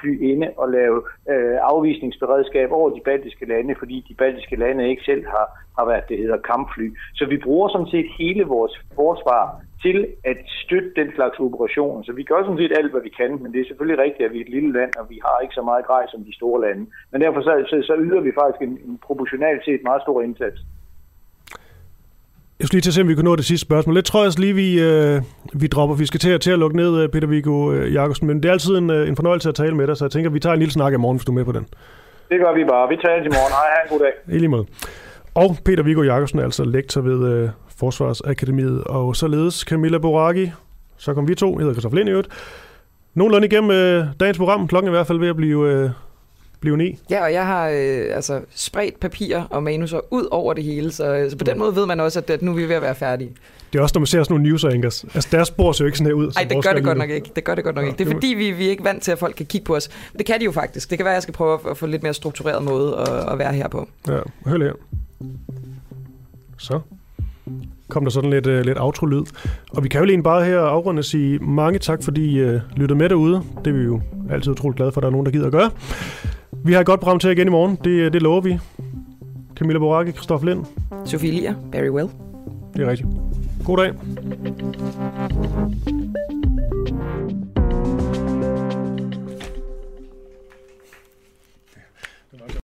kampfly inde og lave afvisningsberedskab over de baltiske lande, fordi de baltiske lande ikke selv har været, det hedder, kampfly. Så vi bruger sådan set hele vores forsvar til at støtte den slags operationer. Så vi gør sådan set alt, hvad vi kan, men det er selvfølgelig rigtigt, at vi er et lille land, og vi har ikke så meget grej som de store lande. Men derfor så yder vi faktisk en proportionalt set meget stor indsats. Jeg skal lige til at se, om vi kan nå det sidste spørgsmål. Det tror jeg også lige, vi dropper. Vi skal til at lukke ned, Peter Viggo Jacobsen, men det er altid en fornøjelse at tale med dig, så jeg tænker, vi tager en lille snak i morgen, hvis du er med på den. Det gør vi bare. Vi tager i morgen. Hej, have en god dag. I lige måde. Og Peter Viggo Jacobsen er altså lektor ved Forsvarsakademiet, og således Camilla Boraghi. Så kom vi to. Jeg hedder Christoffer Lind i øvrigt. Nogenlunde igennem dagens program. Klokken er i hvert fald ved at blive 9. Ja, og jeg har spredt papirer og manuser ud over det hele, så på den måde ved man også, at nu er vi ved at være færdige. Det er også, når man ser sådan nogle news anchors. Altså, deres spor ser jo ikke sådan her ud. Nej, det gør det godt nok ikke. Det er fordi, vi er ikke vant til, at folk kan kigge på os. Men det kan de jo faktisk. Det kan være, at jeg skal prøve at få lidt mere struktureret måde at være her på. Ja, hør lige her. Så kom der sådan lidt outro-lyd. Og vi kan jo lige bare her afrunde sige mange tak, fordi I lyttede med derude. Det er vi jo altid utroligt glade for, at der er nogen, der gider at gøre. Vi har et godt program til igen i morgen. Det lover vi. Camilla Boraghi, Christoffer Lind. Sofie Lier, very well. Det er rigtigt. God dag.